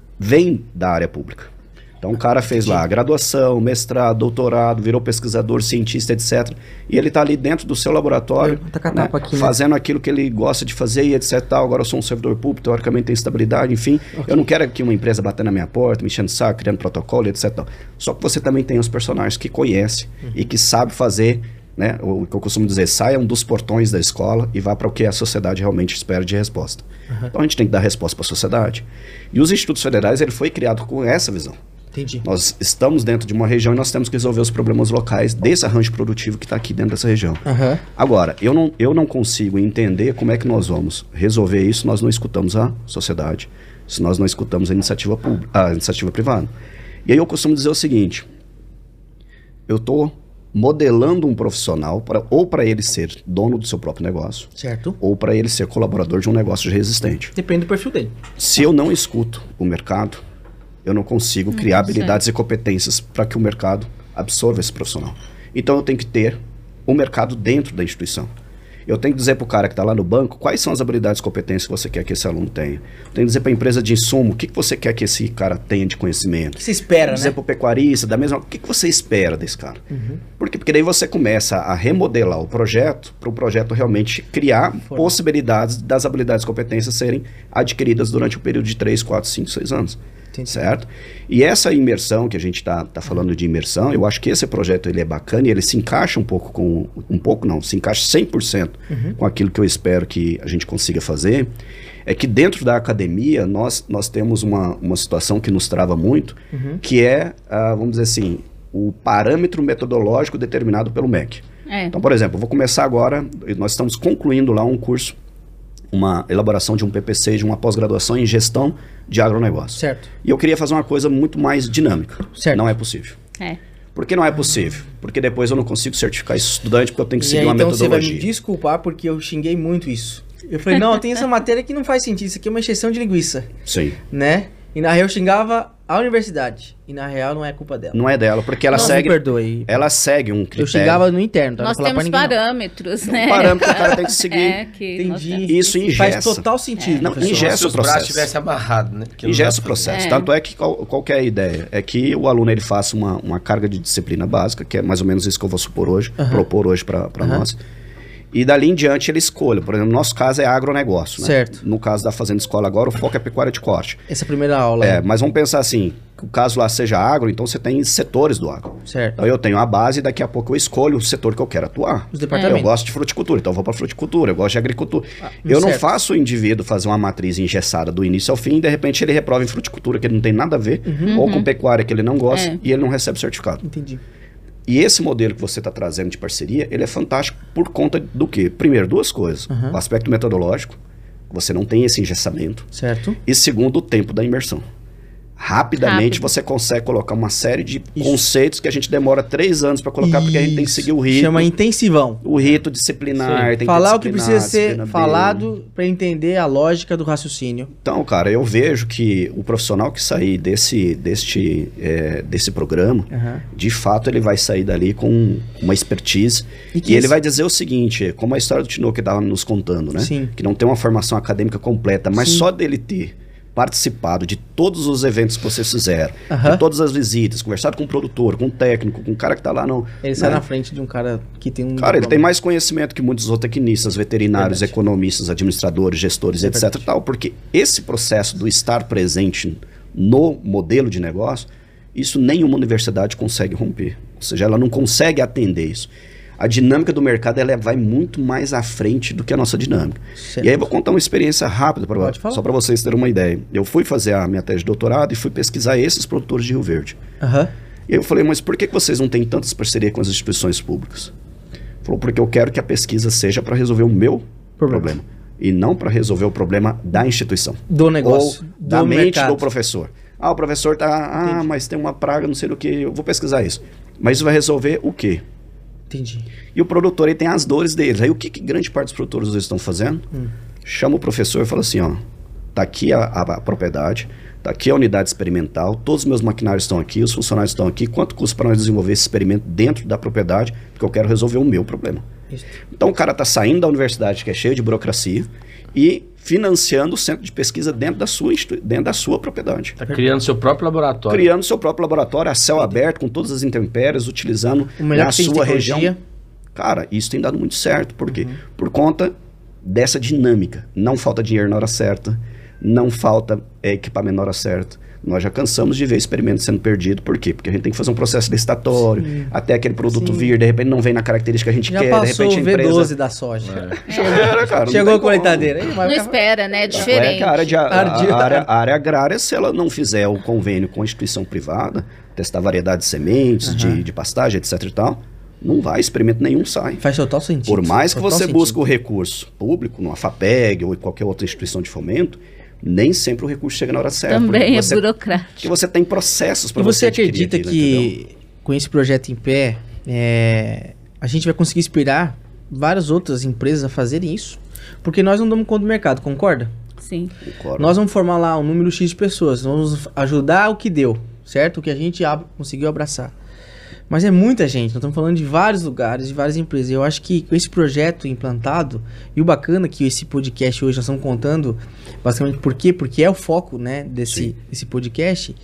vem da área pública. Então o cara fez lá graduação, mestrado, doutorado, virou pesquisador, cientista, etcétera. E ele está ali dentro do seu laboratório, Tá com a né, tapa aqui, né? fazendo aquilo que ele gosta de fazer e etc. Tal. Agora eu sou um servidor público, teoricamente tem estabilidade, enfim. Eu não quero aqui uma empresa batendo na minha porta, me enchendo o saco, criando protocolo, etcétera. Tal. Só que você também tem os personagens que conhece Uhum. e que sabe fazer, né, o que eu costumo dizer, saiam dos portões da escola e vá para o que a sociedade realmente espera de resposta. Uhum. Então a gente tem que dar resposta para a sociedade. E os institutos federais, ele foi criado com essa visão. Entendi. Nós estamos dentro de uma região e nós temos que resolver os problemas locais desse arranjo produtivo que está aqui dentro dessa região. Aham. Agora, eu não, eu não consigo entender como é que nós vamos resolver isso se nós não escutamos a sociedade, se nós não escutamos a iniciativa, pública, a iniciativa privada. E aí eu costumo dizer o seguinte, eu estou modelando um profissional pra, ou para ele ser dono do seu próprio negócio, Certo. ou para ele ser colaborador de um negócio já existente. Depende do perfil dele. Se eu não escuto o mercado, eu não consigo criar consegue. habilidades e competências para que o mercado absorva esse profissional. Então eu tenho que ter o mercado dentro da instituição. Eu tenho que dizer para o cara que está lá no banco quais são as habilidades e competências que você quer que esse aluno tenha. Eu tenho que dizer para a empresa de insumo o que, que você quer que esse cara tenha de conhecimento. O que você espera, Dizer né? para o pecuarista, da mesma, o que, que você espera desse cara? Uhum. Por quê? Porque daí você começa a remodelar o projeto para o projeto realmente criar Forma. possibilidades das habilidades e competências serem adquiridas durante o período de três, quatro, cinco, seis anos. Entendi. Certo? E essa imersão, que a gente está tá falando de imersão, eu acho que esse projeto ele é bacana e ele se encaixa um pouco com... Um pouco não, se encaixa cem por cento Uhum. com aquilo que eu espero que a gente consiga fazer. É que dentro da academia nós, nós temos uma, uma situação que nos trava muito, Uhum. que é, ah, vamos dizer assim, o parâmetro metodológico determinado pelo M E C. É. Então, por exemplo, eu vou começar agora, nós estamos concluindo lá um curso, uma elaboração de um P P C, de uma pós-graduação em gestão de agronegócio. Certo. E eu queria fazer uma coisa muito mais dinâmica. Certo. Não é possível. É. Por que não é possível? Porque depois eu não consigo certificar esse estudante porque eu tenho que E seguir aí, uma então você vai me metodologia. desculpar porque eu xinguei muito isso. Eu falei, não, tem essa matéria que não faz sentido, isso aqui é uma exceção de linguiça, Sim. né? E na real eu xingava a universidade. E na real não é culpa dela. Não é dela, porque ela Não, segue. me perdoe. Ela segue um critério. Eu xingava no interno, tá? Nós Não vou falar temos pra ninguém, não. parâmetros, né? parâmetro que o cara tem que seguir. É, que nós Entendi. temos Isso que- ingessa. Faz total sentido. Não, professor. ingessa Se o os braços processo. tivessem amarrado, né? Porque não Ingessa o dá pra- processo. É. Tanto é que qual, qual que é a ideia? É que o aluno ele faça uma, uma carga de disciplina básica, que é mais ou menos isso que eu vou supor hoje, Aham. propor hoje para Aham. nós. E dali em diante ele escolha. Por exemplo, no nosso caso é agronegócio. Né? Certo. No caso da Fazenda Escola agora, o foco é pecuária de corte. Essa primeira aula. É, mas vamos pensar assim, que o caso lá seja agro, então você tem setores do agro. Certo. Então eu tenho a base e daqui a pouco eu escolho o setor que eu quero atuar. Os Eu departamentos. gosto de fruticultura, então eu vou para fruticultura. Eu gosto de agricultura. Ah, eu não certo. faço o indivíduo fazer uma matriz engessada do início ao fim e de repente ele reprova em fruticultura que ele não tem nada a ver, ou com pecuária que ele não gosta É. e ele não recebe certificado. Entendi. E esse modelo que você está trazendo de parceria, ele é fantástico por conta do quê? Primeiro, duas coisas. Uhum. O aspecto metodológico, você não tem esse engessamento. Certo. E segundo, o tempo da imersão. Rapidamente Rápido. você consegue colocar uma série de Isso. conceitos que a gente demora três anos para colocar, porque a gente tem que seguir o rito. Chama intensivão. O rito disciplinar. Sim. Tem Falar o que que disciplinar, precisa ser disciplina falado para entender a lógica do raciocínio. Então, cara, eu vejo que o profissional que sair desse, deste, é, desse programa, Aham. de fato, ele vai sair dali com uma expertise. E E, que ele isso- vai dizer o seguinte, como a história do Tinoco que estava nos contando, né? Sim. Que não tem uma formação acadêmica completa, mas Sim. só dele ter participado de todos os eventos que vocês fizeram, Aham. de todas as visitas, conversado com o produtor, com o técnico, com o cara que está lá no... Ele sai né? na frente de um cara que tem um... Cara, ele tem diploma. mais conhecimento que muitos zootecnistas, veterinários, Verdade. economistas, administradores, gestores, É etc verdade. e tal, porque esse processo do estar presente no modelo de negócio, isso nenhuma universidade consegue romper. Ou seja, ela não consegue atender isso. A dinâmica do mercado ela vai muito mais à frente do que a nossa dinâmica. Certo. E aí eu vou contar uma experiência rápida, pra, Pode falar. só para vocês terem uma ideia. Eu fui fazer a minha tese de doutorado e fui pesquisar esses produtores de Rio Verde. Aham. E aí eu falei, mas por que que vocês não têm tantas parcerias com as instituições públicas? Falou, porque eu quero que a pesquisa seja para resolver o meu Problema. problema. E não para resolver o problema da instituição. Do negócio. Ou do da mente mercado. do professor. Ah, o professor tá... Ah, Entendi. mas tem uma praga, não sei do que. Eu vou pesquisar isso. Mas isso vai resolver o quê? Entendi. E o produtor aí tem as dores deles. Aí o que, que grande parte dos produtores hoje estão fazendo? Hum. Chama o professor e fala assim, ó, tá aqui a, a, a propriedade, tá aqui a unidade experimental, todos os meus maquinários estão aqui, os funcionários estão aqui, quanto custa para nós desenvolver esse experimento dentro da propriedade, porque eu quero resolver o meu problema. Isso. Então o cara tá saindo da universidade, que é cheio de burocracia, e financiando o centro de pesquisa dentro da sua, institu- dentro da sua propriedade. Tá criando seu próprio laboratório. Criando seu próprio laboratório a céu aberto, com todas as intempéries, utilizando O melhor na que tem de sua tecnologia. região. Cara, isso tem dado muito certo. Por quê? Uhum. Por conta dessa dinâmica. Não falta dinheiro na hora certa, não falta é, equipamento na hora certa. Nós já cansamos de ver experimentos sendo perdidos. Por quê? Porque a gente tem que fazer um processo licitatório, Sim. até aquele produto Sim. vir, de repente não vem na característica que a gente Já quer, de passou repente a o V empresa... doze da soja. Já era, cara. não Chegou tem a colheitadeira. Aí, Não vai ficar- espera, né? É É diferente. que a área, de, a, Ardio- a área, a área agrária, se ela não fizer o convênio com a instituição privada, testar variedade de sementes, Aham. de, de pastagem, etc e tal, não vai, experimento nenhum sai. Faz total sentido. Por mais que Total você sentido. busque o recurso público, numa FAPEG ou em qualquer outra instituição de fomento, nem sempre o recurso chega na hora certa. Também porque é você, burocrático. porque você tem processos para E você adquirir acredita aquilo, que entendeu? com esse projeto em pé, é, a gente vai conseguir inspirar várias outras empresas a fazerem isso? Porque nós não damos conta do mercado, concorda? Sim. Concordo. Nós vamos formar lá um número X de pessoas, vamos ajudar o que deu, certo? O que a gente ab- conseguiu abraçar. Mas é muita gente, nós estamos falando de vários lugares, de várias empresas. Eu acho que com esse projeto implantado, e o bacana que esse podcast hoje nós estamos contando, basicamente por quê? Porque é o foco, né, desse, Sim. desse podcast.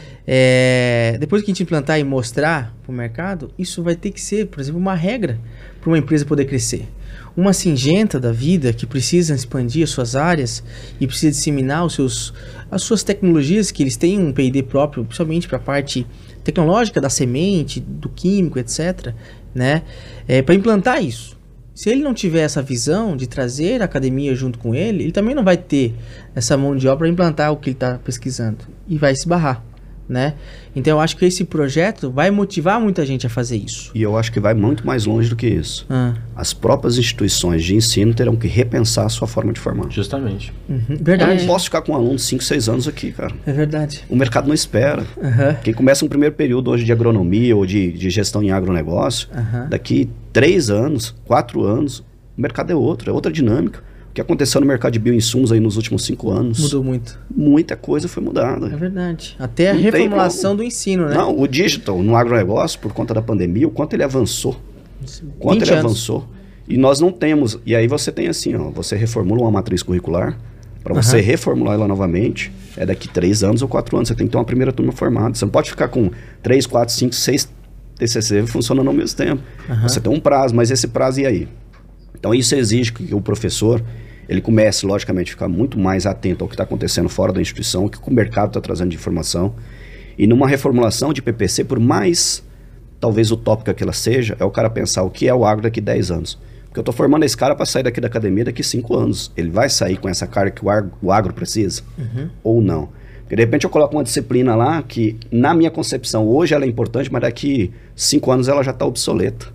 É, depois que a gente implantar e mostrar para o mercado, isso vai ter que ser, por exemplo, uma regra para uma empresa poder crescer. Uma Syngenta da vida que precisa expandir as suas áreas e precisa disseminar os seus, as suas tecnologias, que eles têm um P e D próprio, principalmente para a parte tecnológica da semente, do químico, etcétera, né? É, para implantar isso. Se ele não tiver essa visão de trazer a academia junto com ele, ele também não vai ter essa mão de obra para implantar o que ele está pesquisando e vai se barrar, né? Então eu acho que esse projeto vai motivar muita gente a fazer isso. E eu acho que vai muito mais longe do que isso. Ah, As próprias instituições de ensino terão que repensar a sua forma de formar. Justamente. uhum, Eu verdade. não posso ficar com um aluno de cinco, seis anos aqui, cara. É verdade. O mercado não espera. Aham, Quem começa um primeiro período hoje de agronomia ou de, de gestão em agronegócio, aham. daqui três anos, quatro anos, o mercado é outro, é outra dinâmica. O que aconteceu no mercado de bioinsumos aí nos últimos cinco anos, Mudou muito. muita coisa foi mudada. É verdade. Até a Não tem reformulação do ensino, né? Não, o digital no agronegócio, por conta da pandemia, o quanto ele avançou. O quanto vinte ele anos. avançou. E nós não temos. E aí você tem assim, ó, você reformula uma matriz curricular, para você Aham. reformular ela novamente, é daqui três anos ou quatro anos. Você tem que ter uma primeira turma formada. Você não pode ficar com três, quatro, cinco, seis T C C funcionando ao mesmo tempo. Aham. Você tem um prazo, mas esse prazo e aí? Então isso exige que o professor ele comece, logicamente, a ficar muito mais atento ao que está acontecendo fora da instituição, o que o mercado está trazendo de informação. E numa reformulação de P P C, por mais, talvez, utópica que ela seja, é o cara pensar o que é o agro daqui dez anos. Porque eu estou formando esse cara para sair daqui da academia daqui cinco anos. Ele vai sair com essa carga que o agro, o agro precisa? Uhum. Ou não? Porque de repente eu coloco uma disciplina lá que, na minha concepção, hoje ela é importante, mas daqui cinco anos ela já está obsoleta.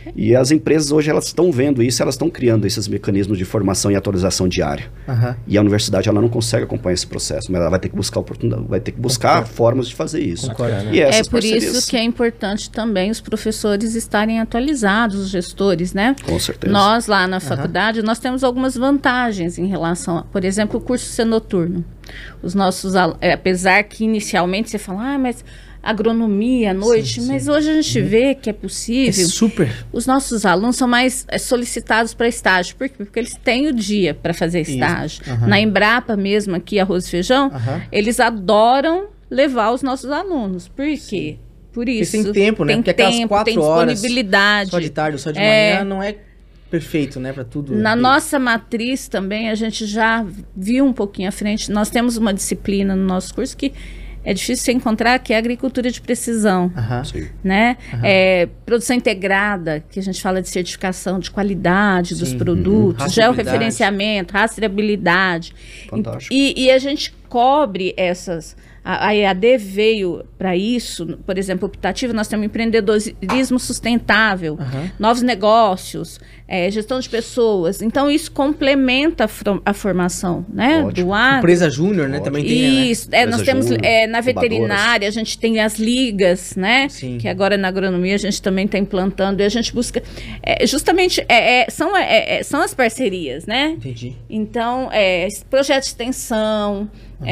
E as empresas hoje, elas estão vendo isso, elas estão criando esses mecanismos de formação e atualização diária. Aham. E a universidade, ela não consegue acompanhar esse processo, mas ela vai ter que buscar oportunidade, vai ter que buscar formas de fazer isso. Concordo. E É essas por parcerias, isso que é importante também os professores estarem atualizados, os gestores, né? Com certeza. Nós lá na faculdade, nós temos algumas vantagens em relação a, por exemplo, o curso ser noturno. Os nossos, al- é, apesar que inicialmente você fala, ah, mas agronomia à noite, Sim, sim. mas hoje a gente vê que é É possível. super. Os nossos alunos são mais é, solicitados para estágio. Por quê? Porque eles têm o dia para fazer Isso. estágio. Aham. Na Embrapa mesmo, aqui, Arroz e Feijão, Aham. eles adoram levar os nossos alunos. Por quê? Por isso. tem tempo, né? Tem Porque aquelas tempo, quatro tem horas, disponibilidade. Só de tarde ou só de É. manhã não é perfeito, né? Pra tudo. Na bem. nossa matriz também, a gente já viu um pouquinho à frente. Nós temos uma disciplina no nosso curso que é difícil você encontrar, que é agricultura de precisão. Aham. Sim. Né? É, produção integrada, que a gente fala de certificação de qualidade dos Sim. produtos, Uhum. georreferenciamento, rastreabilidade. Fantástico. E, e a gente cobre essas. A, a E A D veio para isso, por exemplo, optativo, nós temos empreendedorismo sustentável, Aham. novos negócios, é, gestão de pessoas. Então, isso complementa a, fro- a formação, né? Ótimo. Do agro. Empresa Júnior, né? Ótimo. Também tem, né? Isso, é, nós Empresa temos júnior, é, na incubadoras. veterinária, a gente tem as ligas, né? Sim. Que agora na agronomia a gente também está implantando e a gente busca. é, justamente é, é, são, é, é, são as parcerias, né? Entendi. Então, é, esse projeto de extensão,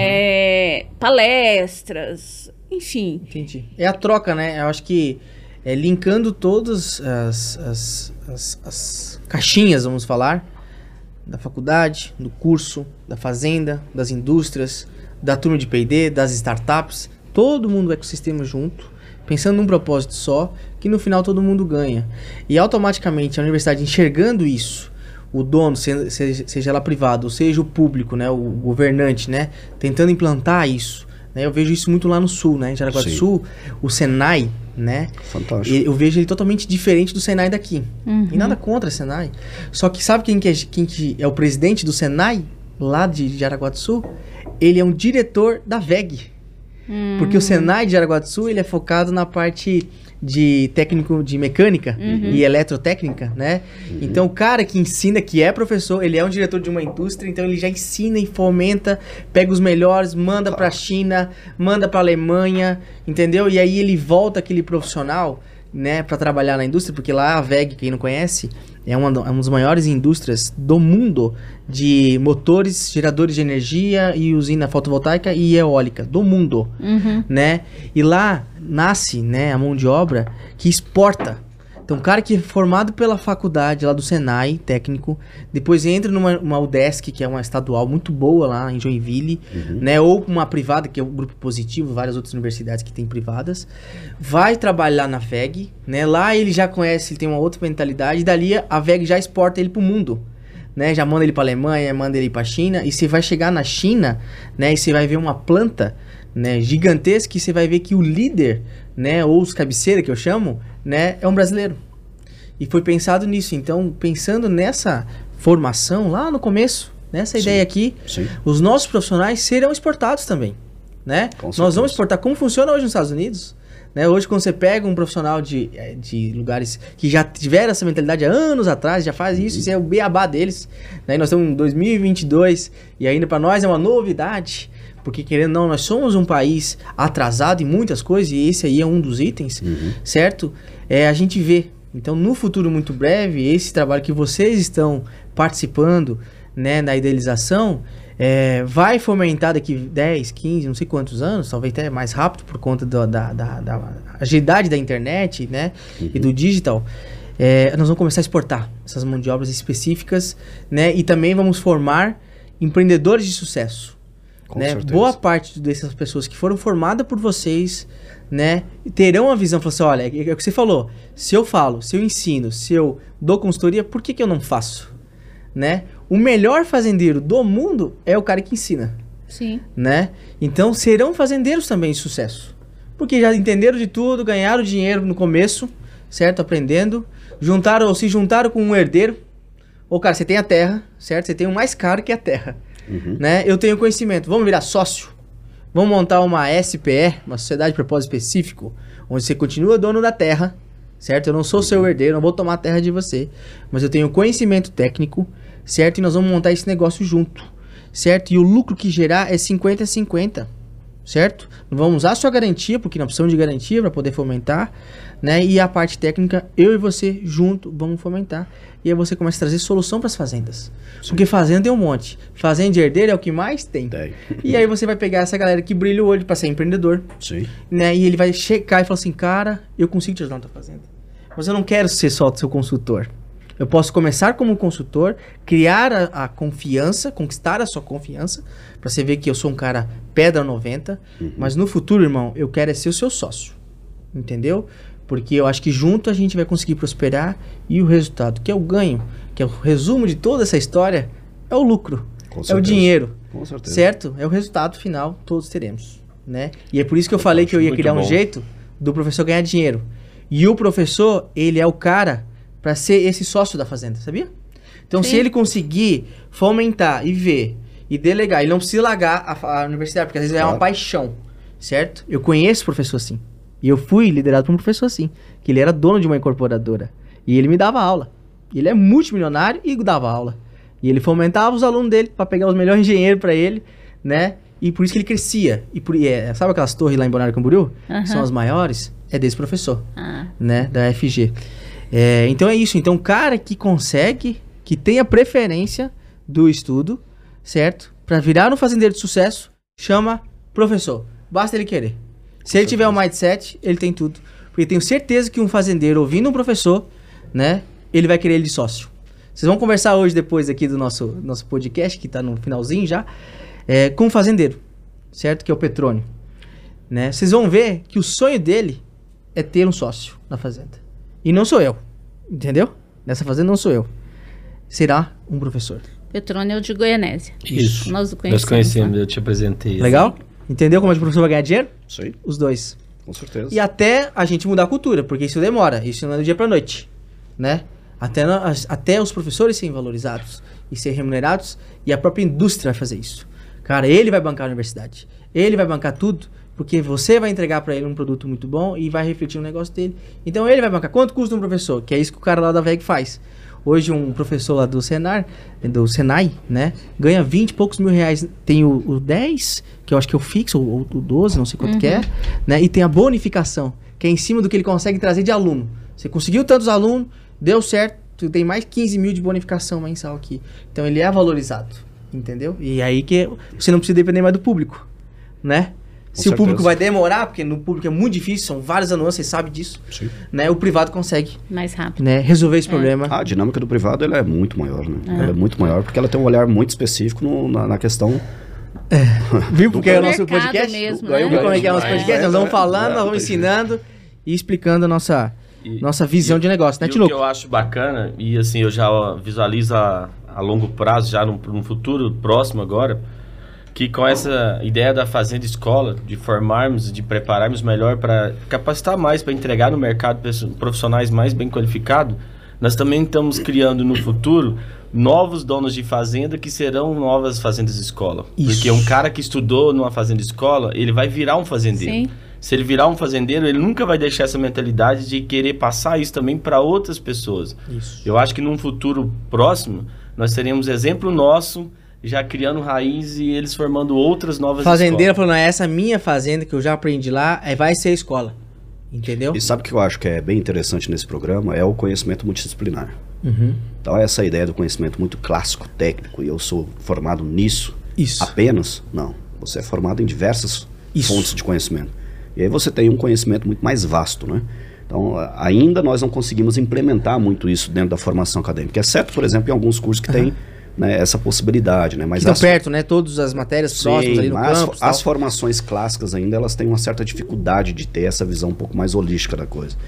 é, palestras, enfim. Entendi. É a troca, né? Eu acho que é, linkando todas as, as, as, as caixinhas, vamos falar, da faculdade, do curso, da fazenda, das indústrias, da turma de P e D, das startups, todo mundo, o ecossistema junto, pensando num propósito só, que no final todo mundo ganha. E automaticamente a universidade enxergando isso, o dono, seja, seja, seja lá privado, ou seja o público, né, o governante, né, tentando implantar isso, né, eu vejo isso muito lá no sul, né, em Jaraguá do Sim. Sul, o Senai, né, Fantástico. e eu vejo ele totalmente diferente do Senai daqui. E nada contra o Senai. Só que sabe quem que, é, quem que é o presidente do Senai, lá de Jaraguá do Sul? Ele é um diretor da V E G. Porque o Senai de Jaraguá do Sul, ele é focado na parte de técnico de mecânica e eletrotécnica, né? Então, o cara que ensina, que é professor, ele é um diretor de uma indústria, então ele já ensina e fomenta, pega os melhores, manda pra China, manda pra Alemanha, entendeu? E aí ele volta aquele profissional, né, para trabalhar na indústria, porque lá a V E G, quem não conhece, é uma, é uma das maiores indústrias do mundo de motores, geradores de energia e usina fotovoltaica e eólica do mundo, né? E lá nasce, né, a mão de obra que exporta. Então, um cara que é formado pela faculdade lá do Senai, técnico, depois entra numa uma UDESC, que é uma estadual muito boa lá em Joinville, né? Ou uma privada, que é o Grupo Positivo, várias outras universidades que tem privadas. Vai trabalhar na V E G, né? Lá ele já conhece, ele tem uma outra mentalidade, e dali a V E G já exporta ele pro mundo. Né, já manda ele para Alemanha, manda ele para China, e você vai chegar na China, né, e você vai ver uma planta, né, gigantesca, e você vai ver que o líder, né, ou os cabeceiras que eu chamo, né, é um brasileiro. E foi pensado nisso. Então, pensando nessa formação lá no começo, nessa Sim, ideia aqui, sim. os nossos profissionais serão exportados também, né? Com Nós certeza. vamos exportar como funciona hoje nos Estados Unidos. Né, hoje, quando você pega um profissional de, eh, de lugares que já tiveram essa mentalidade há anos atrás, já faz isso, isso é o beabá deles. Né, nós estamos em dois mil e vinte e dois e ainda para nós é uma novidade, porque querendo ou não, nós somos um país atrasado em muitas coisas e esse aí é um dos itens, certo? É, a gente vê. Então, no futuro muito breve, esse trabalho que vocês estão participando, né, na idealização, é, vai fomentar daqui dez, quinze, não sei quantos anos, talvez até mais rápido por conta do, da, da, da agilidade da internet, né, e do digital. É, nós vamos começar a exportar essas mãos de obras específicas, né, e também vamos formar empreendedores de sucesso. Com Né? certeza. Boa parte dessas pessoas que foram formadas por vocês, né, terão a visão, falar assim, olha, é, é o que você falou, se eu falo, se eu ensino, se eu dou consultoria, por que que eu não faço? Né? O melhor fazendeiro do mundo é o cara que ensina, Sim. né? Então serão fazendeiros também de sucesso, porque já entenderam de tudo, ganharam dinheiro no começo, certo? Aprendendo, juntaram ou se juntaram com um herdeiro, ou cara, você tem a terra, certo? Você tem o mais caro que é a terra, né? Eu tenho conhecimento, vamos virar sócio, vamos montar uma S P E, uma sociedade de propósito específico, onde você continua dono da terra, certo? Eu não sou seu herdeiro, não vou tomar a terra de você, mas eu tenho conhecimento técnico, certo? E nós vamos montar esse negócio junto, certo? E o lucro que gerar é cinquenta a cinquenta, certo? Vamos usar a sua garantia, porque nós precisamos de garantia para poder fomentar, né? E a parte técnica, eu e você junto vamos fomentar. E aí você começa a trazer solução para as fazendas. Sim. Porque fazenda tem um monte. Fazenda de herdeiro é o que mais tem. tem. E aí você vai pegar essa galera que brilha o olho para ser empreendedor. Sim. Né? E ele vai checar e falar assim, cara, eu consigo te ajudar na tua fazenda. Mas eu não quero ser só o seu consultor. Eu posso começar como consultor, criar a, a confiança, conquistar a sua confiança, para você ver que eu sou um cara pedra noventa, uhum. mas no futuro, irmão, eu quero é ser o seu sócio. Entendeu? Porque eu acho que junto a gente vai conseguir prosperar e o resultado, que é o ganho, que é o resumo de toda essa história, é o lucro, Com é certeza. o dinheiro, Com certeza. certo? É o resultado final, todos teremos, né? E é por isso que eu, eu falei que eu ia criar bom. um jeito do professor ganhar dinheiro. E o professor, ele é o cara para ser esse sócio da fazenda, sabia? Então, Sim. se ele conseguir fomentar e ver e delegar, ele não precisa largar a, a universidade, porque às vezes claro. é uma paixão, certo? Eu conheço professor assim. E eu fui liderado por um professor assim, que ele era dono de uma incorporadora. E ele me dava aula. Ele é multimilionário e dava aula. E ele fomentava os alunos dele para pegar os melhores engenheiros para ele, né? E por isso que ele crescia. E por, é, sabe aquelas torres lá em Balneário Camboriú? Uhum. Que são as maiores? É desse professor, ah. né? Da F G. É, então é isso. Então o cara que consegue, que tem a preferência do estudo, certo? Para virar um fazendeiro de sucesso, chama professor. Basta ele querer. Se ele tiver um mindset, ele tem tudo. Porque eu tenho certeza que um fazendeiro ouvindo um professor, né, ele vai querer ele de sócio. Vocês vão conversar hoje, depois aqui do nosso, nosso podcast, que está no finalzinho já, é, com um fazendeiro, certo? Que é o Petrônio. Né? Vocês vão ver que o sonho dele é ter um sócio na fazenda. E não sou eu, entendeu? Nessa fazenda não sou eu. Será um professor. Petrônio é o de Goianésia. Isso. Nós o conhecemos. Nós conhecemos, né? Eu te apresentei. Legal? Entendeu como o professor vai ganhar dinheiro? Sim. Os dois. Com certeza. E até a gente mudar a cultura, porque isso demora. Isso não é do dia pra noite, né? Até, nós, até os professores serem valorizados e serem remunerados, e a própria indústria vai fazer isso. Cara, ele vai bancar a universidade. Ele vai bancar tudo, porque você vai entregar pra ele um produto muito bom e vai refletir no negócio dele. Então ele vai bancar. Quanto custa um professor? Que é isso que o cara lá da V E G faz. Hoje um professor lá do Senar, do Senai, né, ganha vinte e poucos mil reais. Tem o, o dez, que eu acho que é o fixo, ou o doze, não sei quanto uhum. que é, né, e tem a bonificação, que é em cima do que ele consegue trazer de aluno. Você conseguiu tantos alunos, deu certo, tu tem mais quinze mil de bonificação mensal aqui. Então ele é valorizado, entendeu? E aí que você não precisa depender mais do público, né? Com Se certeza. O público vai demorar, porque no público é muito difícil, são vários anos, você sabe disso, Sim. né? O privado consegue mais rápido, né? Resolver esse é. problema. A dinâmica do privado ela é muito maior, né? É. Ela é muito maior porque ela tem um olhar muito específico no, na, na questão. É. Viu porque é o nosso podcast? Mesmo, né? Viu como é que é o nosso podcast? É. Nós vamos falando, é. nós vamos ensinando e explicando a nossa, e, nossa visão e, de negócio, né, Tilo? O que eu acho bacana, e assim, eu já ó, visualizo a, a longo prazo, já num, num futuro próximo agora, que com essa ideia da fazenda escola, de formarmos, de prepararmos melhor para capacitar mais, para entregar no mercado profissionais mais bem qualificados, nós também estamos criando no futuro novos donos de fazenda que serão novas fazendas escola. Isso. Porque um cara que estudou numa fazenda escola, ele vai virar um fazendeiro. Sim. Se ele virar um fazendeiro, ele nunca vai deixar essa mentalidade de querer passar isso também para outras pessoas. Isso. Eu acho que num futuro próximo, nós teremos exemplo nosso já criando raiz e eles formando outras novas fazendeira escolas. Falando, essa minha fazenda que eu já aprendi lá, é, vai ser a escola. Entendeu? E sabe o que eu acho que é bem interessante nesse programa? É o conhecimento multidisciplinar. Uhum. Então essa ideia do conhecimento muito clássico, técnico, e eu sou formado nisso Isso. apenas, não. Você é formado em diversas Isso. fontes de conhecimento. E aí você tem um conhecimento muito mais vasto, né? Então, ainda nós não conseguimos implementar muito isso dentro da formação acadêmica. Exceto, por exemplo, em alguns cursos que uhum. tem né, essa possibilidade, né? Mas estão as... perto, né? Todas as matérias Sim, próximas ali no mas campus. As formações clássicas ainda, elas têm uma certa dificuldade de ter essa visão um pouco mais holística da coisa.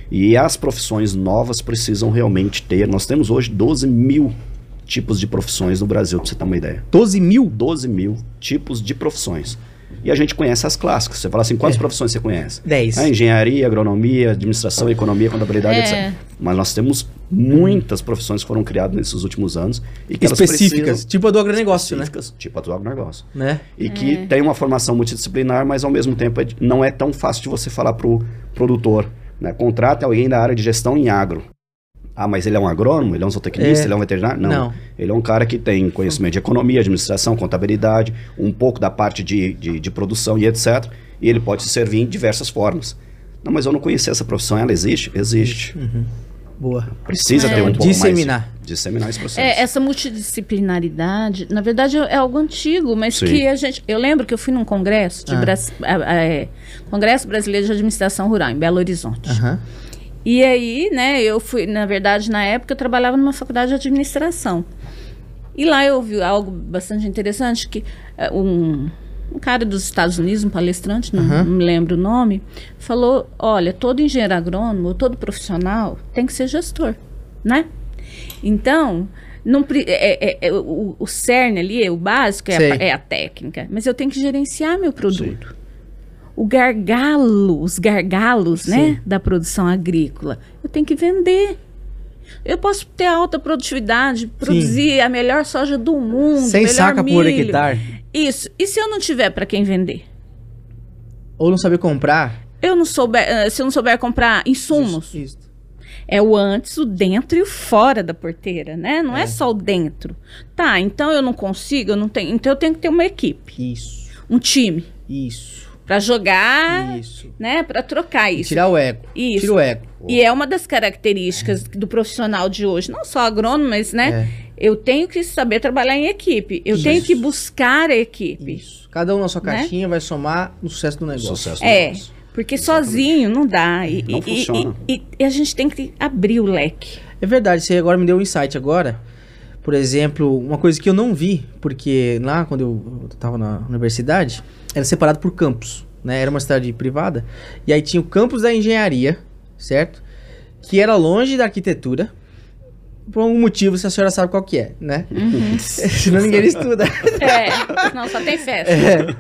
E as profissões novas precisam realmente ter... Nós temos hoje doze mil tipos de profissões no Brasil, para você ter uma ideia. doze mil? doze mil tipos de profissões. E a gente conhece as clássicas. Você fala assim, quantas é. profissões você conhece? dez. A engenharia, agronomia, administração, economia, contabilidade, é. etcétera. Mas nós temos muitas profissões que foram criadas nesses últimos anos. E que específicas, elas precisam, tipo a do agronegócio, né? Tipo a do agronegócio. Né? E é. que tem uma formação multidisciplinar, mas ao mesmo tempo é, não é tão fácil de você falar pro produtor, Né? Contrata alguém da área de gestão em agro. Ah, mas ele é um agrônomo? Ele é um zootecnista? É. Ele é um veterinário? Não. Não. Ele é um cara que tem conhecimento de economia, administração, contabilidade, um pouco da parte de, de, de produção e etcétera. E ele pode se servir em diversas formas. Não, mas eu não conhecia essa profissão. Ela existe? Existe. Uhum. Boa. Precisa É. ter um pouco Disseminar. mais... Disseminar esse processo. É, essa multidisciplinaridade, na verdade, é algo antigo, mas Sim. que a gente... Eu lembro que eu fui num congresso, de Ah. Bras- a- a- é, Congresso Brasileiro de Administração Rural, em Belo Horizonte. Aham. E aí, né, eu fui, na verdade, na época, eu trabalhava numa faculdade de administração. E lá eu ouvi algo bastante interessante, que é, um, um cara dos Estados Unidos, um palestrante, não, Uhum. não me lembro o nome, falou, olha, todo engenheiro agrônomo, todo profissional tem que ser gestor, né? Então, não, pre- é, é, é, o, o cerne ali, o básico, é Sei. a, é a técnica, mas eu tenho que gerenciar meu produto. O gargalo, os gargalos, Sim. né, da produção agrícola, eu tenho que vender. Eu posso ter alta produtividade, produzir a melhor soja do mundo, Sem melhor saca milho. por hectare. Isso. E se eu não tiver para quem vender? Ou não saber comprar. Eu não souber, eh, se eu não souber comprar insumos, Isso, isso. é o antes, o dentro e o fora da porteira, né? Não é, É. só o dentro. Tá, então eu não consigo, eu não tenho, então eu tenho que ter uma equipe, Isso. um time Isso. para jogar, Isso. né, para trocar isso. Tirar o ego. Isso. Tira o ego. E é uma das características do profissional de hoje, não só agrônomo, mas, né? É. Eu tenho que saber trabalhar em equipe. Eu Isso. tenho que buscar a equipe. Isso. Cada um na sua Né? caixinha vai somar no sucesso do negócio. Sucesso do É, negócio. porque sozinho não dá. E, Não e- funciona. e- e- e a gente tem que abrir o leque. É verdade, você agora me deu um insight agora. Por exemplo, uma coisa que eu não vi, porque lá quando eu estava na universidade, era separado por campus, né? Era uma cidade privada. E aí tinha o campus da engenharia, certo? Que era longe da arquitetura. Por algum motivo, se a senhora sabe qual que é, né? Senão ninguém estuda. É, senão só tem festa.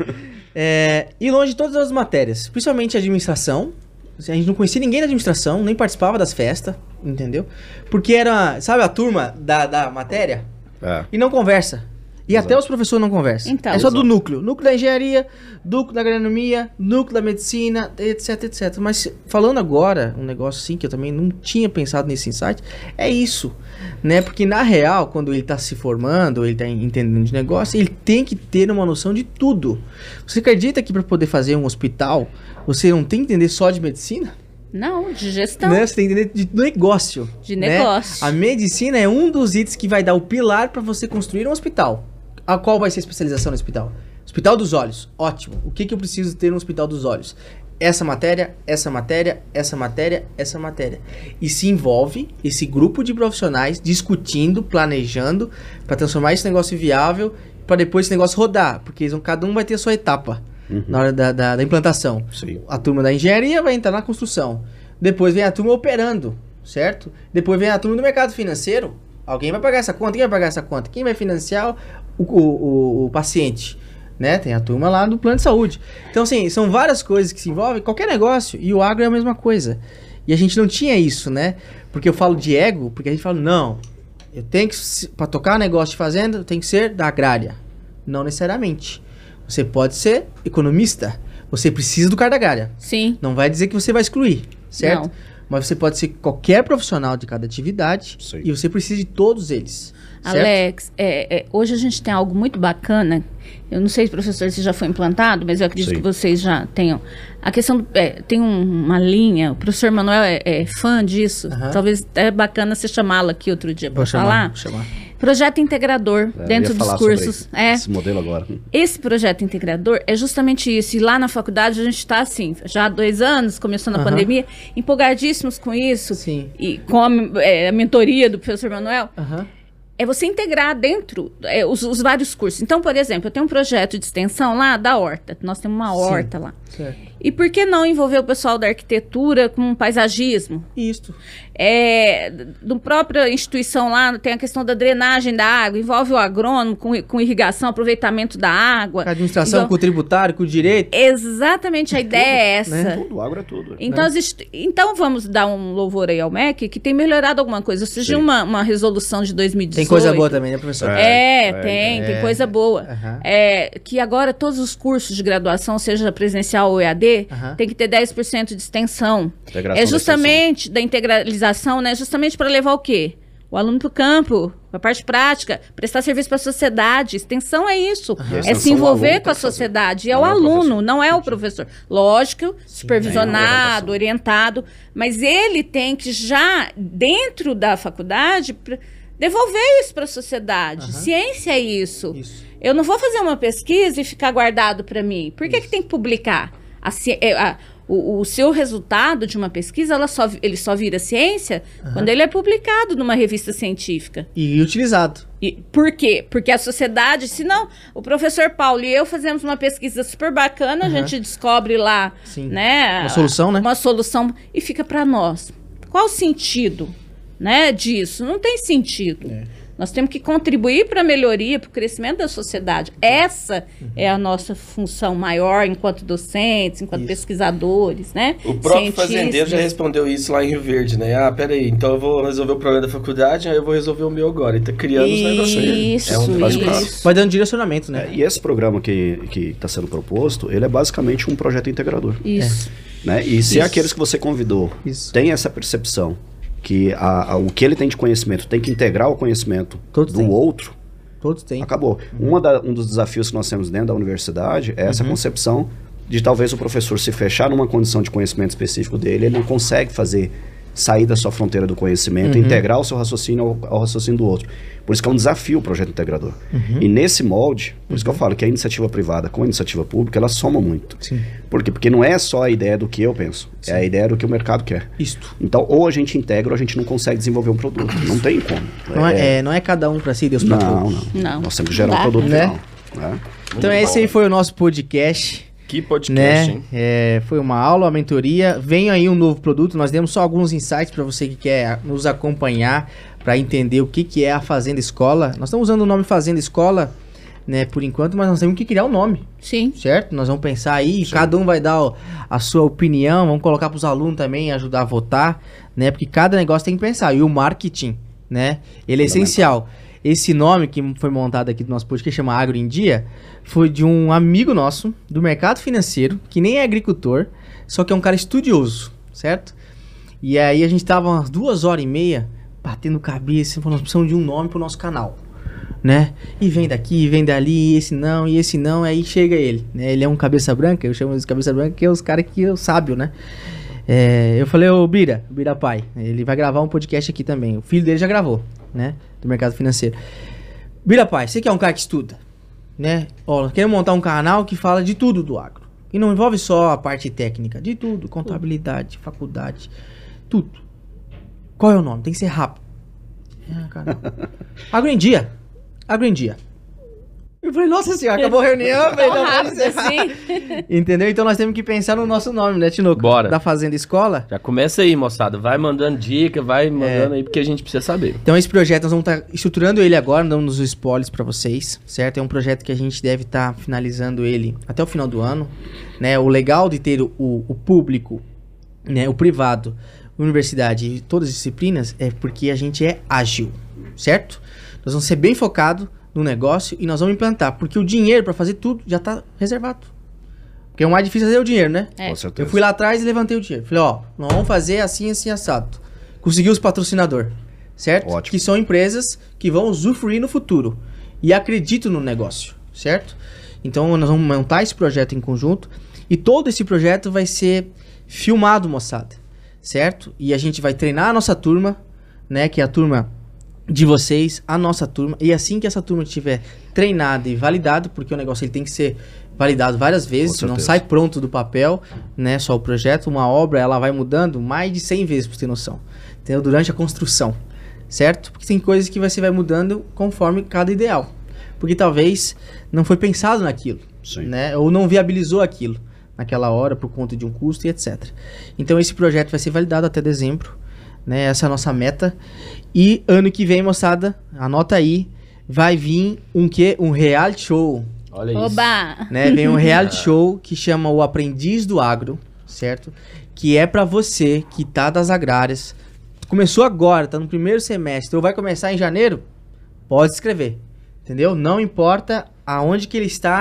É, e longe de todas as matérias, principalmente administração. A gente não conhecia ninguém da administração, nem participava das festas, entendeu? Porque era, sabe, a turma da, da matéria É. e não conversa. E Exato. até os professores não conversam. Então. É só do Exato. núcleo. Núcleo da engenharia, núcleo da agronomia, núcleo da medicina, etc, etcétera. Mas falando agora, um negócio assim que eu também não tinha pensado nesse insight, é isso, né? Porque na real, quando ele tá se formando, ele tá entendendo de negócio, ele tem que ter uma noção de tudo. Você acredita que para poder fazer um hospital, você não tem que entender só de medicina? Não, de gestão. Né? Você tem que entender de negócio. De né? negócio. A medicina é um dos itens que vai dar o pilar para você construir um hospital. A qual vai ser a especialização no hospital? Hospital dos olhos. Ótimo. O que, que eu preciso ter no hospital dos olhos? Essa matéria, essa matéria, essa matéria, essa matéria. E se envolve esse grupo de profissionais discutindo, planejando, para transformar esse negócio viável, para depois esse negócio rodar. Porque eles vão, cada um vai ter a sua etapa na hora da, da, da implantação. Sim. A turma da engenharia vai entrar na construção. Depois vem a turma operando, certo? Depois vem a turma do mercado financeiro. Alguém vai pagar essa conta? Quem vai pagar essa conta? Quem vai financiar o, o, o, o paciente? Né? Tem a turma lá do plano de saúde. Então, assim, são várias coisas que se envolvem. Qualquer negócio. E o agro é a mesma coisa. E a gente não tinha isso, né? Porque eu falo de ego, porque a gente fala, não, eu tenho que, para tocar negócio de fazenda, eu tenho que ser da agrária. Não necessariamente. Você pode ser economista. Você precisa do cara da agrária. Sim. Não vai dizer que você vai excluir, certo? Não. Mas você pode ser qualquer profissional de cada atividade. Sim. E você precisa de todos eles. Certo? Alex, é, é, hoje a gente tem algo muito bacana. Eu não sei, professor, se já foi implantado, mas eu acredito Sim. que vocês já tenham. A questão do, é, tem um- uma linha, o professor Manuel é, é fã disso. Aham. Talvez é bacana você chamá-lo aqui outro dia para Vou chamar, falar. vou chamar. Projeto integrador É, eu dentro ia dos falar sobre cursos. É, Esse modelo agora. esse projeto integrador é justamente isso. E lá na faculdade a gente está assim, já há dois anos, começou na Aham. pandemia, empolgadíssimos com isso. Sim. E com a, é, a mentoria do professor Manuel. Aham. É você integrar dentro é, os, os vários cursos. Então, por exemplo, eu tenho um projeto de extensão lá da horta. Nós temos uma Sim. horta lá. Certo. E por que não envolver o pessoal da arquitetura com paisagismo? Isto. É, do própria instituição lá, tem a questão da drenagem da água, envolve o agrônomo com, com irrigação, aproveitamento da água. Com a administração, Então, com o tributário, com o direito. exatamente, a ideia é essa. né? Tudo, agro é tudo. Então, as inst- então vamos dar um louvor aí ao M E C, que tem melhorado alguma coisa. Surgiu Sim. uma, uma resolução de dois mil e dezoito. Tem coisa boa também, né, professor? É, É, tem, é. tem coisa boa. Aham. É, que agora todos os cursos de graduação, seja presencial presencial ou E A D, Aham. tem que ter dez por cento de extensão. Integração É da justamente da integralização, né? Justamente para levar o quê? O aluno para o campo, para a parte prática, prestar serviço para a sociedade. Extensão é isso. E a É extensão se o envolver aluno com a tem que fazer. sociedade. É Não o é o aluno, professor. não é o professor. Lógico, supervisionado, orientação. orientado, mas ele tem que já, dentro da faculdade, pr- devolver isso para a sociedade. Ciência é isso. Isso. Eu não vou fazer uma pesquisa e ficar guardado para mim. Por que, que tem que publicar? A ci- é, a- o, o seu resultado de uma pesquisa, ela só, vi- ele só vira ciência quando ele é publicado numa revista científica. E utilizado. E por quê? Porque a sociedade, se não, o professor Paulo e eu fazemos uma pesquisa super bacana, a gente descobre lá, Sim. né, Uma solução, né? Uma solução e fica para nós. Qual o sentido, né, disso? Não tem sentido. Nós temos que contribuir para a melhoria, para o crescimento da sociedade. Essa é a nossa função maior enquanto docentes, enquanto Isso. pesquisadores, né? O próprio cientistas. fazendeiro já respondeu isso lá em Rio Verde, né? Ah, peraí, então eu vou resolver o problema da faculdade, aí eu vou resolver o meu agora. E tá criando os negócios aí. Isso, É um faz parte. isso. Vai dando direcionamento, né? É, e esse programa que está sendo proposto, ele é basicamente um projeto integrador. Isso. Né? E se Isso. aqueles que você convidou Isso. têm essa percepção que a- a- o que ele tem de conhecimento tem que integrar o conhecimento Todos do têm. outro, Todos têm. acabou. Uma da- um dos desafios que nós temos dentro da universidade é essa concepção de talvez o professor se fechar numa condição de conhecimento específico dele, ele não consegue fazer sair da sua fronteira do conhecimento, integrar o seu raciocínio ao, ao raciocínio do outro. Por isso que é um desafio o projeto integrador. E nesse molde, por isso que eu falo que a iniciativa privada com a iniciativa pública, ela soma muito. Sim. Por quê? Porque não é só a ideia do que eu penso, é a ideia do que o mercado quer. Isto. Então, ou a gente integra ou a gente não consegue desenvolver um produto. Não tem como. Não é, é, não é cada um para si, Deus para Não, todos. não, Não. Nós temos que gerar Não um dá. produto Né? final. Né? Então esse aí foi o nosso podcast. Que podcast, Né? hein? É, foi uma aula, uma mentoria. Vem aí um novo produto. Nós demos só alguns insights para você que quer nos acompanhar para entender o que, que é a Fazenda Escola. Nós estamos usando o nome Fazenda Escola, né, por enquanto, mas nós temos que criar o nome, Sim. certo? Nós vamos pensar aí, cada um vai dar o- a sua opinião, vamos colocar para os alunos também ajudar a votar, né? Porque cada negócio tem que pensar. E o marketing, né? Ele é essencial. Esse nome que foi montado aqui do nosso podcast, que chama Agro em Dia, foi de um amigo nosso do mercado financeiro, que nem é agricultor, só que é um cara estudioso, certo? E aí a gente tava umas duas horas e meia batendo cabeça, falando, nós precisamos de um nome pro nosso canal, né? E vem daqui, vem dali, e esse não, e esse não, aí chega ele, né? Ele é um cabeça branca, eu chamo de cabeça branca, que é os caras que eu sábio, né? É, eu falei, ô Bira, o Bira pai, ele vai gravar um podcast aqui também. O filho dele já gravou, né? Do mercado financeiro. Bira pai, você que é um cara que estuda, né? Ó, nós queremos montar um canal que fala de tudo do agro. E não envolve só a parte técnica, de tudo, contabilidade, faculdade, tudo. Qual é o nome? Tem que ser rápido. Ah, cara. Agro em Dia. Agro em Dia. Eu falei, nossa senhora, acabou a reunião. Eu falei, Tão não, pode rápido ser assim. Entendeu? Então nós temos que pensar no nosso nome, né, Tinoco? Bora. Da Fazenda Escola. Já começa aí, moçada. Vai mandando dica, vai mandando aí, porque a gente precisa saber. Então esse projeto, nós vamos estar estruturando ele agora, dando os spoilers para vocês, certo? É um projeto que a gente deve estar finalizando ele até o final do ano, né? O legal de ter o, o público, né, o privado, universidade e todas as disciplinas é porque a gente é ágil, certo? Nós vamos ser bem focados no negócio e nós vamos implantar, porque o dinheiro para fazer tudo já está reservado. Porque o mais difícil é fazer o dinheiro, né? É. Com certeza. Eu fui lá atrás e levantei o dinheiro. Falei, ó, nós vamos fazer assim, assim, assado. Consegui os patrocinadores, certo? Ótimo. Que são empresas que vão usufruir no futuro. E acredito no negócio, certo? Então nós vamos montar esse projeto em conjunto. E todo esse projeto vai ser filmado, moçada, certo? E a gente vai treinar a nossa turma, né? Que é a turma de vocês, a nossa turma. E assim que essa turma estiver treinada e validada, porque o negócio ele tem que ser validado várias vezes, Com não certeza. sai pronto do papel, né? Só o projeto, uma obra, ela vai mudando mais de cem vezes, pra você ter noção. Entendeu? Durante a construção, certo? Porque tem coisas que você vai mudando conforme cada ideal. Porque talvez não foi pensado naquilo, Sim. né? Ou não viabilizou aquilo naquela hora por conta de um custo e etcétera. Então esse projeto vai ser validado até dezembro, né? Essa é a nossa meta. E ano que vem, moçada, anota aí, vai vir um quê? Um reality show, Olha isso. Oba! né? Vem um reality show que chama O Aprendiz do Agro, certo? Que é pra você que tá das agrárias. Começou agora, tá no primeiro semestre, ou vai começar em janeiro, pode escrever, entendeu? Não importa aonde que ele está,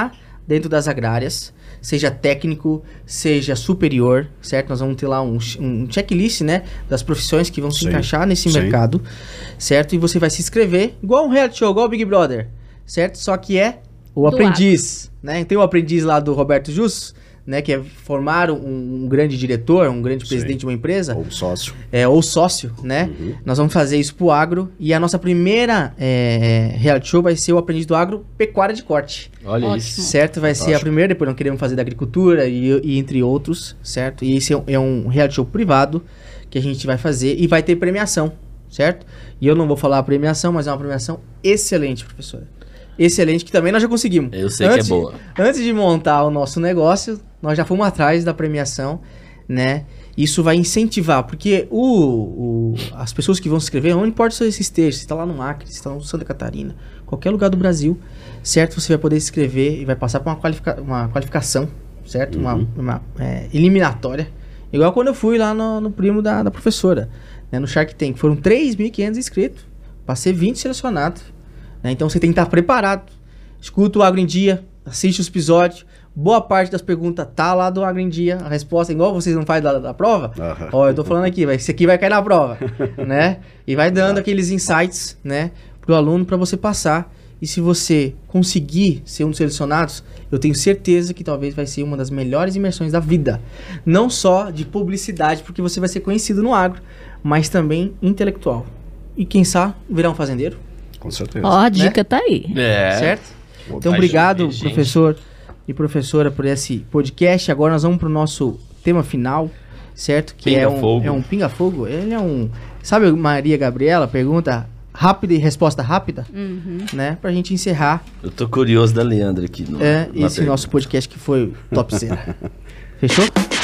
dentro das agrárias, seja técnico, seja superior, certo? Nós vamos ter lá um, um checklist, né, das profissões que vão se Sim, encaixar nesse sim. mercado, certo? E você vai se inscrever, igual um reality show, igual o Big Brother, certo? Só que é o Do aprendiz, né? Tem o aprendiz lá do Roberto Justus, né, que é formar um, um grande diretor, um grande Sim. presidente de uma empresa, Ou sócio. é, ou sócio, né? Uhum. Nós vamos fazer isso pro agro. E a nossa primeira é, reality show vai ser o aprendiz do agro, pecuária de corte. Olha Ótimo. isso. Certo? Vai ser a Fantástico. primeira, depois nós queremos fazer da agricultura e, e entre outros, certo? E esse é um, é um reality show privado que a gente vai fazer e vai ter premiação, certo? E eu não vou falar a premiação, mas é uma premiação excelente, professora. Excelente, que também nós já conseguimos. Eu sei Antes que é boa. de- antes de montar o nosso negócio, nós já fomos atrás da premiação, né? Isso vai incentivar, porque o, o- as pessoas que vão se inscrever, não importa se você esteja, se está lá no Acre, se está em Santa Catarina, qualquer lugar do Brasil, certo? Você vai poder se inscrever e vai passar por uma, qualifica- uma qualificação, certo? Uma, Uhum. uma, é, eliminatória. Igual quando eu fui lá no, no primo da, da professora, né? No Shark Tank. Foram três mil e quinhentos inscritos para ser vinte selecionados. Né? Então você tem que estar preparado. Escuta o Agro em Dia, assiste os episódios. Boa parte das perguntas tá lá do Agro em Dia. A resposta é igual vocês não fazem da, da prova. Aham. Ó, eu tô falando aqui, vai, esse aqui vai cair na prova, né? E vai dando aqueles insights, né, pro aluno para você passar. E se você conseguir ser um dos selecionados, eu tenho certeza que talvez vai ser uma das melhores imersões da vida. Não só de publicidade, porque você vai ser conhecido no agro, mas também intelectual. E quem sabe virar um fazendeiro, Com certeza. Ó, a dica tá aí. É. certo? Então, Vai obrigado, chover, gente. professor e professora, por esse podcast. Agora nós vamos pro nosso tema final, certo? Que é um, Pinga-fogo. é um pinga-fogo. Ele é um... Sabe, Maria Gabriela pergunta rápida e resposta rápida, Uhum. né? Pra gente encerrar Eu tô curioso da Leandra aqui. No, é, na esse pergunta. nosso podcast que foi topzera. Fechou?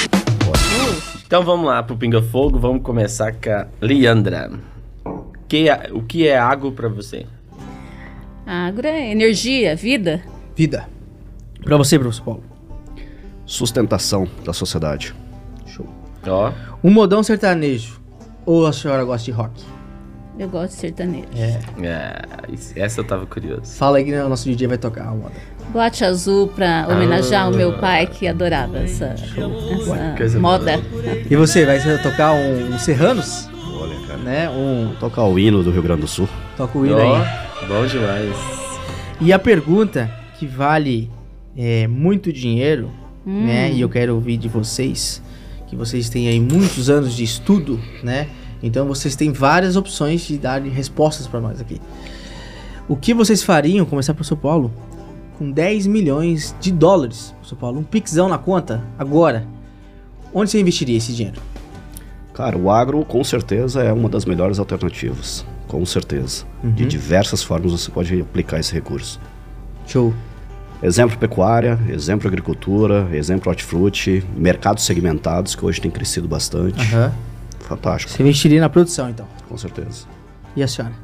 Então vamos lá pro Pinga Fogo. Vamos começar com a Leandra. Que é- o que é água pra você? Agro é energia, vida. Vida. Pra você, professor Paulo. Sustentação da sociedade. Show. Ó. Um modão sertanejo. Ou a senhora gosta de rock? Eu gosto de sertanejo. É, isso- essa eu tava curioso. Fala aí que né, o nosso D J vai tocar a moda. Boate azul pra homenagear Ah. o meu pai que adorava essa, essa Coisa moda. E você, vai tocar um, um Serranos? Olha, cara. Né? Um... Tocar o hino do Rio Grande do Sul. Toca o hino Ó, aí. bom demais. E a pergunta que vale é, muito dinheiro, Hum. né? E eu quero ouvir de vocês, que vocês têm aí muitos anos de estudo, né? Então vocês têm várias opções de dar respostas para nós aqui. O que vocês fariam, começar pro São Paulo, com dez milhões de dólares, São Paulo, um pixão na conta, agora? Onde você investiria esse dinheiro? Cara, o agro com certeza é uma das melhores alternativas. Com certeza. De diversas formas você pode aplicar esse recurso. Show. Exemplo pecuária, exemplo agricultura, exemplo hortifruti, mercados segmentados que hoje tem crescido bastante. Aham. Fantástico, Você investiria na produção, então. com certeza. E a senhora?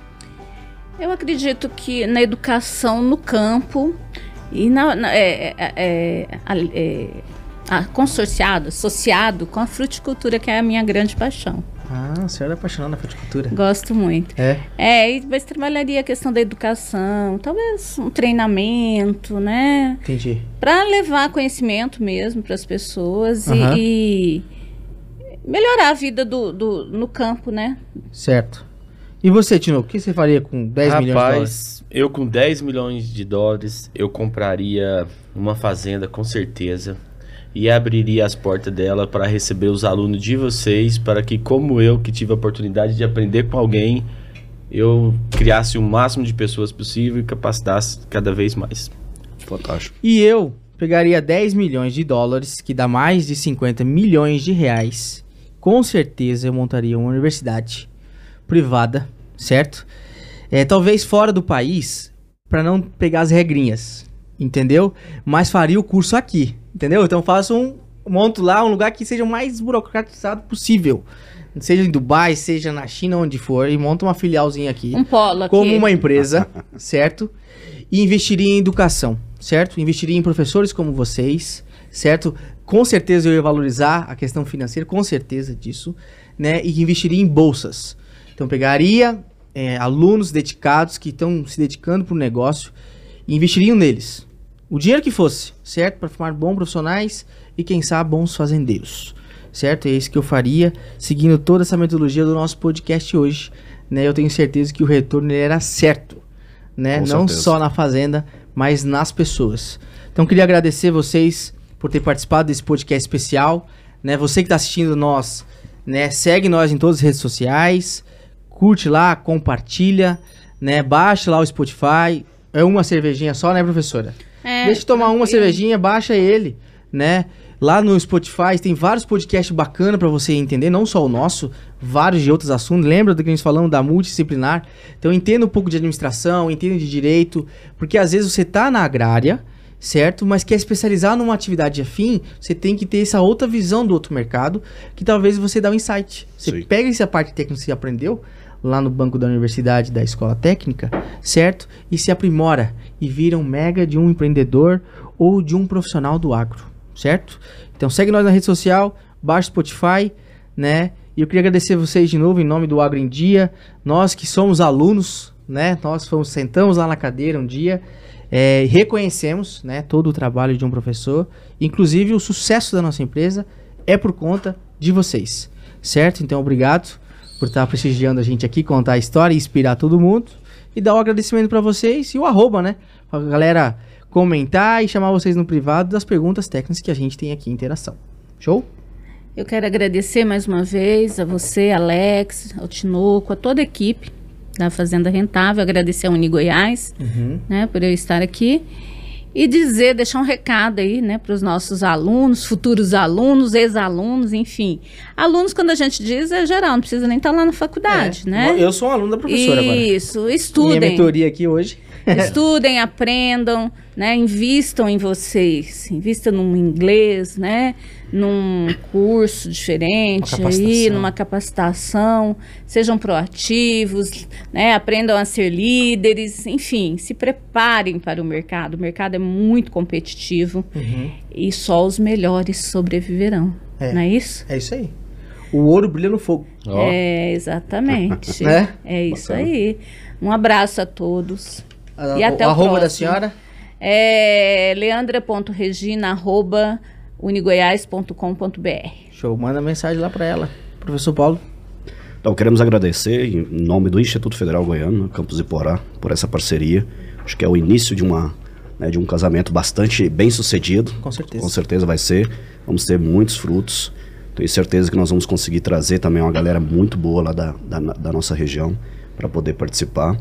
Eu acredito que na educação no campo e na, na- é, é, é, a- é, a- consorciado, associado com a fruticultura, que é a minha grande paixão. Ah, a senhora é apaixonada na fruticultura. Gosto muito. É. É, e mas trabalharia a questão da educação, talvez um treinamento, né? Entendi. Para levar conhecimento mesmo para as pessoas e- Aham. e, melhorar a vida do, do- no campo, né? Certo. E você, Tino, o que você faria com dez milhões de dólares? Rapaz, eu com dez milhões de dólares, eu compraria uma fazenda com certeza e abriria as portas dela para receber os alunos de vocês, para que, como eu, que tive a oportunidade de aprender com alguém, eu criasse o máximo de pessoas possível e capacitasse cada vez mais. Fantástico. E eu pegaria dez milhões de dólares, que dá mais de cinquenta milhões de reais. Com certeza eu montaria uma universidade privada, certo? É, talvez fora do país, para não pegar as regrinhas, entendeu? Mas faria o curso aqui, entendeu? Então faço um, monto lá um lugar que seja o mais burocratizado possível. Seja em Dubai, seja na China, onde for, e monto uma filialzinha aqui. Um polo aqui. Como uma empresa, certo? E investiria em educação, certo? Investiria em professores como vocês, certo? Com certeza eu ia valorizar a questão financeira, com certeza disso, né? E investiria em bolsas. Então pegaria é, alunos dedicados que estão se dedicando para o negócio e investiriam neles. o dinheiro que fosse, certo? Para formar bons profissionais e, quem sabe, bons fazendeiros, certo? É isso que eu faria, seguindo toda essa metodologia do nosso podcast hoje, né? Eu tenho certeza que o retorno ele era certo, né? Com Não certeza. só na fazenda, mas nas pessoas. Então, queria agradecer vocês por ter participado desse podcast especial, né? Você que está assistindo nós, né? Segue nós em todas as redes sociais, curte lá, compartilha, né? Baixa lá o Spotify. É uma cervejinha só, né, professora? É, Deixa eu tomar uma tranquilo. cervejinha, baixa ele, né? Lá no Spotify tem vários podcasts bacanas pra você entender, não só o nosso, vários de outros assuntos. Lembra do que a gente falamos da multidisciplinar? Então entenda um pouco de administração, entenda de direito, porque às vezes você tá na agrária, certo? Mas quer especializar numa atividade afim, você tem que ter essa outra visão do outro mercado, que talvez você dá um insight. Você Sim. pega essa parte técnica que você aprendeu lá no banco da universidade, da escola técnica, certo? E se aprimora e vira um mega de um empreendedor ou de um profissional do agro, certo? Então segue nós na rede social, baixa o Spotify, né? E eu queria agradecer vocês de novo em nome do Agro em Dia, nós que somos alunos, né? Nós fomos, sentamos lá na cadeira um dia, é, reconhecemos, né, todo o trabalho de um professor, inclusive o sucesso da nossa empresa é por conta de vocês, certo? Então obrigado por estar prestigiando a gente aqui, contar a história e inspirar todo mundo. E dar um agradecimento para vocês e o arroba, né? Pra galera comentar e chamar vocês no privado das perguntas técnicas que a gente tem aqui em interação. Show? Eu quero agradecer mais uma vez a você, Alex, ao Tinoco, a toda a equipe da Fazenda Rentável. Agradecer a Uni Goiás, Uhum. né, por eu estar aqui. E dizer, deixar um recado aí, né, para os nossos alunos, futuros alunos, ex-alunos, enfim. Alunos, quando a gente diz, é geral, não precisa nem estar lá na faculdade, É, né? Eu sou um aluno da professora agora. Isso, Minha estudem. mentoria aqui hoje. Estudem, aprendam, né? Invistam em vocês. Invista num inglês, né? Num curso diferente, Uma aí, capacitação. numa capacitação. Sejam proativos, né? Aprendam a ser líderes. Enfim, se preparem para o mercado. O mercado é muito competitivo Uhum. e só os melhores sobreviverão. É. Não é isso? É isso aí. O ouro brilha no fogo. Ó, É, exatamente. Né? É isso Bacana. aí. Um abraço a todos. A- E até o o arroba da próximo. senhora? É leandra ponto regina arroba unigoiás ponto com ponto br. Show. Manda mensagem lá para ela. Professor Paulo. Então, queremos agradecer, em nome do Instituto Federal Goiano, Campus Iporá, por essa parceria. Acho que é o início de, uma, né, de um casamento bastante bem sucedido. Com certeza. Com certeza vai ser. Vamos ter muitos frutos. Tenho certeza que nós vamos conseguir trazer também uma galera muito boa lá da, da, da nossa região para poder participar.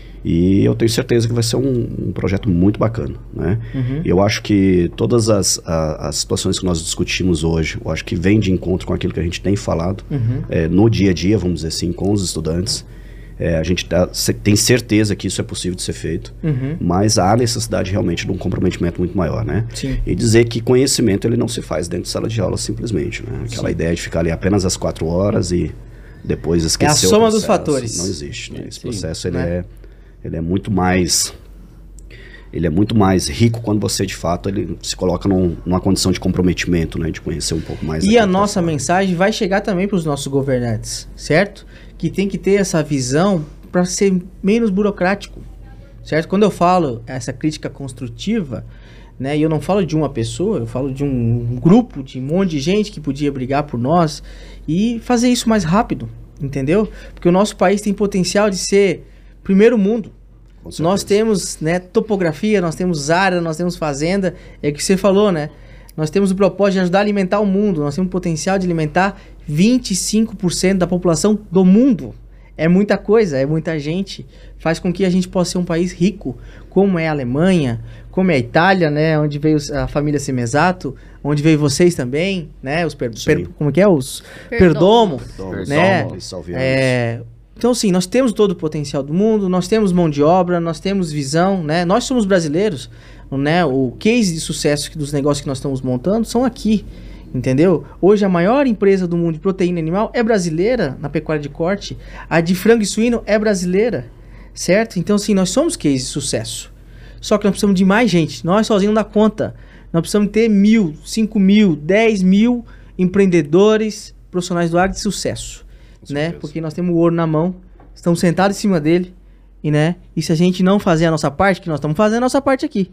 E eu tenho certeza que vai ser um, um projeto muito bacana, né? Uhum. E eu acho que todas as, a- as situações que nós discutimos hoje, eu acho que vem de encontro com aquilo que a gente tem falado Uhum. é, no dia a dia, vamos dizer assim, com os estudantes. É, a gente tá- se- tem certeza que isso é possível de ser feito, Uhum. mas há necessidade realmente de um comprometimento muito maior, né? Sim. E dizer que conhecimento ele não se faz dentro de sala de aula simplesmente, né? Aquela ideia de ficar ali apenas as quatro horas e depois esquecer o soma dos processo, fatores. Não existe, né? Esse Sim, processo ele, né? é, ele é muito mais ele é muito mais rico quando você de fato ele se coloca num- numa condição de comprometimento, né? De conhecer um pouco mais. E daquilo a que nossa tá fora. mensagem vai chegar também para os nossos governantes, certo? Que tem que ter essa visão para ser menos burocrático, certo? Quando eu falo essa crítica construtiva, né? E eu não falo de uma pessoa, eu falo de um grupo, de um monte de gente que podia brigar por nós e fazer isso mais rápido, entendeu? Porque o nosso país tem potencial de ser primeiro mundo. Com certeza. Nós temos, né, topografia, nós temos área, nós temos fazenda, é o que você falou, né? Nós temos o propósito de ajudar a alimentar o mundo, nós temos o potencial de alimentar vinte e cinco por cento da população do mundo. É muita coisa, é muita gente. Faz com que a gente possa ser um país rico, como é a Alemanha, como é a Itália, né, onde veio a família Semesato, onde veio vocês também, né, os per, Sim. per- como que é os Perdomo. Perdomo, Então, né? salve, salvianos. É, então, sim, nós temos todo o potencial do mundo, nós temos mão de obra, nós temos visão, né? Nós somos brasileiros, né? O case de sucesso que- dos negócios que nós estamos montando são aqui, entendeu? Hoje a maior empresa do mundo de proteína animal é brasileira, na pecuária de corte. A de frango e suíno é brasileira, certo? Então, sim, nós somos case de sucesso. Só que nós precisamos de mais gente, nós sozinhos não dá conta. Nós precisamos ter mil, cinco mil, dez mil empreendedores, profissionais do agro de sucesso. Com Né? certeza. Porque nós temos o ouro na mão, estamos sentados em cima dele, e, né? E se a gente não fazer a nossa parte, que nós estamos fazendo a nossa parte aqui.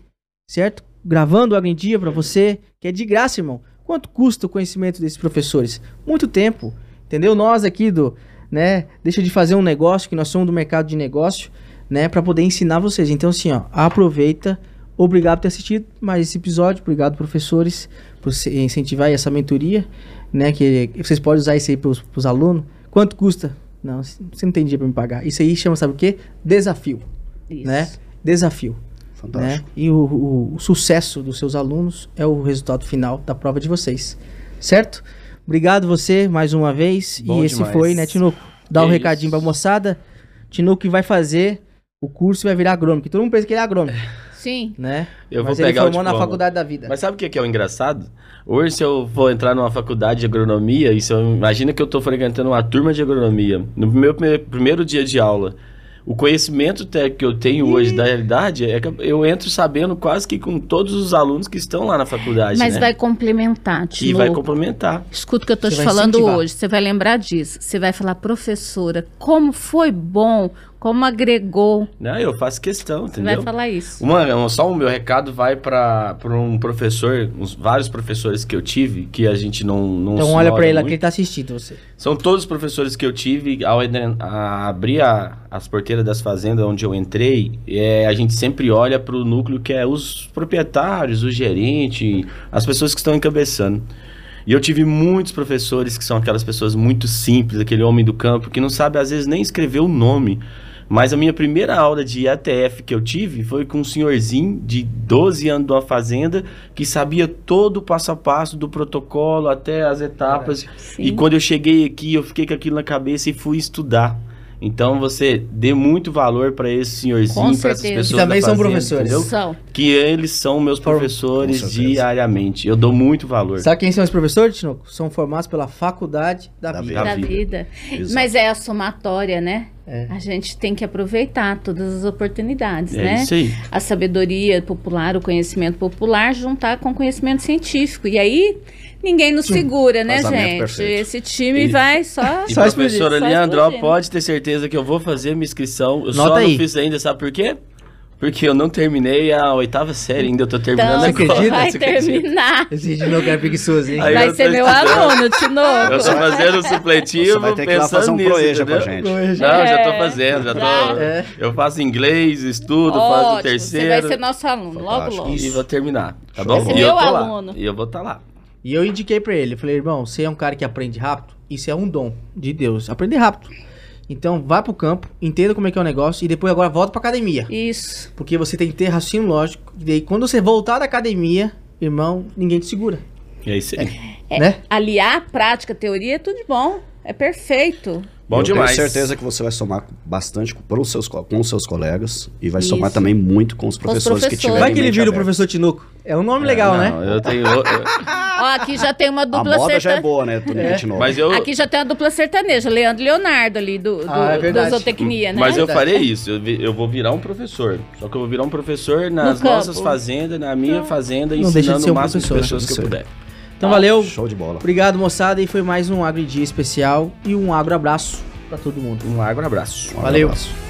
certo? Gravando o Agro em Dia pra você, que é de graça, irmão. Quanto custa o conhecimento desses professores? Muito tempo, entendeu? Nós aqui do, né, deixa de fazer um negócio, que nós somos do mercado de negócio, né, pra poder ensinar vocês. Então, assim, ó, aproveita. Obrigado por ter assistido mais esse episódio. Obrigado, professores, por incentivar aí essa mentoria, né, que vocês podem usar isso aí pros, pros alunos. Quanto custa? Não, você não tem dinheiro pra me pagar. Isso aí chama, sabe o quê? Desafio. Isso. Né? Desafio. Fantástico. Né? E o, o, o sucesso dos seus alunos é o resultado final da prova de vocês. Certo? Obrigado você mais uma vez. Bom e esse demais. foi, né, Tinoco? Dá um Que recadinho isso. pra moçada. Tinoco que vai fazer o curso e vai virar agrônomo. Que todo mundo pensa que ele é agrônomo, Sim. né? Eu vou Mas pegar ele o formou na diploma. faculdade da vida. Mas sabe o que que é o engraçado? Hoje, se eu for entrar numa faculdade de agronomia, e se eu, imagina que eu estou frequentando uma turma de agronomia, no meu primeiro, primeiro dia de aula, o conhecimento técnico que eu tenho hoje da realidade, é que eu entro sabendo quase que com todos os alunos que estão lá na faculdade, Mas né? vai complementar, E Tinoco. vai complementar. Escuta o que eu tô Você te vai falando incentivar. hoje. Você vai lembrar disso. Você vai falar, professora, como foi bom, como agregou. Não, eu faço questão, Você entendeu? vai falar isso. Uma, um- só o meu recado vai para um professor, uns, vários professores que eu tive, que a gente não, não Então se olha nota pra ele lá muito. que ele tá assistindo você. São todos os professores que eu tive. Ao eden- a abrir a- as porteiras das fazendas onde eu entrei, é, a gente sempre olha para o núcleo que é os proprietários, o gerente, as pessoas que estão encabeçando. E eu tive muitos professores que são aquelas pessoas muito simples, aquele homem do campo que não sabe às vezes nem escrever o nome. Mas a minha primeira aula de A T F que eu tive foi com um senhorzinho de doze anos de uma fazenda que sabia todo o passo a passo do protocolo até as etapas. Sim. E quando eu cheguei aqui, eu fiquei com aquilo na cabeça e fui estudar. Então você dê muito valor para esse Com senhorzinho, para essas certeza. pessoas Que também da são fazenda, professores. entendeu? São. Que eles são meus Form- professores Com certeza. diariamente. Eu dou muito valor. Sabe quem são os professores, Tinoco? São formados pela faculdade da, Da vida. Da Da vida. vida. Exato. Mas é a somatória, né? É. A gente tem que aproveitar todas as oportunidades, É né? isso aí. A sabedoria popular, o conhecimento popular, juntar com o conhecimento científico. E aí, ninguém nos segura, né, Casamento gente? perfeito. Esse time E- vai só... E Só explodir, professora só Leandro, ó, explodindo. pode ter certeza que eu vou fazer minha inscrição. Eu Nota só aí. não fiz ainda, sabe por quê? Porque eu não terminei a oitava série ainda, eu tô terminando Você Então, agora. acredita? vai Você acredita? terminar. Esse Tinoco é preguiçoso, hein? Aí Vai eu ser tô meu estudando. aluno, Eu Tinoco. tô fazendo o supletivo, Você vai ter que ir lá pensando fazer um nisso, proeja com a entendeu? gente. Não, já tô É, fazendo, já tô... já. É. Eu faço inglês, estudo, faço o Ótimo, você terceiro vai ser nosso aluno, logo, Fantástico. logo. e vou terminar, tá Show bom? de bola. E eu Vai ser tô meu lá, aluno. e eu vou estar lá. E eu indiquei pra ele, eu falei, irmão, você é um cara que aprende rápido, isso é um dom de Deus, aprender rápido. Então vá pro campo, entenda como é que é o negócio e depois agora volta pra academia. Isso. Porque você tem que ter raciocínio lógico, e daí quando você voltar da academia, irmão, ninguém te segura, É isso aí. É, né? Aliar prática, teoria, é tudo de bom. É perfeito. Bom eu demais. tenho certeza que você vai somar bastante com os seus, co- com os seus colegas e vai Isso. somar também muito com os Com os professores, que professores. tiverem Vai que ele mente vira o aberta. professor Tinoco. É um nome legal, Não, né? eu tenho... eu- Ó, aqui já tem uma A dupla moda já é sertaneja. boa, né? Tudo de novo. mas eu... Aqui já tem uma dupla sertaneja, Leandro e Leonardo ali, do, do, Ah, é do verdade. Zootecnia, né? Mas eu Verdade. farei isso, eu, vi- eu vou virar um professor. Só que eu vou virar um professor nas campo. nossas fazendas, na minha fazenda, Não deixa de ensinando ser o um máximo de professor. pessoas que eu puder. Então valeu, Show de bola. obrigado moçada, e foi mais um Agro Dia especial e um agro abraço pra todo mundo. Um agro abraço. Um Valeu. abraço.